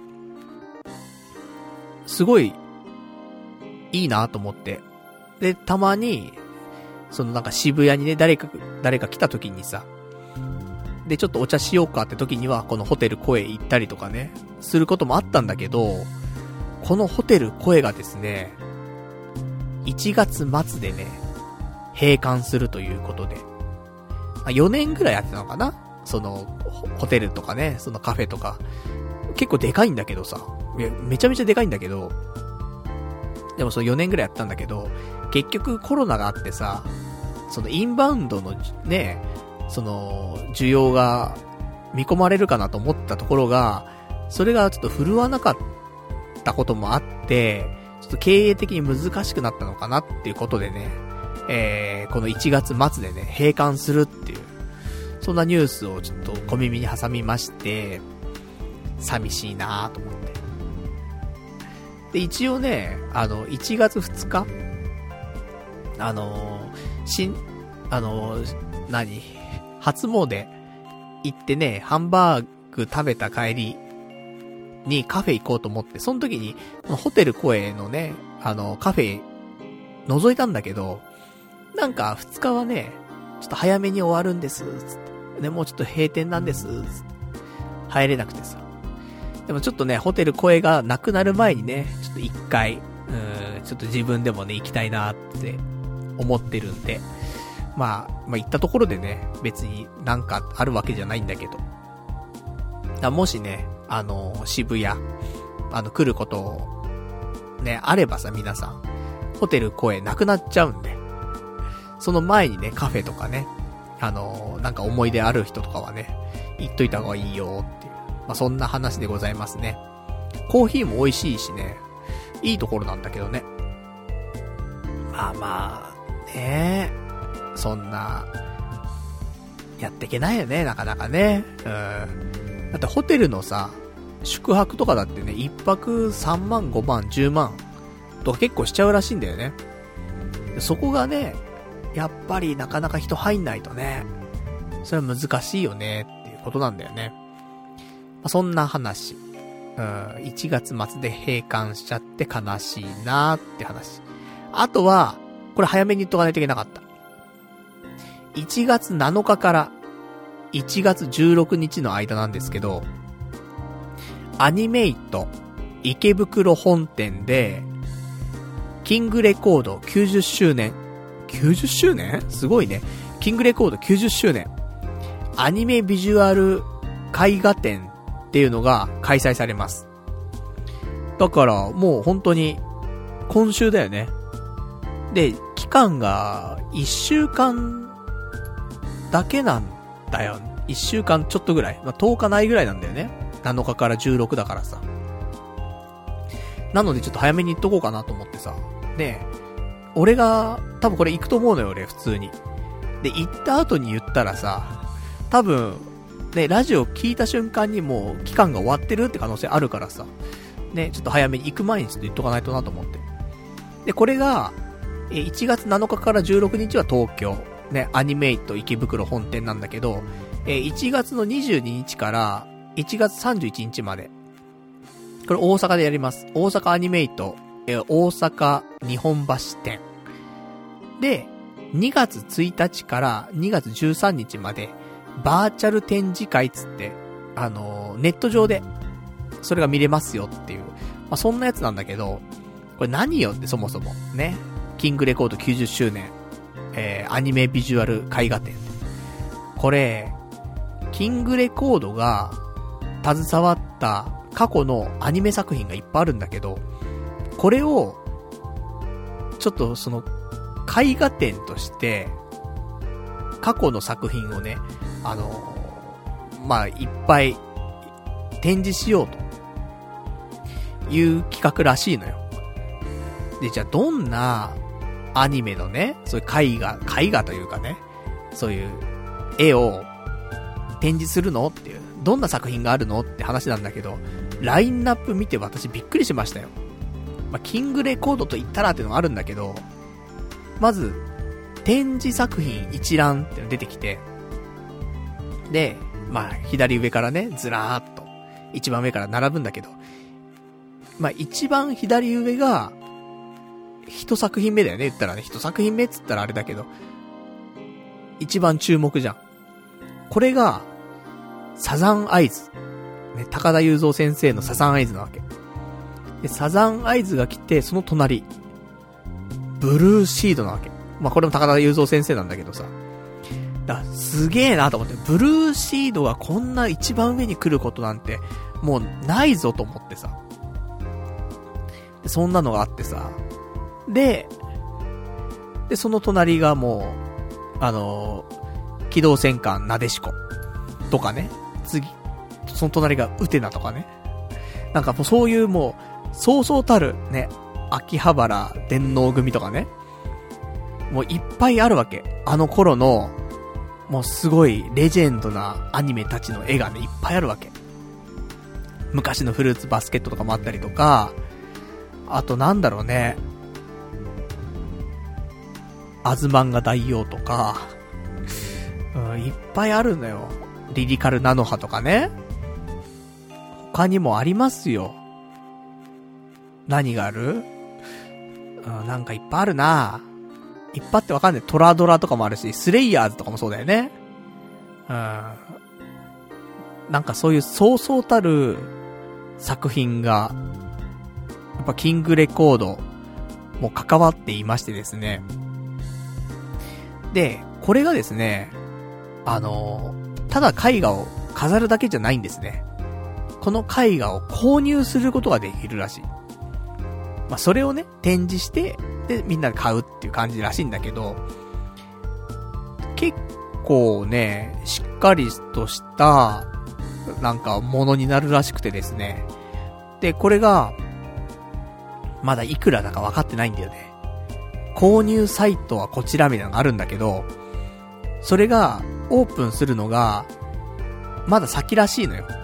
[SPEAKER 1] すごい、いいなと思って。で、たまに、そのなんか渋谷にね、誰か、誰か来た時にさ、で、ちょっとお茶しようかって時には、このホテル声行ったりとかね、することもあったんだけど、このホテル声がですね、いちがつ末でね、閉館するということで、よねんぐらいやってたのかな？その、ホテルとかね、そのカフェとか、結構でかいんだけどさ、いやめちゃめちゃでかいんだけど、でもそのよねんぐらいやったんだけど、結局コロナがあってさ、そのインバウンドのね、その、需要が見込まれるかなと思ったところが、それがちょっと振るわなかったこともあって、ちょっと経営的に難しくなったのかなっていうことでね、えー、このいちがつ末でね、閉館するっていう、そんなニュースをちょっと小耳に挟みまして、寂しいなぁと思って。で、一応ね、あの、いちがつふつかあのー、しん、あのー、何初詣行ってね、ハンバーグ食べた帰りにカフェ行こうと思って、その時に、ホテル声のね、あの、カフェ覗いたんだけど、なんかふつかはね、ちょっと早めに終わるんです、つって。ね、もうちょっと閉店なんです、つって。入れなくてさ。でもちょっとね、ホテル声がなくなる前にね、ちょっと一回、うーん、ちょっと自分でもね、行きたいなって思ってるんで、まあ、まあ行ったところでね、別になんかあるわけじゃないんだけど。だもしね、あの、渋谷、あの、来ることを、ね、あればさ、皆さん、ホテル声なくなっちゃうんで、その前にね、カフェとかね、あの、なんか思い出ある人とかはね、行っといた方がいいよっていう、まあそんな話でございますね。コーヒーも美味しいしね、いいところなんだけどね。まあまあ、ねえ。そんな、やっていけないよね、なかなかね。うん。だってホテルのさ、宿泊とかだってね、一泊さんまん、ごまん、じゅうまんとか結構しちゃうらしいんだよね。そこがね、やっぱりなかなか人入んないとね、それは難しいよねっていうことなんだよね。まあ、そんな話。うん、いちがつ末で閉館しちゃって悲しいなーって話。あとは、これ早めに言っとかないといけなかった。いちがつなのかからいちがつじゅうろくにちの間なんですけど、アニメイト池袋本店で、キングレコードきゅうじゅっしゅうねん。きゅうじゅっしゅうねん？すごいね。キングレコードきゅうじゅっしゅうねん。アニメビジュアル絵画展っていうのが開催されます。だからもう本当に今週だよね。で、期間がいっしゅうかんだけなんだよ。いっしゅうかんちょっとぐらい。まあ、とおかないぐらいなんだよね。なのかからじゅうろくだからさ。なのでちょっと早めに行っとこうかなと思ってさ。で、俺が、多分これ行くと思うのよ、俺、普通に。 で、行った後に言ったらさ、多分、ね、ラジオ聞いた瞬間にもう期間が終わってるって可能性あるからさ、ね、ちょっと早めに行く前にちょっと言っとかないとなと思って。で、これが、いちがつなのかからじゅうろくにちは東京、ね、アニメイト池袋本店なんだけど、いちがつのにじゅうににちからいちがつさんじゅういちにちまで、これ大阪でやります。大阪アニメイト、大阪日本橋店。で、にがつついたちからにがつじゅうさんにちまで、バーチャル展示会つって、あのー、ネット上で、それが見れますよっていう、まあ、そんなやつなんだけど、これ何よってそもそも、ね。キングレコードきゅうじゅっしゅうねん、えー、アニメビジュアル絵画展。これ、キングレコードが、携わった過去のアニメ作品がいっぱいあるんだけど、これを、ちょっとその、絵画展として、過去の作品をね、あのー、まあ、いっぱい展示しようという企画らしいのよ。で、じゃあどんなアニメのね、そういう絵画、絵画というかね、そういう絵を展示するのっていう、どんな作品があるのって話なんだけど、ラインナップ見て私びっくりしましたよ。まあ、キングレコードと言ったらっていうのがあるんだけど、まず、展示作品一覧っていうの出てきて、で、まあ、左上からね、ずらーっと、一番上から並ぶんだけど、まあ、一番左上が、一作品目だよね、言ったらね、一作品目っつったらあれだけど、一番注目じゃん。これが、サザンアイズ。ね、高田雄三先生のサザンアイズなわけ。で、サザンアイズが来て、その隣、ブルーシードなわけ。まあ、これも高田雄三先生なんだけどさ。だ、すげえなと思って、ブルーシードがこんな一番上に来ることなんて、もうないぞと思ってさ。で、そんなのがあってさ。で、で、その隣がもう、あのー、機動戦艦なでしこ。とかね。次、その隣がウテナとかね。なんかもうそういうもう、そうそうたるね、秋葉原電脳組とかね。もういっぱいあるわけ。あの頃の、もうすごいレジェンドなアニメたちの絵がね、いっぱいあるわけ。昔のフルーツバスケットとかもあったりとか、あとなんだろうね。アズマンガ大王とか、うん、いっぱいあるのよ。リリカルナノハとかね。他にもありますよ。何がある？うん、なんかいっぱいあるな。いっぱいってわかんない。トラドラとかもあるし、スレイヤーズとかもそうだよね。うん。なんかそういうそうそうたる作品が、やっぱキングレコードも関わっていましてですね。で、これがですね、あの、ただ絵画を飾るだけじゃないんですね。この絵画を購入することができるらしい。まあ、それをね、展示して、で、みんなで買うっていう感じらしいんだけど、結構ね、しっかりとした、なんか、ものになるらしくてですね。で、これが、まだいくらだか分かってないんだよね。購入サイトはこちらみたいなのがあるんだけど、それが、オープンするのが、まだ先らしいのよ。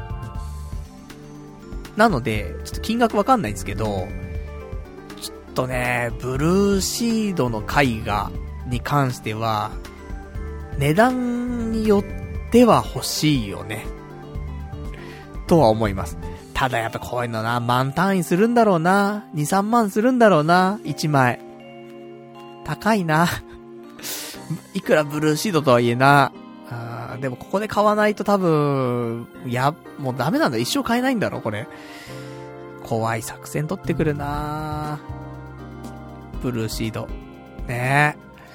[SPEAKER 1] なので、ちょっと金額分かんないんですけど、ちょっとね、ブルーシードの絵画に関しては、値段によっては欲しいよね。とは思います。ただやっぱこういうのな、万単位するんだろうな。に、さんまんするんだろうな。いちまい。高いな。いくらブルーシードとはいえな。あでもここで買わないと多分、いや、もうダメなんだ。一生買えないんだろ、これ。怖い作戦取ってくるな。ブルーシード。ね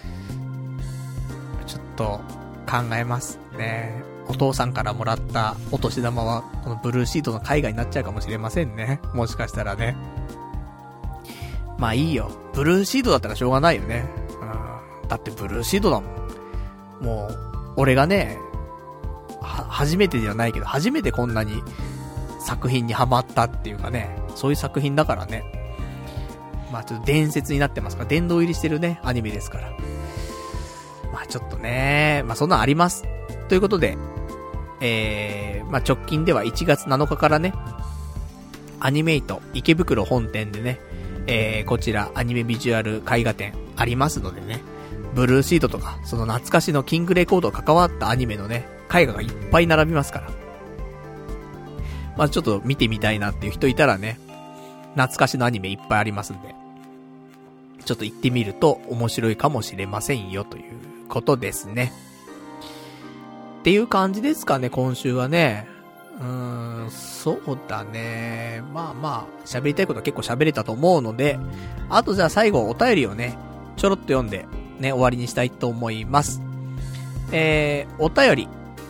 [SPEAKER 1] え。ちょっと考えますね。お父さんからもらったお年玉は、このブルーシードの絵画になっちゃうかもしれませんね。もしかしたらね。まあいいよ。ブルーシードだったらしょうがないよね。うん。だってブルーシードだもん。もう、俺がね、は、初めてではないけど、初めてこんなに作品にハマったっていうかね、そういう作品だからね。まあちょっと伝説になってますから、殿堂入りしてるね、アニメですから。まああちょっとね、まあそんなあります。ということで、えー、まあ直近ではいちがつなのかからね、アニメイト池袋本店でね、えー、こちらアニメビジュアル絵画展ありますのでね、ブルーシートとか、その懐かしのキングレコード関わったアニメのね、絵画がいっぱい並びますから。まあちょっと見てみたいなっていう人いたらね、懐かしのアニメいっぱいありますんで、ちょっと行ってみると面白いかもしれませんよということですね。っていう感じですかね、今週はね。うーん、そうだね。まあまあ、喋りたいことは結構喋れたと思うので、あとじゃあ最後お便りをね、ちょろっと読んで、ね、終わりにしたいと思います。えー、お便り。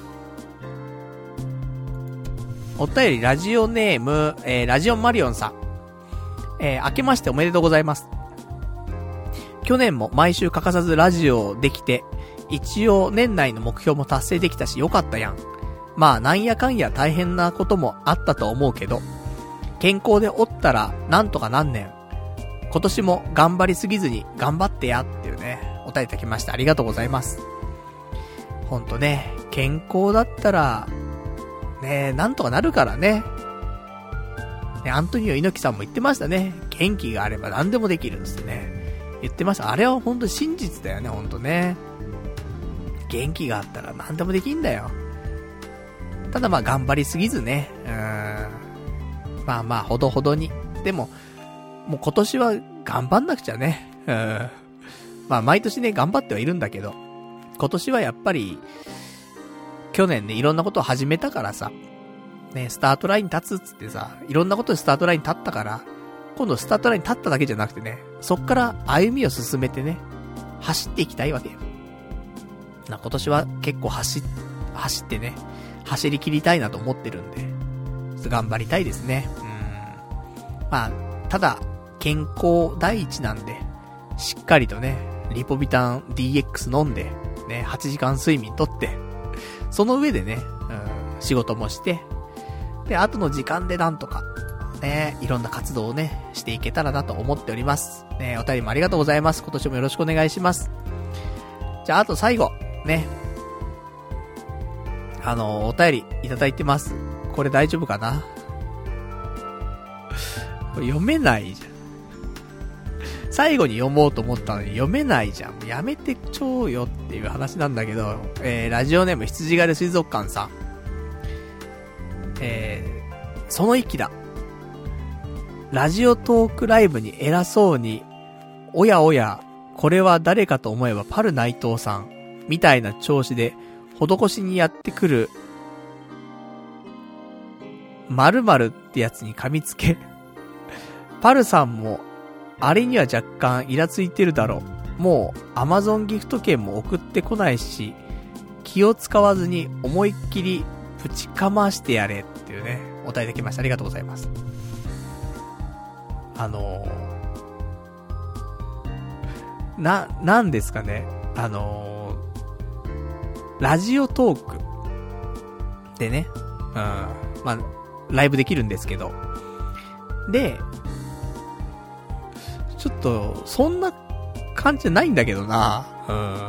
[SPEAKER 1] お便り、ラジオネーム、えー、ラジオマリオンさん。えー、明けましておめでとうございます。去年も毎週欠かさずラジオできて、一応年内の目標も達成できたしよかったやん。まあなんやかんや大変なこともあったと思うけど、健康でおったらなんとかなんねん。今年も頑張りすぎずに頑張ってやっていうね、お便りいただきました。ありがとうございます。ほんとね、健康だったら、ね、なんとかなるからね。ね、アントニオ猪木さんも言ってましたね。元気があれば何でもできるんですね。言ってました。あれはほんと真実だよね、ほんとね。元気があったら何でもできんだよ。ただまあ頑張りすぎずね。うーん。まあまあほどほどに。でも、もう今年は頑張んなくちゃね。うん。まあ毎年ね、頑張ってはいるんだけど、今年はやっぱり、去年ね、いろんなことを始めたからさ、ね、スタートライン立つっつってさ、いろんなことでスタートライン立ったから、今度スタートライン立っただけじゃなくてね、そっから歩みを進めてね、走っていきたいわけよ。な、今年は結構走、走ってね、走り切りたいなと思ってるんで、ちょっと頑張りたいですね。うん。まあ、ただ、健康第一なんで、しっかりとね、リポビタン ディーエックス 飲んで、ね、はちじかん睡眠とって、その上でね、うん、仕事もして、で、後の時間でなんとか、ね、いろんな活動をね、していけたらなと思っております。ね、お便りもありがとうございます。今年もよろしくお願いします。じゃあ、あと最後、ね。あの、お便りいただいてます。これ大丈夫かな？これ読めないじゃん。最後に読もうと思ったのに読めないじゃん。やめてちょうよっていう話なんだけど、えー、ラジオネーム羊狩り水族館さん。えー、その息だ。ラジオトークライブに偉そうに、おやおや、これは誰かと思えばパル内藤さん、みたいな調子で、施しにやってくる、〇〇ってやつに噛みつけ。パルさんも、あれには若干イラついてるだろう。もう、アマゾンギフト券も送ってこないし、気を使わずに思いっきりぶちかましてやれっていうね、お答えできました。ありがとうございます。あのー、な、なんですかね。あのー、ラジオトークでね、うん、まあ、ライブできるんですけど、で、ちょっと、そんな感じじゃないんだけどな、うん。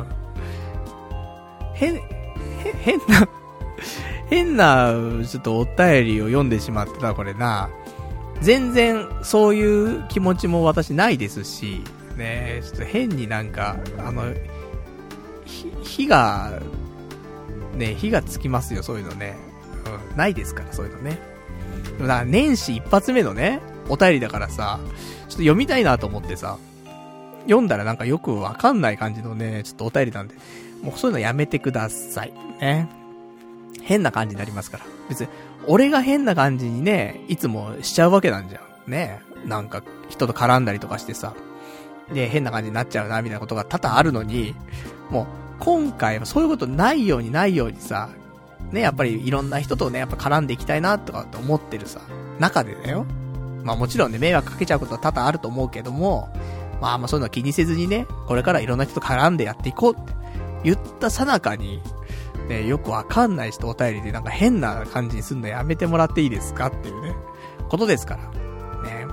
[SPEAKER 1] 変、へ、変な、変な、ちょっとお便りを読んでしまってた、これな。全然、そういう気持ちも私ないですし、ね、ちょっと変になんか、あの、ひ、火が、ね、火がつきますよ、そういうのね。うん、ないですから、そういうのね。だから年始一発目のね、お便りだからさ、ちょっと読みたいなと思ってさ、読んだらなんかよくわかんない感じのね、ちょっとお便りなんで、もうそういうのやめてください。ね。変な感じになりますから。別に、俺が変な感じにね、いつもしちゃうわけなんじゃん。ね。なんか、人と絡んだりとかしてさ、で、変な感じになっちゃうな、みたいなことが多々あるのに、もう、今回はそういうことないようにないようにさ、ね、やっぱりいろんな人とね、やっぱ絡んでいきたいな、とかって思ってるさ、中でだよ。まあもちろんね、迷惑かけちゃうことは多々あると思うけども、まあまあそういうのは気にせずにね、これからいろんな人と絡んでやっていこうって言ったさなかに、ね、よくわかんない人お便りでなんか変な感じにすんのやめてもらっていいですかっていうね、ことですから。ね。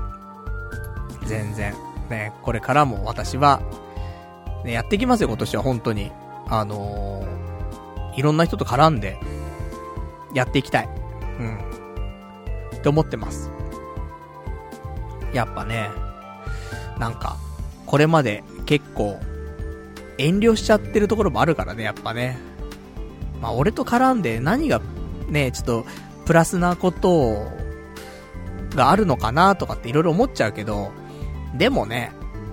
[SPEAKER 1] 全然。ね、これからも私は、ね、やっていきますよ、今年は本当に。 あのー、いろんな人と絡んで、やっていきたい。うん。って思ってます。やっぱね、なんか、これまで結構、遠慮しちゃってるところもあるからね、やっぱね。まあ、俺と絡んで何が、ね、ちょっと、プラスなことがあるのかなとかっていろいろ思っちゃうけど、でもね、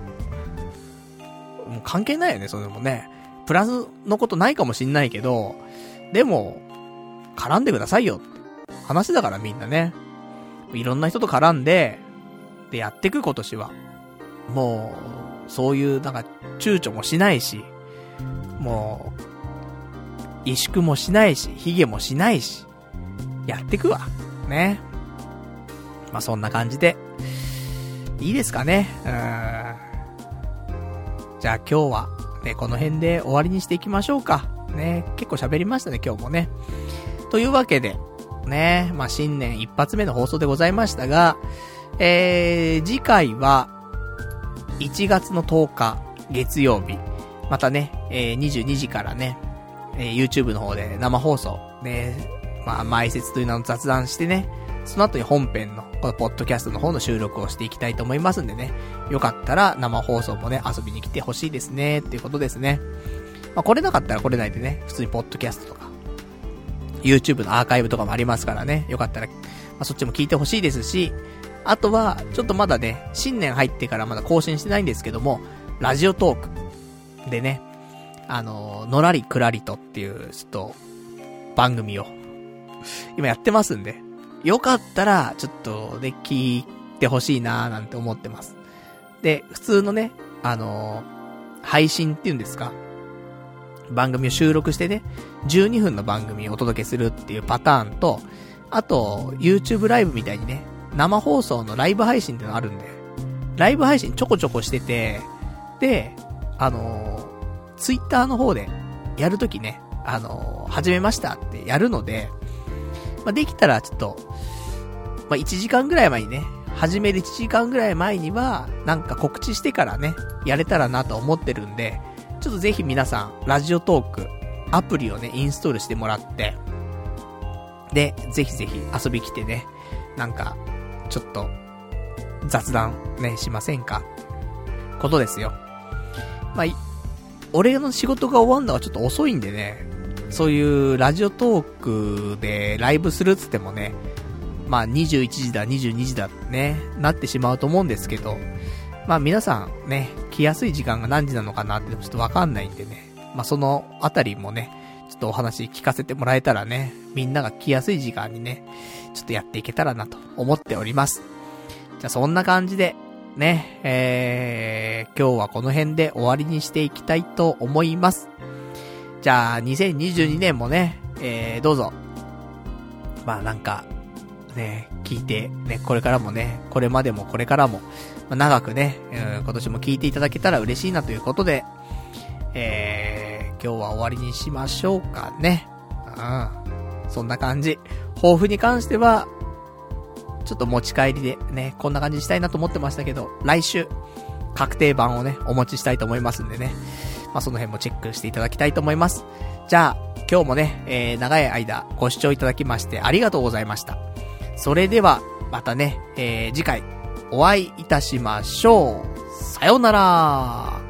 [SPEAKER 1] もう関係ないよね、それもね。プラスのことないかもしんないけど、でも、絡んでくださいよって話だからみんなね。いろんな人と絡んで、でやってく今年は。もう、そういう、なんか、躊躇もしないし、もう、萎縮もしないし、髭もしないし、やってくわ。ね。まあ、そんな感じで、いいですかね。うーん。じゃあ今日は、ね、この辺で終わりにしていきましょうか。ね。結構喋りましたね、今日もね。というわけで、ね、まあ、新年一発目の放送でございましたが、えー、次回はいちがつのとおか月曜日、またね、えー、にじゅうにじからね、えー、YouTube の方で生放送、ね、まあ、前説という名の雑談してね、その後に本編の、このポッドキャストの方の収録をしていきたいと思いますんでね、よかったら生放送もね、遊びに来てほしいですね、っていうことですね。まあ、来れなかったら来れないでね、普通にポッドキャストとか、YouTube のアーカイブとかもありますからね、よかったら、まあ、そっちも聞いてほしいですし、あとは、ちょっとまだね、新年入ってからまだ更新してないんですけども、ラジオトークでね、あの、のらりくらりとっていう、ちょっと、番組を、今やってますんで、よかったら、ちょっとね、聞いてほしいなーなんて思ってます。で、普通のね、あの、配信っていうんですか、番組を収録してね、じゅうにふんの番組をお届けするっていうパターンと、あと、YouTube ライブみたいにね、生放送のライブ配信ってのあるんで、ライブ配信ちょこちょこしてて、で、あのー、Twitter の方でやるときね、あのー、始めましたってやるので、まあ、できたらちょっと、まあ、いちじかんぐらい前にね、始めるいちじかんぐらい前には、なんか告知してからね、やれたらなと思ってるんで、ちょっとぜひ皆さん、ラジオトーク、アプリをね、インストールしてもらって、で、ぜひぜひ遊び来てね、なんか、ちょっと、雑談ね、しませんかことですよ。まあ、俺の仕事が終わるのはちょっと遅いんでね、そういうラジオトークでライブするっつってもね、まあにじゅういちじだ、にじゅうにじだってね、なってしまうと思うんですけど、まあ皆さんね、来やすい時間が何時なのかなってちょっとわかんないんでね、まあそのあたりもね、ちょっとお話聞かせてもらえたらね、みんなが来やすい時間にね、ちょっとやっていけたらなと思っております。じゃあそんな感じで、ね、えー、今日はこの辺で終わりにしていきたいと思います。じゃあにせんにじゅうにねんもね、えー、どうぞ、まあなんか、ね、聞いて、ね、これからもね、これまでもこれからも、まあ、長くね、うん、今年も聞いていただけたら嬉しいなということで、えー、今日は終わりにしましょうかね。うん。そんな感じ。抱負に関しては、ちょっと持ち帰りでね、こんな感じにしたいなと思ってましたけど、来週、確定版をね、お持ちしたいと思いますんでね。まあ、その辺もチェックしていただきたいと思います。じゃあ、今日もね、えー、長い間ご視聴いただきましてありがとうございました。それでは、またね、えー、次回、お会いいたしましょう。さようなら。